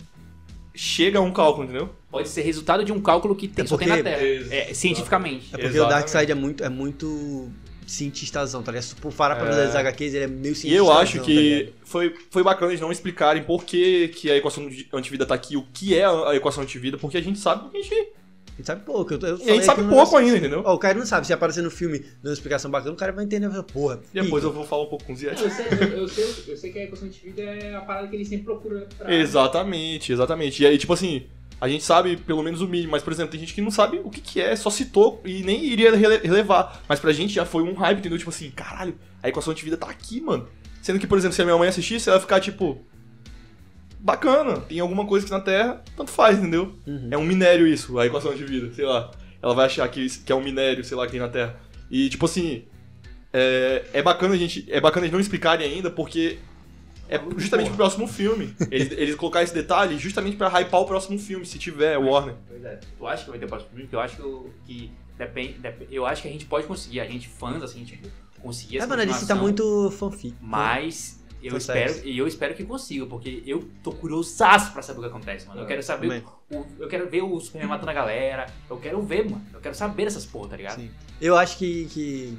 Chega a um cálculo, entendeu? Pode ser resultado de um cálculo que só tem na Terra. Cientificamente. É porque o Darkseid é muito cientistazão, tá ligado? Se for parar pra ver as HQs, ele é meio cientistazão. E eu acho que foi bacana eles não explicarem por que a equação antivida tá aqui, o que é a equação antivida, porque a gente sabe porque a gente sabe pouco. E a gente sabe pouco ainda, entendeu? O cara não sabe. Se aparecer no filme dando uma explicação bacana, o cara vai entender. Porra. Depois eu vou falar um pouco com o Zé. Eu sei que a equação antivida é a parada que ele sempre procura pra... Exatamente. E aí, tipo assim, a gente sabe pelo menos o mínimo, mas, por exemplo, tem gente que não sabe o que é, só citou e nem iria relevar. Mas pra gente já foi um hype, entendeu? Tipo assim, caralho, a equação antivida tá aqui, mano. Sendo que, por exemplo, se a minha mãe assistisse, ela ia ficar tipo... Bacana, tem alguma coisa aqui na Terra, tanto faz, entendeu? Uhum. É um minério isso, a equação de vida, sei lá. Ela vai achar que é um minério, sei lá, que tem na Terra. E, tipo assim, é bacana a gente não explicarem ainda, porque é justamente pro próximo filme. Eles colocaram esse detalhe justamente pra hypar o próximo filme, se tiver, Warner. Pois é. Tu acha que vai ter o próximo filme? Porque eu acho que depende, eu acho que a gente pode conseguir, a gente fãs, assim, tipo, conseguir essa mano, ele tá muito fanfic. Mas eu espero que consiga, porque eu tô curiosaço pra saber o que acontece, mano. Eu quero saber, eu quero ver o Superman matando a galera, eu quero ver, mano. Eu quero saber dessas porra, tá ligado? Sim. Eu acho que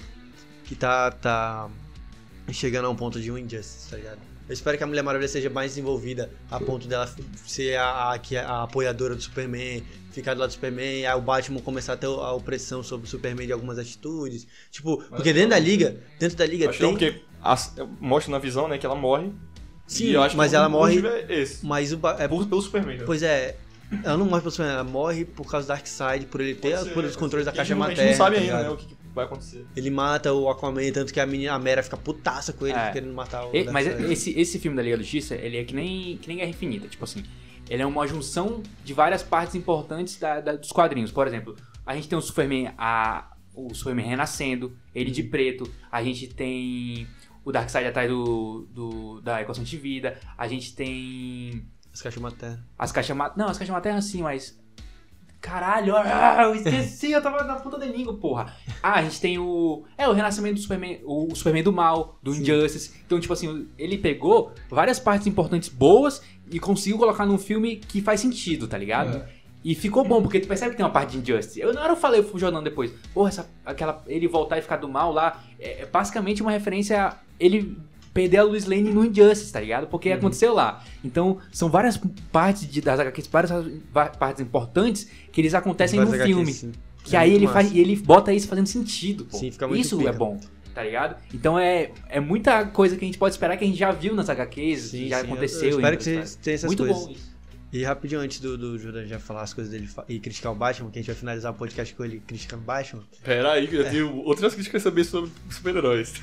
tá chegando a um ponto de um Injustice, tá ligado? Eu espero que a Mulher Maravilha seja mais desenvolvida a ponto dela ser a apoiadora do Superman, ficar do lado do Superman, aí o Batman começar a ter a opressão sobre o Superman de algumas atitudes. Tipo, porque dentro da Liga acho tem... Porque mostra na visão, né, que ela morre. Sim, eu acho mas que ela morre... Esse. Mas pelo Superman. Né? Pois é... Ela não morre pelo Superman, ela morre por causa do Darkseid, por ele ter os controles da caixa materna. A gente não sabe ainda, né, o que vai acontecer. Ele mata o Aquaman, tanto que a Mera fica putaça com ele, querendo matar o Mas esse filme da Liga da Justiça, ele é que nem Guerra Infinita, tipo assim. Ele é uma junção de várias partes importantes dos quadrinhos. Por exemplo, a gente tem o Superman renascendo, ele de preto. A gente tem o Darkseid atrás da equação de vida. A gente tem... As caixas maternas. As caixas maternas sim, mas... Caralho, eu esqueci, eu tava na puta da língua, porra. A gente tem o renascimento do Superman, o Superman do mal, do Injustice. Então, tipo assim, ele pegou várias partes importantes boas e conseguiu colocar num filme que faz sentido, tá ligado? E ficou bom, porque tu percebe que tem uma parte de Injustice. Eu fui jogando depois. Porra, ele voltar e ficar do mal lá, é basicamente uma referência a ele perder a Lois Lane no Injustice, tá ligado? Porque aconteceu lá. Então, são várias partes das HQs, várias partes importantes que eles acontecem no filme. Sim. Que aí ele bota isso fazendo sentido, pô. Sim, fica muito isso pica. É bom, tá ligado? Então é muita coisa que a gente pode esperar que a gente já viu nas HQs, que já aconteceu. Eu espero que vocês tenham essas muito coisas. Bom isso. E rapidinho, antes do Jordan já falar as coisas dele e criticar o Batman, que a gente vai finalizar o podcast com ele criticando o Batman. Pera aí, que eu tenho outras críticas a saber sobre super-heróis.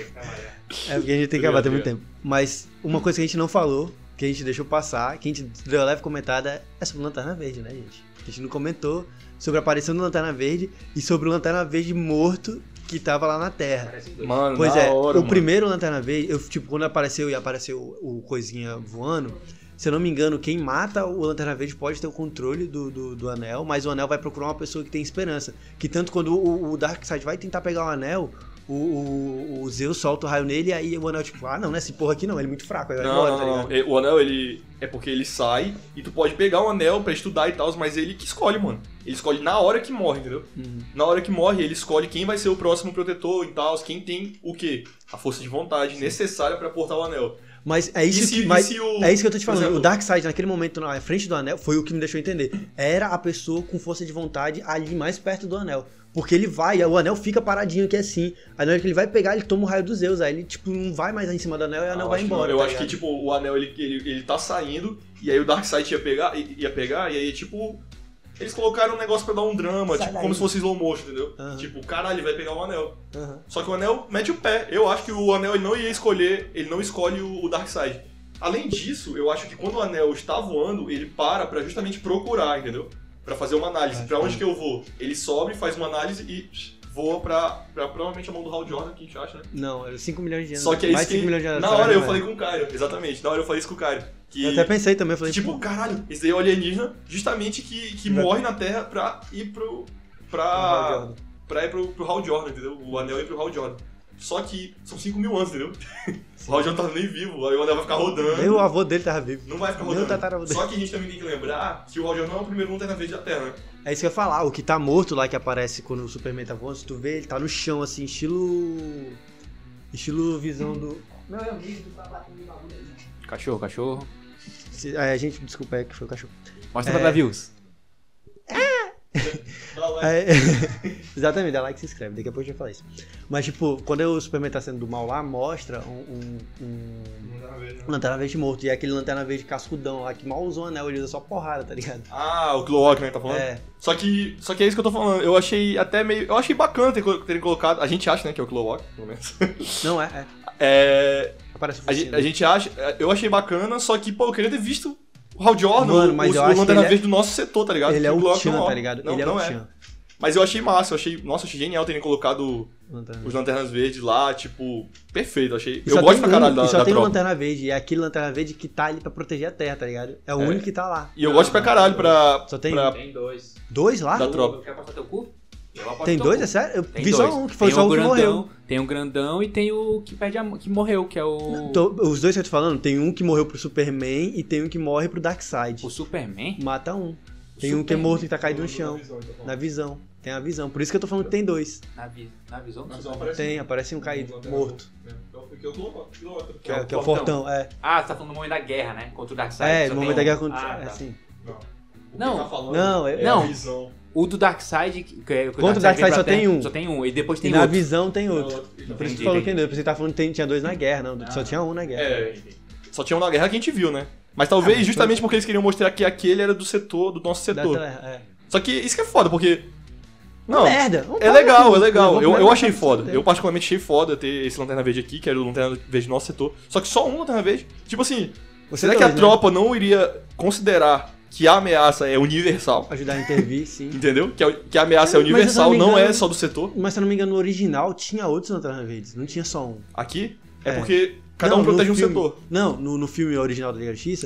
É porque a gente tem que acabar, tem muito tempo. Mas uma coisa que a gente não falou, que a gente deixou passar, que a gente deu leve comentada, é sobre o Lanterna Verde, né, gente? A gente não comentou sobre a aparição do Lanterna Verde e sobre o Lanterna Verde morto que tava lá na Terra. Mano, pois o primeiro Lanterna Verde, quando apareceu o coisinha voando, se eu não me engano, quem mata o Lanterna Verde pode ter o controle do anel, mas o anel vai procurar uma pessoa que tem esperança. Que tanto quando o Darkseid vai tentar pegar o anel, o Zeus solta o raio nele e aí o anel tipo, não é esse porra aqui não, ele é muito fraco. Aí vai embora, tá ligado? O anel, é porque ele sai e tu pode pegar o anel pra estudar e tal, mas ele que escolhe, mano. Ele escolhe na hora que morre, entendeu? Na hora que morre, ele escolhe quem vai ser o próximo protetor e tal, quem tem o quê? A força de vontade necessária pra portar o anel. Mas é isso que eu tô te falando. Exemplo, o Darkseid, naquele momento, na frente do anel, foi o que me deixou entender. Era a pessoa com força de vontade ali mais perto do anel. Porque ele vai, o anel fica paradinho aqui assim. Aí na hora que ele vai pegar, ele toma o raio dos Zeus. Aí ele, tipo, não vai mais em cima do anel e o anel vai embora. Eu acho que, tipo, o anel, ele tá saindo. E aí o Darkseid ia pegar. E aí, tipo... Eles colocaram um negócio pra dar um drama, tipo, como se fosse slow motion, entendeu? Tipo, caralho, ele vai pegar o anel. Só que o anel mete o pé. Eu acho que o anel ele não ia escolher, ele não escolhe o Darkseid. Além disso, eu acho que quando o anel está voando, ele pra justamente procurar, entendeu? Pra fazer uma análise. Pra onde que eu vou? Ele sobe, faz uma análise e voa pra provavelmente a mão do Hal Jordan, que a gente acha, né? Não, 5 milhões de anos. Só que é isso que... Na hora eu falei com o Caio, exatamente. Na hora eu falei isso com o Caio. Eu até pensei também, falei... Tipo, caralho, esse daí é o alienígena justamente que morre na Terra pra ir pro Hal Jordan, entendeu? O anel ir pro Hal Jordan. Só que são 5 mil anos, entendeu? O Hal Jordan tava nem vivo, aí o anel vai ficar rodando. Nem o avô dele tava vivo. Não vai ficar rodando. Só que a gente também tem que lembrar que o Hal Jordan não é o primeiro Lanterna Verde da Terra, né? É isso que eu ia falar, o que tá morto lá, que aparece quando o Superman tá voando, se tu vê, ele tá no chão, assim, estilo visão do... Meu amigo, tá batendo de bagulho aí. Cachorro. A gente, desculpa, é que foi o cachorro. Mostra pra dar views. Exatamente, dá like e se inscreve, daqui a pouco a gente vai falar isso. Mas tipo, quando o Superman tá sendo do mal lá, mostra um Lanterna Verde morto. E é aquele Lanterna Verde cascudão lá que mal usou o anel, ele usa só porrada, tá ligado? O Cloak, né, tá falando? Só que é isso que eu tô falando. Eu achei até meio... Eu achei bacana terem colocado... A gente acha, né, que é o Cloak, pelo menos. Não, a gente acha... Eu achei bacana, só que, pô, eu queria ter visto o Hal Jordan, mano, mas o Lanterna Verde do nosso setor, tá ligado? Ele é o Tchan, tá ligado? Ele é o Tchan. Mas eu achei massa, eu achei genial terem colocado os Lanternas Verdes lá, tipo, perfeito, achei. Eu gosto pra caralho da tropa. Só tem uma Lanterna Verde, e é aquele Lanterna Verde que tá ali pra proteger a Terra, tá ligado? É o único que tá lá. E eu gosto pra caralho pra... Só tem Tem 2. 2 lá? Da tropa. Quer passar teu cu? Tem 2, é sério? Eu vi dois. só um, que foi só o que morreu. Tem o grandão e tem o que morreu, que é o... Os dois que eu tô falando, tem um que morreu pro Superman e tem um que morre pro Darkseid. O Superman? Mata um. Tem um que é morto e tá caído no chão. Na visão. Tem a visão. Por isso que eu tô falando que tem 2. Na visão? Tem, aparece um caído, morto. Que é o Fortão, é. Ah, você tá falando do momento da guerra, né? Contra o Darkseid. É, no momento da guerra contra... É assim. Não. O do Darkseid... Contra o Darkseid só tem um. Só tem um, e depois tem outro. E outro. na visão tem outro. Por isso que tu falou que tem 2. Por isso que tá falando que tinha 2 na guerra, não. Só tinha um na guerra. Só tinha um na guerra que a gente viu, né? Mas talvez justamente porque eles queriam mostrar que aquele era do nosso setor. Só que isso que é foda, porque... Não, merda. É legal. Eu achei foda. Eu particularmente achei foda ter esse Lanterna Verde aqui, que era o Lanterna Verde do nosso setor. Só que só um Lanterna Verde. Tipo assim, será que a tropa não iria considerar que a ameaça é universal? Ajudar a intervir, sim. Entendeu? Que a ameaça é universal, não é só do setor. Mas se eu não me engano, no original tinha outros Lanternas Verdes. Não tinha só um. Aqui? É porque... Cada um protege um setor. Não, no filme original da Liga da Justiça,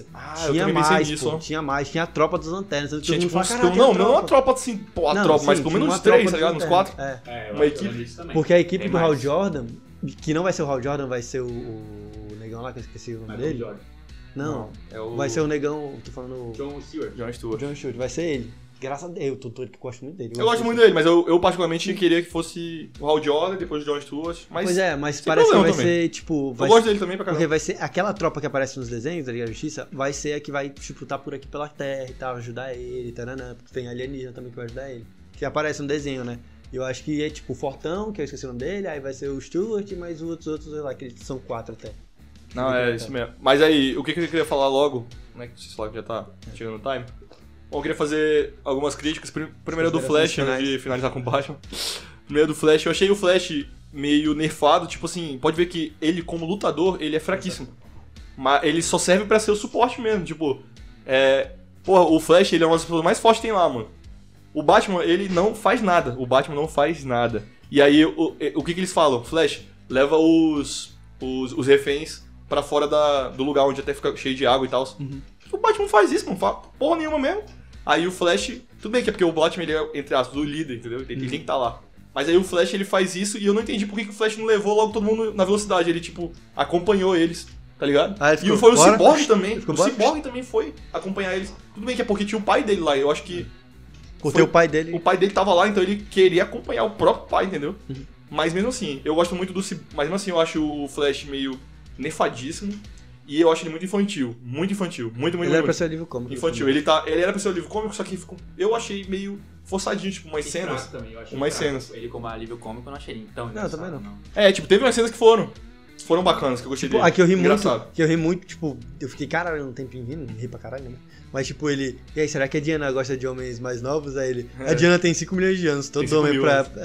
tinha mais, tinha a tropa dos lanternas. Tinha tipo não uma tropa assim, pô, tropa, mas pelo menos uns 3, tá ligado? Uns 4. Uma equipe. Porque a equipe do Hal Jordan, que não vai ser o Hal Jordan, vai ser o negão lá, que eu esqueci o nome dele. Não, vai ser o negão, tô falando... John Stewart, vai ser ele. Graças a Deus, eu tô que gosto muito dele. Eu gosto muito dele, mas eu particularmente queria que fosse o Hal Jordan, depois o John Stewart. Pois é, mas parece que vai ser, tipo... Eu gosto dele também pra caramba. Porque vai ser aquela tropa que aparece nos desenhos da Liga da Justiça, vai ser a que vai, tipo, tá por aqui pela Terra e tal, ajudar ele, taranã, porque tem alienígena também que vai ajudar ele. Que aparece no desenho, né? Eu acho que é tipo o Fortão, que eu esqueci o nome dele, aí vai ser o Stewart, mas os outros, sei lá, que são 4 até. Não, é isso mesmo. Mas aí, o que eu queria falar logo, né, que esse já tá chegando no time... Bom, eu queria fazer algumas críticas. Primeiro do Flash, antes de finalizar com o Batman. Primeiro do Flash, eu achei o Flash meio nerfado. Tipo assim, pode ver que ele, como lutador, ele é fraquíssimo. Mas ele só serve pra ser o suporte mesmo. Tipo, porra, o Flash, ele é uma das pessoas mais fortes que tem lá, mano. O Batman, ele não faz nada. O Batman não faz nada. E aí, o que eles falam? Flash, leva os reféns pra fora do lugar onde até fica cheio de água e tal. Uhum. O Batman faz isso, não faz porra nenhuma mesmo. Aí o Flash, tudo bem que é porque o Batman, ele é, entre aspas, o líder, entendeu? Ele tem que estar lá. Mas aí o Flash, ele faz isso e eu não entendi por que o Flash não levou logo todo mundo na velocidade. Ele, tipo, acompanhou eles, tá ligado? E foi o Cyborg também. O Cyborg também foi acompanhar eles. Tudo bem que é porque tinha o pai dele lá. Eu acho que... Porque o pai dele tava lá, então ele queria acompanhar o próprio pai, entendeu? Uhum. Mas mesmo assim, eu gosto muito do Cyborg. Mas mesmo assim, eu acho o Flash meio nerfadíssimo. E eu acho ele muito infantil. Muito infantil. Muito. Ele era pra ser livro cômico. Infantil. Ele era pra ser o livro cômico, só que eu achei meio forçadinho, tipo, umas cenas. Também, eu achei umas cenas. Ele como alívio cômico eu não achei ele tão engraçado. Não, também não. Tipo, teve umas cenas que foram bacanas, que eu gostei dele. Aqui eu ri muito. Que eu ri muito, tipo, eu fiquei, caralho, um tempinho vindo, ri pra caralho, né? Mas, tipo, ele... E aí, será que a Diana gosta de homens mais novos? Aí ele... A Diana tem 5 milhões de anos. Todo homem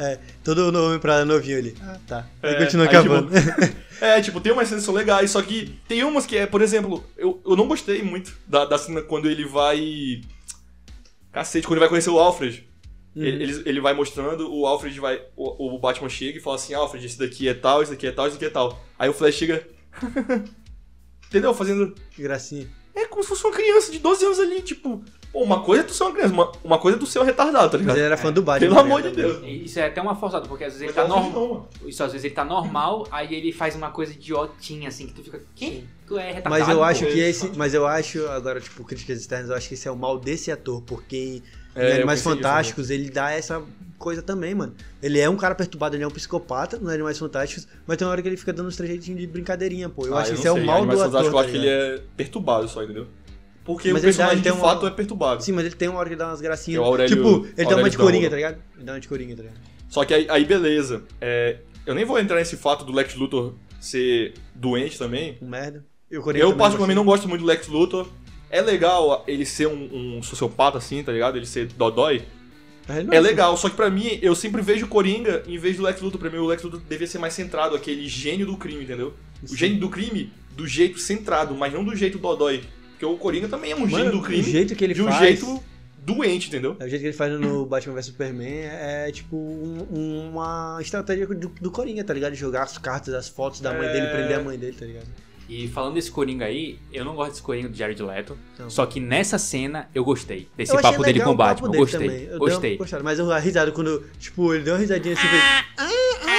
pra novinho ali. Ah, tá. Aí continua acabando. Tipo, tipo, tem umas cenas que são legais, só que tem umas que por exemplo, eu não gostei muito da cena quando ele vai... Cacete, quando ele vai conhecer o Alfred. Ele vai mostrando, o Alfred vai... O Batman chega e fala assim, Alfred, esse daqui é tal, esse daqui é tal, esse daqui é tal. Aí o Flash chega... Entendeu? Fazendo... Que gracinha. É como se fosse uma criança de 12 anos ali, tipo... Pô, uma coisa é tu ser uma criança, uma coisa é tu ser um retardado, tá ligado? Mas ele era fã do Batman. Pelo amor de Deus. Isso é até uma forçada, porque às vezes ele tá normal. Isso, às vezes ele tá normal, aí ele faz uma coisa idiotinha, assim, que tu fica... Quem? Tu é retardado? Mas eu acho que esse... Mas eu acho, agora, tipo, críticas externas, eu acho que esse é o mal desse ator, porque em Animais Fantásticos ele dá essa coisa também, mano. Ele é um cara perturbado, ele é um psicopata nos Animais Fantásticos, mas tem uma hora que ele fica dando uns trejeitinhos de brincadeirinha, pô. Eu acho que esse é o mal do ator. Eu acho que ele é perturbado só, entendeu? Porque o personagem de fato é perturbado. Sim, mas ele tem uma hora que ele dá umas gracinhas. Tipo, ele dá uma de coringa, tá ligado? Ele dá uma de coringa, tá ligado? Só que aí beleza. Eu nem vou entrar nesse fato do Lex Luthor ser doente também. Um merda. Eu particularmente não gosto muito do Lex Luthor. É legal ele ser um sociopata assim, tá ligado? Ele ser dodói. É legal, só que pra mim, eu sempre vejo o Coringa em vez do Lex Luthor. Pra mim, o Lex Luthor devia ser mais centrado, aquele gênio do crime, entendeu? Sim. O gênio do crime do jeito centrado, mas não do jeito dodói. Porque o Coringa também é um gênio do crime. O jeito que ele de um faz... jeito doente, entendeu? O jeito que ele faz no Batman vs Superman é tipo uma estratégia do Coringa, tá ligado? De jogar as cartas, as fotos da mãe dele, prender a mãe dele, tá ligado? E falando desse Coringa aí, eu não gosto desse Coringa do Jared Leto, só que nessa cena eu gostei. Desse papo dele com o Batman, eu gostei. Gostei. Mas a risada quando, tipo, ele deu uma risadinha assim, fez...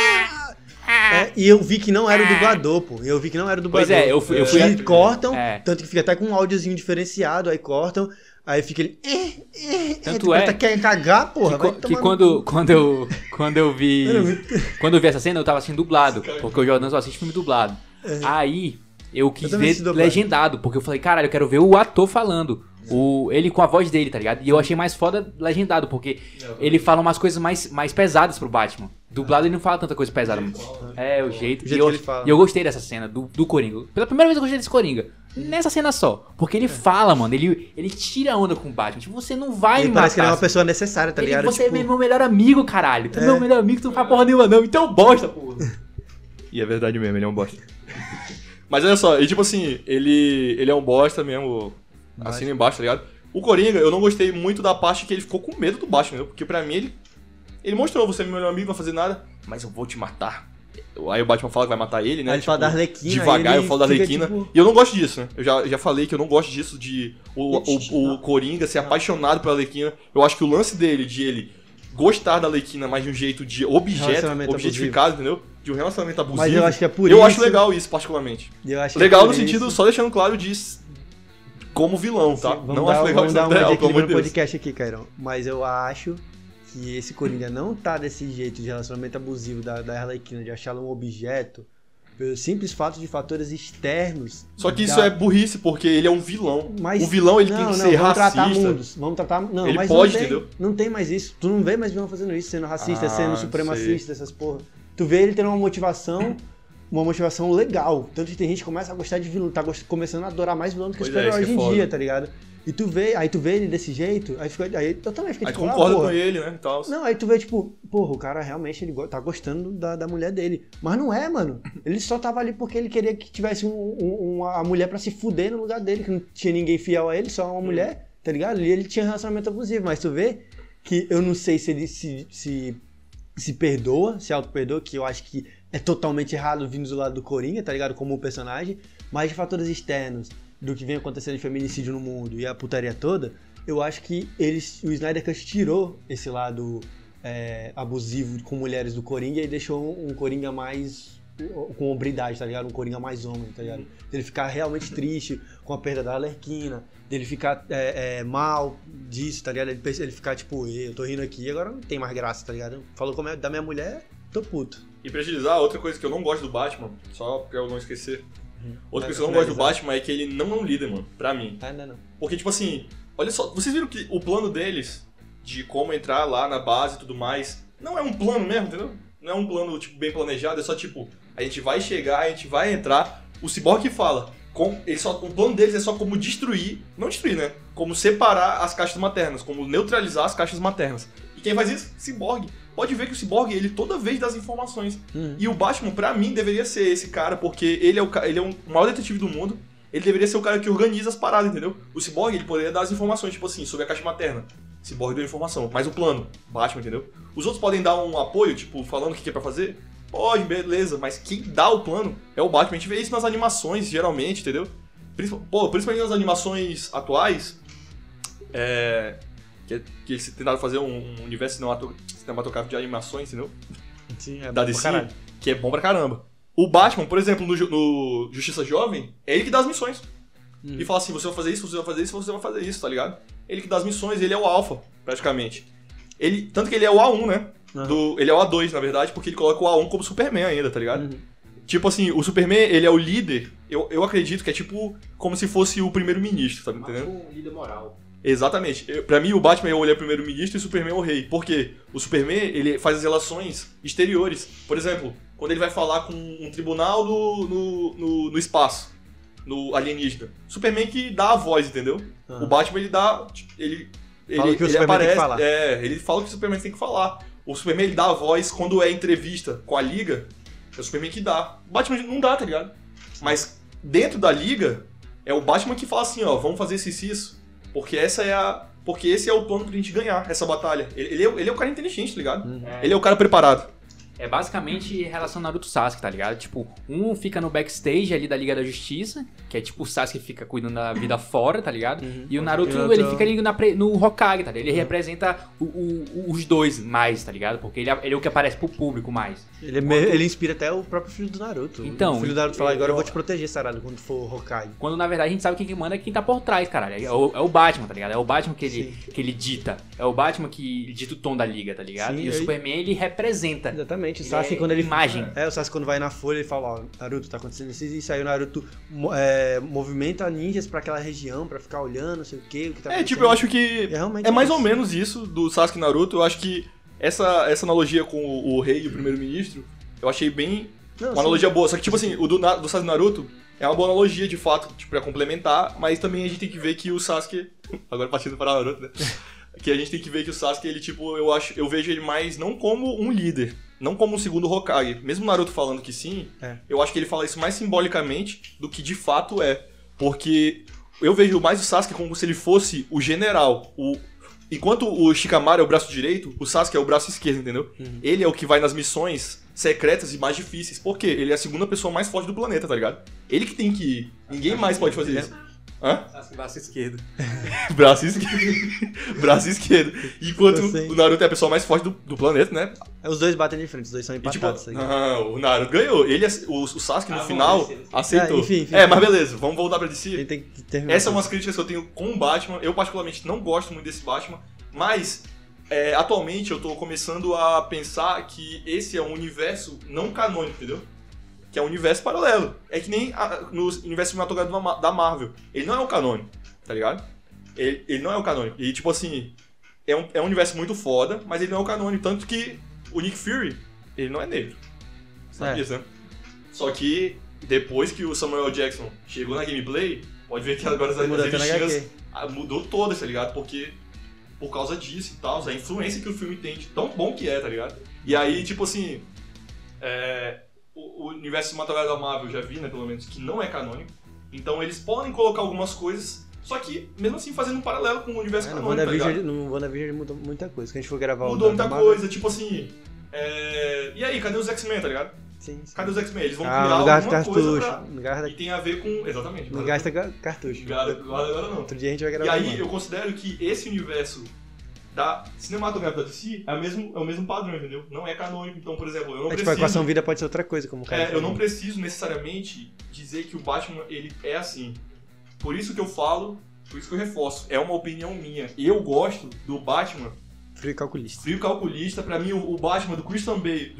e eu vi que não era o dublador, pô. Pois é, eu fui... Eles cortam, tanto que fica até com um áudiozinho diferenciado, aí cortam, aí fica ele... Tanto quer cagar, porra. Que quando eu vi essa cena, eu tava assistindo dublado, porque o Jordan só assiste filme dublado. Aí... Eu quis ver legendado, porque eu falei, caralho, eu quero ver o ator falando. Ele com a voz dele, tá ligado? E eu achei mais foda legendado, porque ele fala umas coisas mais pesadas pro Batman. Dublado ele não fala tanta coisa pesada. O jeito que ele fala. E eu gostei dessa cena do Coringa. Pela primeira vez eu gostei desse Coringa. Nessa cena só. Porque ele fala, mano, ele tira a onda com o Batman. Tipo, você não vai me matar. Parece que ele é uma pessoa necessária, tá ligado? Você é meu melhor amigo, caralho. Tu é meu melhor amigo, tu não faz porra nenhuma não. Então bosta, porra. E é verdade mesmo, ele é um bosta. Mas olha só, e tipo assim, ele é um bosta mesmo, assim embaixo, tá ligado? O Coringa, eu não gostei muito da parte que ele ficou com medo do Batman, entendeu? Porque pra mim ele mostrou, você é meu melhor amigo, não vai fazer nada, mas eu vou te matar. Aí o Batman fala que vai matar ele, né? Aí ele fala da Arlequina. Devagar, eu falo da Arlequina. Tipo... E eu não gosto disso, né? Eu já falei que eu não gosto disso, de o Coringa ser apaixonado pela Arlequina. Eu acho que o lance dele, de ele gostar da Arlequina, mas de um jeito de objetificado, entendeu? De um relacionamento abusivo. Mas eu acho que é por isso... Eu acho legal isso, particularmente. Legal no sentido, só deixando claro, de como vilão, tá? Não acho legal isso. Vamos dar uma de equilíbrio no podcast aqui, Cairão. Mas eu acho que esse Coringa não tá desse jeito de relacionamento abusivo da Arlequina, de achá-la um objeto, pelo simples fato de fatores externos. Só que isso é burrice, porque ele é um vilão. Mas, o vilão, ele tem que ser racista. Vamos tratar... Não, ele mas pode, entendeu? Não tem mais isso. Tu não vê mais vilão fazendo isso, sendo racista, sendo supremacista, essas porra. Tu vê ele tendo uma motivação legal. Tanto que tem gente que começa a gostar de vilão, tá começando a adorar mais vilão do que os super-heróis hoje em dia, tá ligado? E tu vê ele desse jeito, aí eu também fiquei tipo... Aí concorda com ele, né? Tal. Não, aí tu vê tipo, porra, o cara realmente ele tá gostando da mulher dele. Mas não é, mano. Ele só tava ali porque ele queria que tivesse uma mulher pra se fuder no lugar dele, que não tinha ninguém fiel a ele, só uma mulher, tá ligado? E ele tinha relacionamento abusivo, mas tu vê que eu não sei se ele se perdoa, se auto-perdoa, que eu acho que é totalmente errado vindo do lado do Coringa, tá ligado? Como personagem, mas de fatores externos, do que vem acontecendo de feminicídio no mundo e a putaria toda, eu acho que o Snyder Cut tirou esse lado abusivo com mulheres do Coringa e deixou um Coringa mais com hombridade, tá ligado? Um Coringa mais homem, tá ligado? Ele ficar realmente triste com a perda da Arlequina, dele ficar mal disso, tá ligado? Ele ficar tipo, eu tô rindo aqui, agora não tem mais graça, tá ligado? Falou da minha mulher, tô puto. E pra agilizar, outra coisa que eu não gosto do Batman, só pra eu não esquecer, outra coisa que eu não gosto do Batman é que ele não é um líder, mano, pra mim. Ainda não. Porque, tipo assim, olha só, vocês viram que o plano deles, de como entrar lá na base e tudo mais, não é um plano mesmo, entendeu? Não é um plano, tipo, bem planejado, é só, tipo, a gente vai chegar, a gente vai entrar, o Cyborg fala, o plano deles é só como não destruir, né? Como separar as caixas maternas, como neutralizar as caixas maternas. E quem faz isso? Cyborg. Pode ver que o Cyborg, ele toda vez dá as informações. E o Batman, pra mim, deveria ser esse cara, porque ele é o maior detetive do mundo, ele deveria ser o cara que organiza as paradas, entendeu? O Cyborg, ele poderia dar as informações, tipo assim, sobre a caixa materna. Cyborg deu informação, mas o plano, Batman, entendeu? Os outros podem dar um apoio, tipo, falando o que é pra fazer? Pode, beleza, mas quem dá o plano é o Batman. A gente vê isso nas animações, geralmente, entendeu? Principalmente nas animações atuais, que eles tentaram fazer um universo cinematográfico de animações, entendeu? Sim, é da bom DC, pra caralho. Que é bom pra caramba. O Batman, por exemplo, no Justiça Jovem, é ele que dá as missões. E fala assim, você vai fazer isso, você vai fazer isso, você vai fazer isso, tá ligado? Ele que dá as missões, ele é o alfa, praticamente. Tanto que ele é o A1, né? Ele é o A2, na verdade, porque ele coloca o A1 como Superman ainda, tá ligado? Tipo assim, o Superman, ele é o líder, eu acredito que é tipo como se fosse o primeiro-ministro, tá me entendendo? Um líder moral. Exatamente. Pra mim, o Batman ele é o primeiro-ministro e o Superman é o rei. Por quê? O Superman, ele faz as relações exteriores. Por exemplo, quando ele vai falar com um tribunal no espaço, no alienígena. Superman que dá a voz, entendeu? O Batman, ele dá... Ele aparece, tem que falar. Ele fala o que o Superman tem que falar. O Superman, ele dá a voz quando é entrevista com a Liga. É o Superman que dá. O Batman não dá, tá ligado? Mas dentro da Liga, é o Batman que fala assim, ó, vamos fazer isso. Porque essa é porque esse é o plano pra gente ganhar essa batalha. Ele é o cara inteligente, tá ligado? Ele é o cara preparado. É basicamente relação Naruto e Sasuke, tá ligado? Tipo, um fica no backstage ali da Liga da Justiça, que é tipo o Sasuke fica cuidando da vida fora, tá ligado? E o Naruto, ele fica ali no Hokage, tá ligado? Ele representa os dois mais, tá ligado? Porque ele é o que aparece pro público mais. Ele inspira até o próprio filho do Naruto. Então, o filho do Naruto fala, agora eu vou te proteger, Sarado, quando for Hokage. Quando na verdade a gente sabe quem manda é quem tá por trás, caralho. É o Batman, tá ligado? É o Batman que ele dita. É o Batman que dita o tom da liga, tá ligado? Sim, e o Superman, ele representa. Exatamente. O Sasuke, quando ele... Imagem. O Sasuke, quando vai na folha, ele fala, ó, Naruto, tá acontecendo isso, aí o Naruto movimenta ninjas pra aquela região, pra ficar olhando, não sei o que tá acontecendo. Tipo, eu acho que é mais ou menos isso do Sasuke e Naruto. Eu acho que essa analogia com o rei e o primeiro-ministro, eu achei bem... uma analogia boa. Só que, tipo assim, o do Sasuke e Naruto é uma boa analogia, de fato, tipo, pra complementar, mas também a gente tem que ver que o Sasuke... Agora partindo para o Naruto, né? Que a gente tem que ver que o Sasuke, ele, tipo, eu vejo ele mais não como um líder, não como um segundo Hokage. Mesmo o Naruto falando que sim, eu acho que ele fala isso mais simbolicamente do que de fato é. Porque eu vejo mais o Sasuke como se ele fosse o general. Enquanto o Shikamaru é o braço direito, o Sasuke é o braço esquerdo, entendeu? Ele é o que vai nas missões secretas e mais difíceis. Por quê? Ele é a segunda pessoa mais forte do planeta, tá ligado? Ele que tem que ir. Ninguém mais pode fazer isso. Hã? Braço esquerdo. Braço esquerdo. Braço esquerdo. Enquanto o Naruto é a pessoa mais forte do planeta, né? Os dois batem de frente, os dois são empatados. E, tipo, o Naruto ganhou. O Sasuke no final aceitou. Enfim, mas beleza, vamos voltar pra DC. Tem que terminar. Essas são umas críticas que eu tenho com o Batman. Eu particularmente não gosto muito desse Batman, mas atualmente eu tô começando a pensar que esse é um universo não canônico, entendeu? Que é um universo paralelo. É que nem no universo cinematográfico da Marvel. Ele não é o canônico, tá ligado? Ele não é o canônico. E, tipo assim, é um universo muito foda, mas ele não é o canônico. Tanto que o Nick Fury, ele não é negro. Sabe isso, né? Só que, depois que o Samuel Jackson chegou na gameplay, pode ver que agora as revistinhas mudou todas, tá ligado? Porque, por causa disso e tal, a influência que o filme tem de tão bom que é, tá ligado? E aí, tipo assim... O universo cinematográfico da Marvel, já vi, né, pelo menos, que não é canônico. Então eles podem colocar algumas coisas, só que, mesmo assim, fazendo um paralelo com o universo canônico, tá ligado? No WandaVision mudou muita coisa. Que a gente for gravar mudou muita coisa, tipo assim... E aí, cadê os X-Men, tá ligado? Sim. Cadê os X-Men? Eles vão criar alguma coisa e tem a ver com... Exatamente. Não gasta cartucho. Agora não. Outro dia a gente vai gravar. E aí, eu considero que esse universo da cinematográfica da DC é o mesmo padrão, entendeu? Não é canônico, então, por exemplo, eu não preciso... Tipo, a equação vida pode ser outra coisa, como o cara eu não preciso necessariamente dizer que o Batman, ele é assim. Por isso que eu falo, por isso que eu reforço, é uma opinião minha. Eu gosto do Batman... Frio calculista. Frio calculista, pra mim, o Batman do Christian Bale,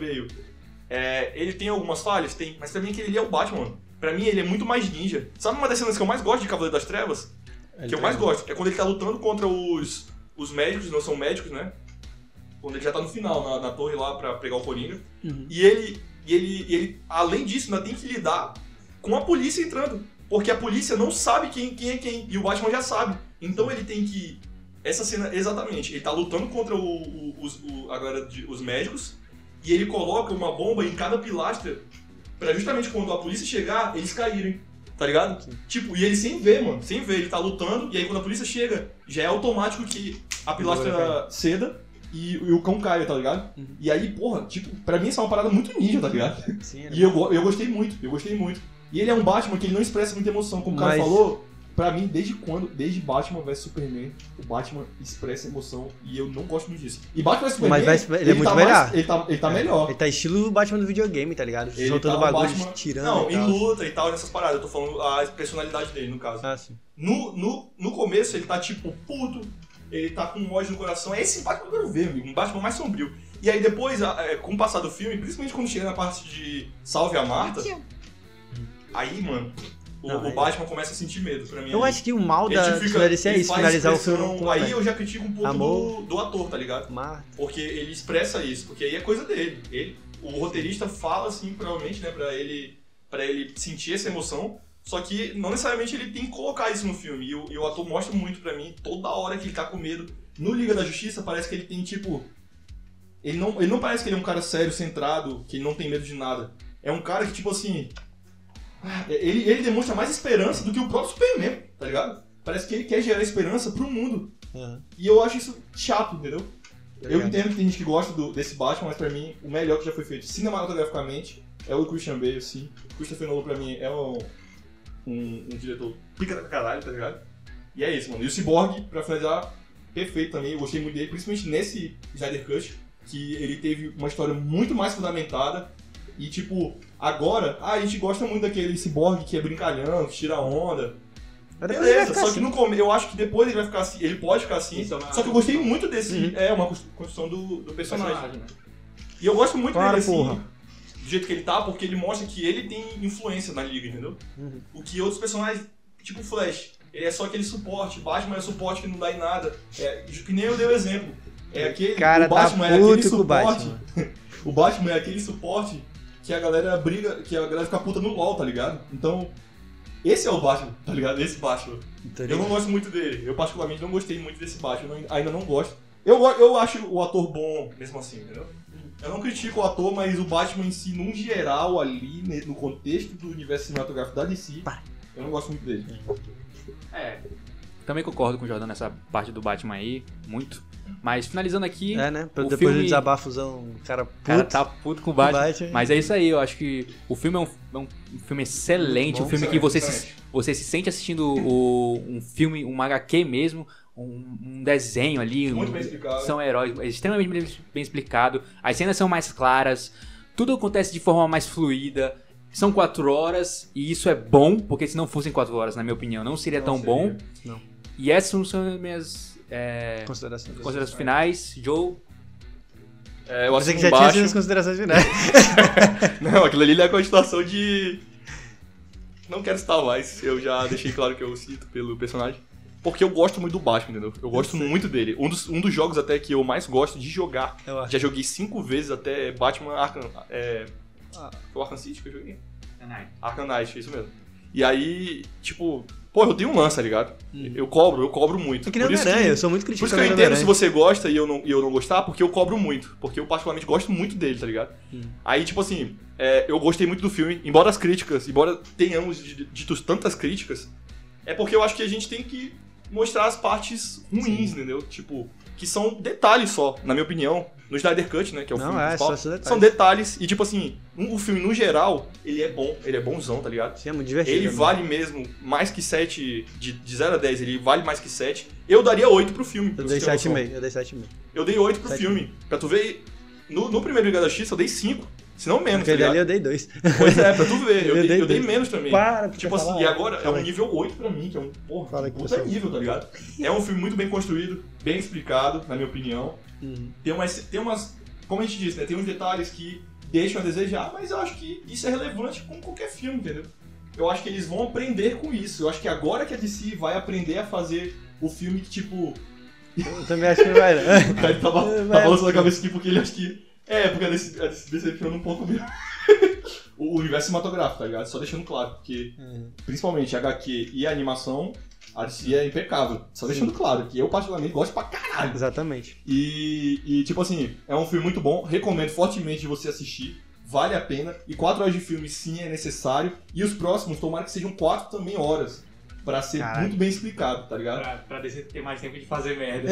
ele tem algumas falhas? Tem, mas pra mim ele é o Batman, mano. Pra mim ele é muito mais ninja. Sabe uma das cenas que eu mais gosto de Cavaleiro das Trevas? Que eu mais gosto, é quando ele tá lutando contra os médicos, não são médicos, né? Quando ele já tá no final, na torre lá pra pegar o Coringa. E ele, além disso, ainda tem que lidar com a polícia entrando. Porque a polícia não sabe quem é quem. E o Batman já sabe. Então ele tem que... Essa cena, exatamente. Ele tá lutando contra os médicos. E ele coloca uma bomba em cada pilastra. Pra justamente quando a polícia chegar, eles caírem. Tá ligado? Sim. Tipo, e ele sem ver, mano. Sem ver. Ele tá lutando. E aí quando a polícia chega, já é automático que a pilastra ceda e o cão caia, tá ligado? E aí, porra, tipo, pra mim isso é uma parada muito ninja, tá ligado? Sim, e eu gostei muito. E ele é um Batman que ele não expressa muita emoção. Como o cara falou, pra mim, desde Batman vs Superman, o Batman expressa emoção e eu não gosto muito disso. E Batman vs Superman, ele é muito melhor. Ele tá melhor. Ele tá estilo Batman do videogame, tá ligado? Ele soltando tá bagulho, Batman, tirando. Não, em luta e tal, nessas paradas. Eu tô falando a personalidade dele, no caso. Ah, sim. No começo, ele tá tipo puto, ele tá com ódio no coração. É esse Batman que eu quero ver, amigo. Um Batman mais sombrio. E aí depois, com o passar do filme, principalmente quando chega na parte de Salve a Marta, aí, mano... O Batman começa a sentir medo, pra mim. Eu acho que o mal da DC é isso, finalizar o filme com aí eu já critico um pouco do ator, tá ligado? Marta. Porque ele expressa isso, porque aí é coisa dele. O roteirista fala assim, provavelmente, né, pra ele sentir essa emoção, só que não necessariamente ele tem que colocar isso no filme. E o ator mostra muito pra mim, toda hora que ele tá com medo. No Liga da Justiça parece que ele tem, tipo... Ele não parece que ele é um cara sério, centrado, que ele não tem medo de nada. É um cara que, tipo assim... Ele demonstra mais esperança do que o próprio Superman, tá ligado? parece que ele quer gerar esperança pro mundo. E eu acho isso chato, entendeu? Eu entendo que tem gente que gosta desse Batman, mas pra mim, o melhor que já foi feito cinematograficamente é o Christian Bale, sim. O Christopher Nolan, pra mim, é um diretor pica pra caralho, tá ligado? E é isso, mano. E o Cyborg, pra finalizar, perfeito também. Eu gostei muito dele, principalmente nesse Snyder Cut, que ele teve uma história muito mais fundamentada. E, tipo, agora, a gente gosta muito daquele Cyborg que é brincalhão, que tira onda. Beleza, só que no começo, eu acho que depois ele vai ficar assim, ele pode ficar assim, só que eu gostei muito desse, uma construção do personagem. Né? E eu gosto muito dele assim, do jeito que ele tá, porque ele mostra que ele tem influência na liga, entendeu? O que outros personagens, tipo o Flash, ele é só aquele suporte, Batman é suporte que não dá em nada, que nem eu dei o exemplo. O Batman é aquele suporte, o Batman é aquele suporte que a galera briga, que a galera fica puta no LoL, tá ligado? Então... esse é o Batman, tá ligado? Esse Batman. Eu não gosto muito dele. Eu particularmente não gostei muito desse Batman. Ainda não gosto. Eu acho o ator bom mesmo assim, entendeu? Eu não critico o ator, mas o Batman em si, num geral, ali, no contexto do universo cinematográfico da DC, eu não gosto muito dele. Também concordo com o Jordan nessa parte do Batman aí, muito. Mas finalizando aqui. Né? Depois do desabafozão, o cara tá puto com o Batman. Mas é isso aí, eu acho que o filme é um filme excelente, um filme que você se sente assistindo um filme, um HQ mesmo, um desenho ali. Muito bem explicado. São heróis, extremamente bem explicado. As cenas são mais claras, tudo acontece de forma mais fluida. São 4 horas e isso é bom, porque se não fossem 4 horas, na minha opinião, não seria tão bom. Não. E essas são as minhas considerações finais. Joe? Eu sei que já tinha sido as considerações finais. Não, aquilo ali é a continuação de... Não quero citar mais, eu já deixei claro que eu cito pelo personagem. Porque eu gosto muito do Batman, entendeu? Eu gosto muito dele. Um dos jogos até que eu mais gosto de jogar. Já joguei 5 vezes até Batman Arkham... Foi o Arkham City que eu joguei? Arkham Knight, isso mesmo. E aí, tipo... Pô, eu tenho um lance, tá ligado? Eu cobro muito. Que nem eu sou muito crítico. Por isso que eu entendo se você gosta e eu não gostar, porque eu cobro muito. Porque eu particularmente gosto muito dele, tá ligado? Aí, tipo assim, eu gostei muito do filme, embora tenhamos dito tantas críticas, é porque eu acho que a gente tem que mostrar as partes ruins, entendeu? Tipo, que são detalhes só, na minha opinião. No Snyder Cut, né, que é o filme principal, são detalhes. E tipo assim, o filme no geral, ele é bonzão, tá ligado? Sim, é muito divertido. Ele vale mesmo mais que 7, de 0 a 10, ele vale mais que 7. Eu daria 8 pro filme. Eu dei 7,5. Eu dei 8 pro filme. Pra tu ver, no primeiro Liga da Justiça eu dei 5. Se não menos, tá ligado? Ali eu dei 2. Pois é, pra tu ver, eu dei menos também. Tipo assim, e agora é um nível 8 pra mim, que é um puta nível, tá ligado? É um filme muito bem construído, bem explicado, na minha opinião. Tem umas, como a gente disse, né? Tem uns detalhes que deixam a desejar, mas eu acho que isso é relevante com qualquer filme, entendeu? Eu acho que eles vão aprender com isso. Eu acho que agora que a DC vai aprender a fazer o filme que, tipo... Eu também acho que vai, né? O cara tá balançando a cabeça aqui porque ele acha que... porque a DC decepciona um pouco mesmo. O universo cinematográfico, tá ligado? Só deixando claro, porque principalmente a HQ e a animação, a DC é impecável. Só deixando claro que eu particularmente gosto pra caralho. Exatamente. E tipo assim, é um filme muito bom, recomendo fortemente de você assistir. Vale a pena. E 4 horas de filme sim é necessário. E os próximos, tomara que sejam 4 também horas. Pra ser muito bem explicado, tá ligado? Pra ter mais tempo de fazer merda.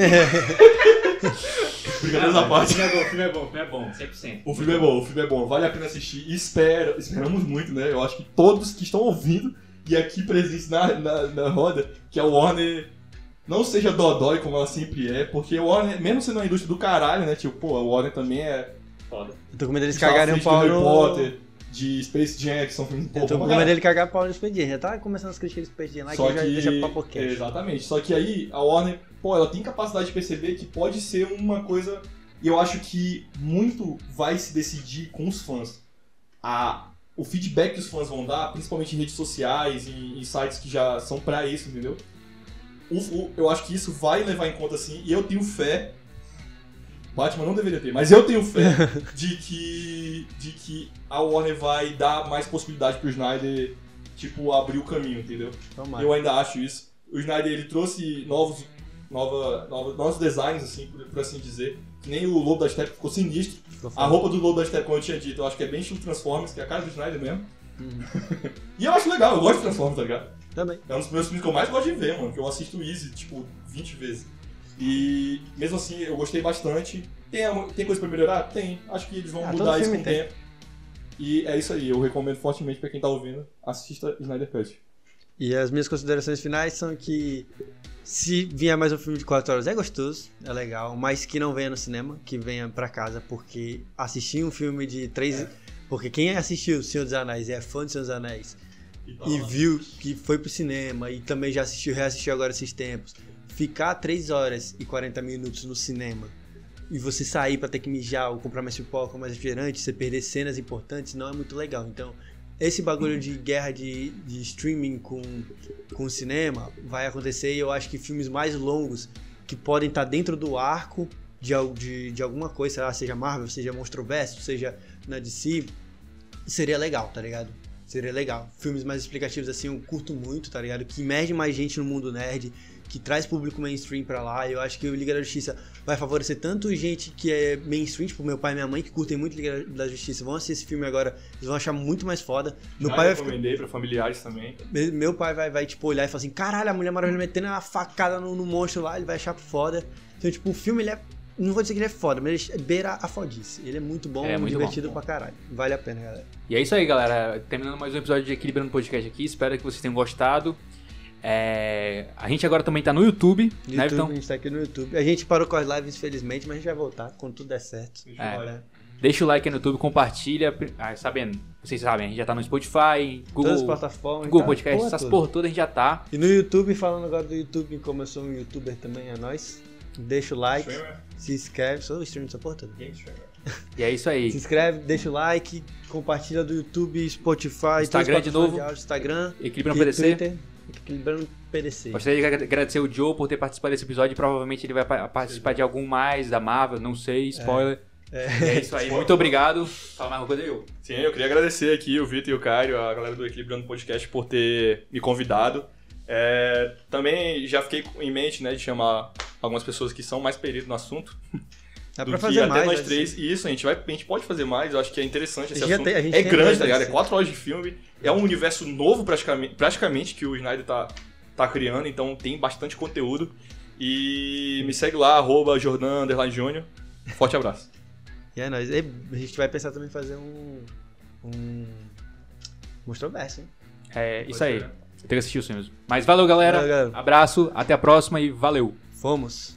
Brincadeiras à parte. O filme é bom, 100%. O filme é bom, vale a pena assistir. E esperamos muito, né? Eu acho que todos que estão ouvindo e aqui presentes na roda, que a Warner não seja dodói como ela sempre é, porque a Warner, mesmo sendo uma indústria do caralho, né? Tipo, pô, a Warner também é foda. Eu tô com medo deles cagarem um pau no... Harry Potter, de Space Jam, que são filmes... Eu tô com medo dele cagar pau no Space Jam. Já tá começando as críticas do Space Jam lá, só que já deixa pra podcast. Exatamente. Só que aí, a Warner, pô, ela tem capacidade de perceber que pode ser uma coisa... E eu acho que muito vai se decidir com os fãs. O feedback que os fãs vão dar, principalmente em redes sociais e em sites que já são pra isso, entendeu? Eu acho que isso vai levar em conta, sim, e eu tenho fé... Batman não deveria ter, mas eu tenho fé de que a Warner vai dar mais possibilidade pro Snyder, tipo, abrir o caminho, entendeu? Tomara. Eu ainda acho isso. O Snyder, ele trouxe novos designs, assim, por assim dizer. Que nem o Lobo da Steppe ficou sinistro. A roupa do Lobo da Steppe, como eu tinha dito, eu acho que é bem estilo Transformers, que é a cara do Snyder mesmo. E eu acho legal, eu gosto de Transformers, tá ligado? Também. É um dos meus filmes que eu mais gosto de ver, mano. Que eu assisto easy, tipo, 20 vezes. E mesmo assim, eu gostei bastante. Tem coisa pra melhorar? Tem. Acho que eles vão mudar isso com o tempo. E é isso aí. Eu recomendo fortemente pra quem tá ouvindo, assista Snyder Cut. E as minhas considerações finais são que se vier mais um filme de 4 horas é gostoso, é legal, mas que não venha no cinema, que venha pra casa, porque assistir um filme de 3... Porque quem assistiu O Senhor dos Anéis e é fã de Senhor dos Anéis e viu que foi pro cinema e também já reassistiu agora esses tempos, ficar 3 horas e 40 minutos no cinema e você sair pra ter que mijar ou comprar mais pipoca ou mais refrigerante, você perder cenas importantes, não é muito legal. Então, esse bagulho de guerra de streaming com o cinema vai acontecer, e eu acho que filmes mais longos que podem estar dentro do arco de alguma coisa, sei lá, seja Marvel, seja Monsterverse, seja na DC, seria legal, tá ligado? Seria legal. Filmes mais explicativos assim eu curto muito, tá ligado? Que emerge mais gente no mundo nerd, que traz público mainstream pra lá. Eu acho que o Liga da Justiça vai favorecer tanto gente que é mainstream, tipo meu pai e minha mãe, que curtem muito Liga da Justiça, vão assistir esse filme agora, eles vão achar muito mais foda. Meu pai recomendei pra familiares também. Meu pai vai tipo, olhar e falar assim, caralho, a Mulher Maravilha metendo uma facada no monstro lá, ele vai achar foda. Então, tipo, o filme, ele é... Não vou dizer que ele é foda, mas ele beira a fodice. Ele é muito bom, muito divertido pra caralho. Vale a pena, galera. E é isso aí, galera. Terminando mais um episódio de Equilibrando Podcast aqui. Espero que vocês tenham gostado. A gente agora também tá no YouTube, né, Vitão? A gente tá aqui no YouTube. A gente parou com as lives, infelizmente, mas a gente vai voltar quando tudo der certo. Deixa o like aí no YouTube, compartilha. Vocês sabem, a gente já tá no Spotify, Google, todas as plataformas, Google Podcast, essas porra todas a gente já tá. E no YouTube, falando agora do YouTube, como eu sou um youtuber também, é nóis. Deixa o like, se inscreve, sou o streamer dessa porra toda. E é isso aí. Se inscreve, deixa o like, compartilha do YouTube, Spotify, Instagram de novo, Instagram, Equilibrando PDC. Twitter, Equilibrando PDC. Gostaria de agradecer o Joe por ter participado desse episódio. Provavelmente ele vai participar de algum mais da Marvel, não sei, spoiler. É isso aí, muito obrigado. Fala mais uma coisa aí, eu. Sim, eu queria agradecer aqui o Vitor e o Caio, a galera do Equilibrando Podcast, por ter me convidado. Também já fiquei em mente, né, de chamar algumas pessoas que são mais peritos no assunto. Dá pra fazer até mais, nós três. E isso, a gente pode fazer mais. Eu acho que é interessante esse assunto. A gente é grande, tá ligado? É 4 horas de filme. É um universo novo praticamente que o Snyder tá criando. Então tem bastante conteúdo. E me segue lá, @Jordan_Júnior. Forte abraço. E é nóis. A gente vai pensar também em fazer um Monsterverse, hein? Isso aí. Tem que assistir os filmes. Mas valeu, galera. Abraço, até a próxima e valeu. Fomos.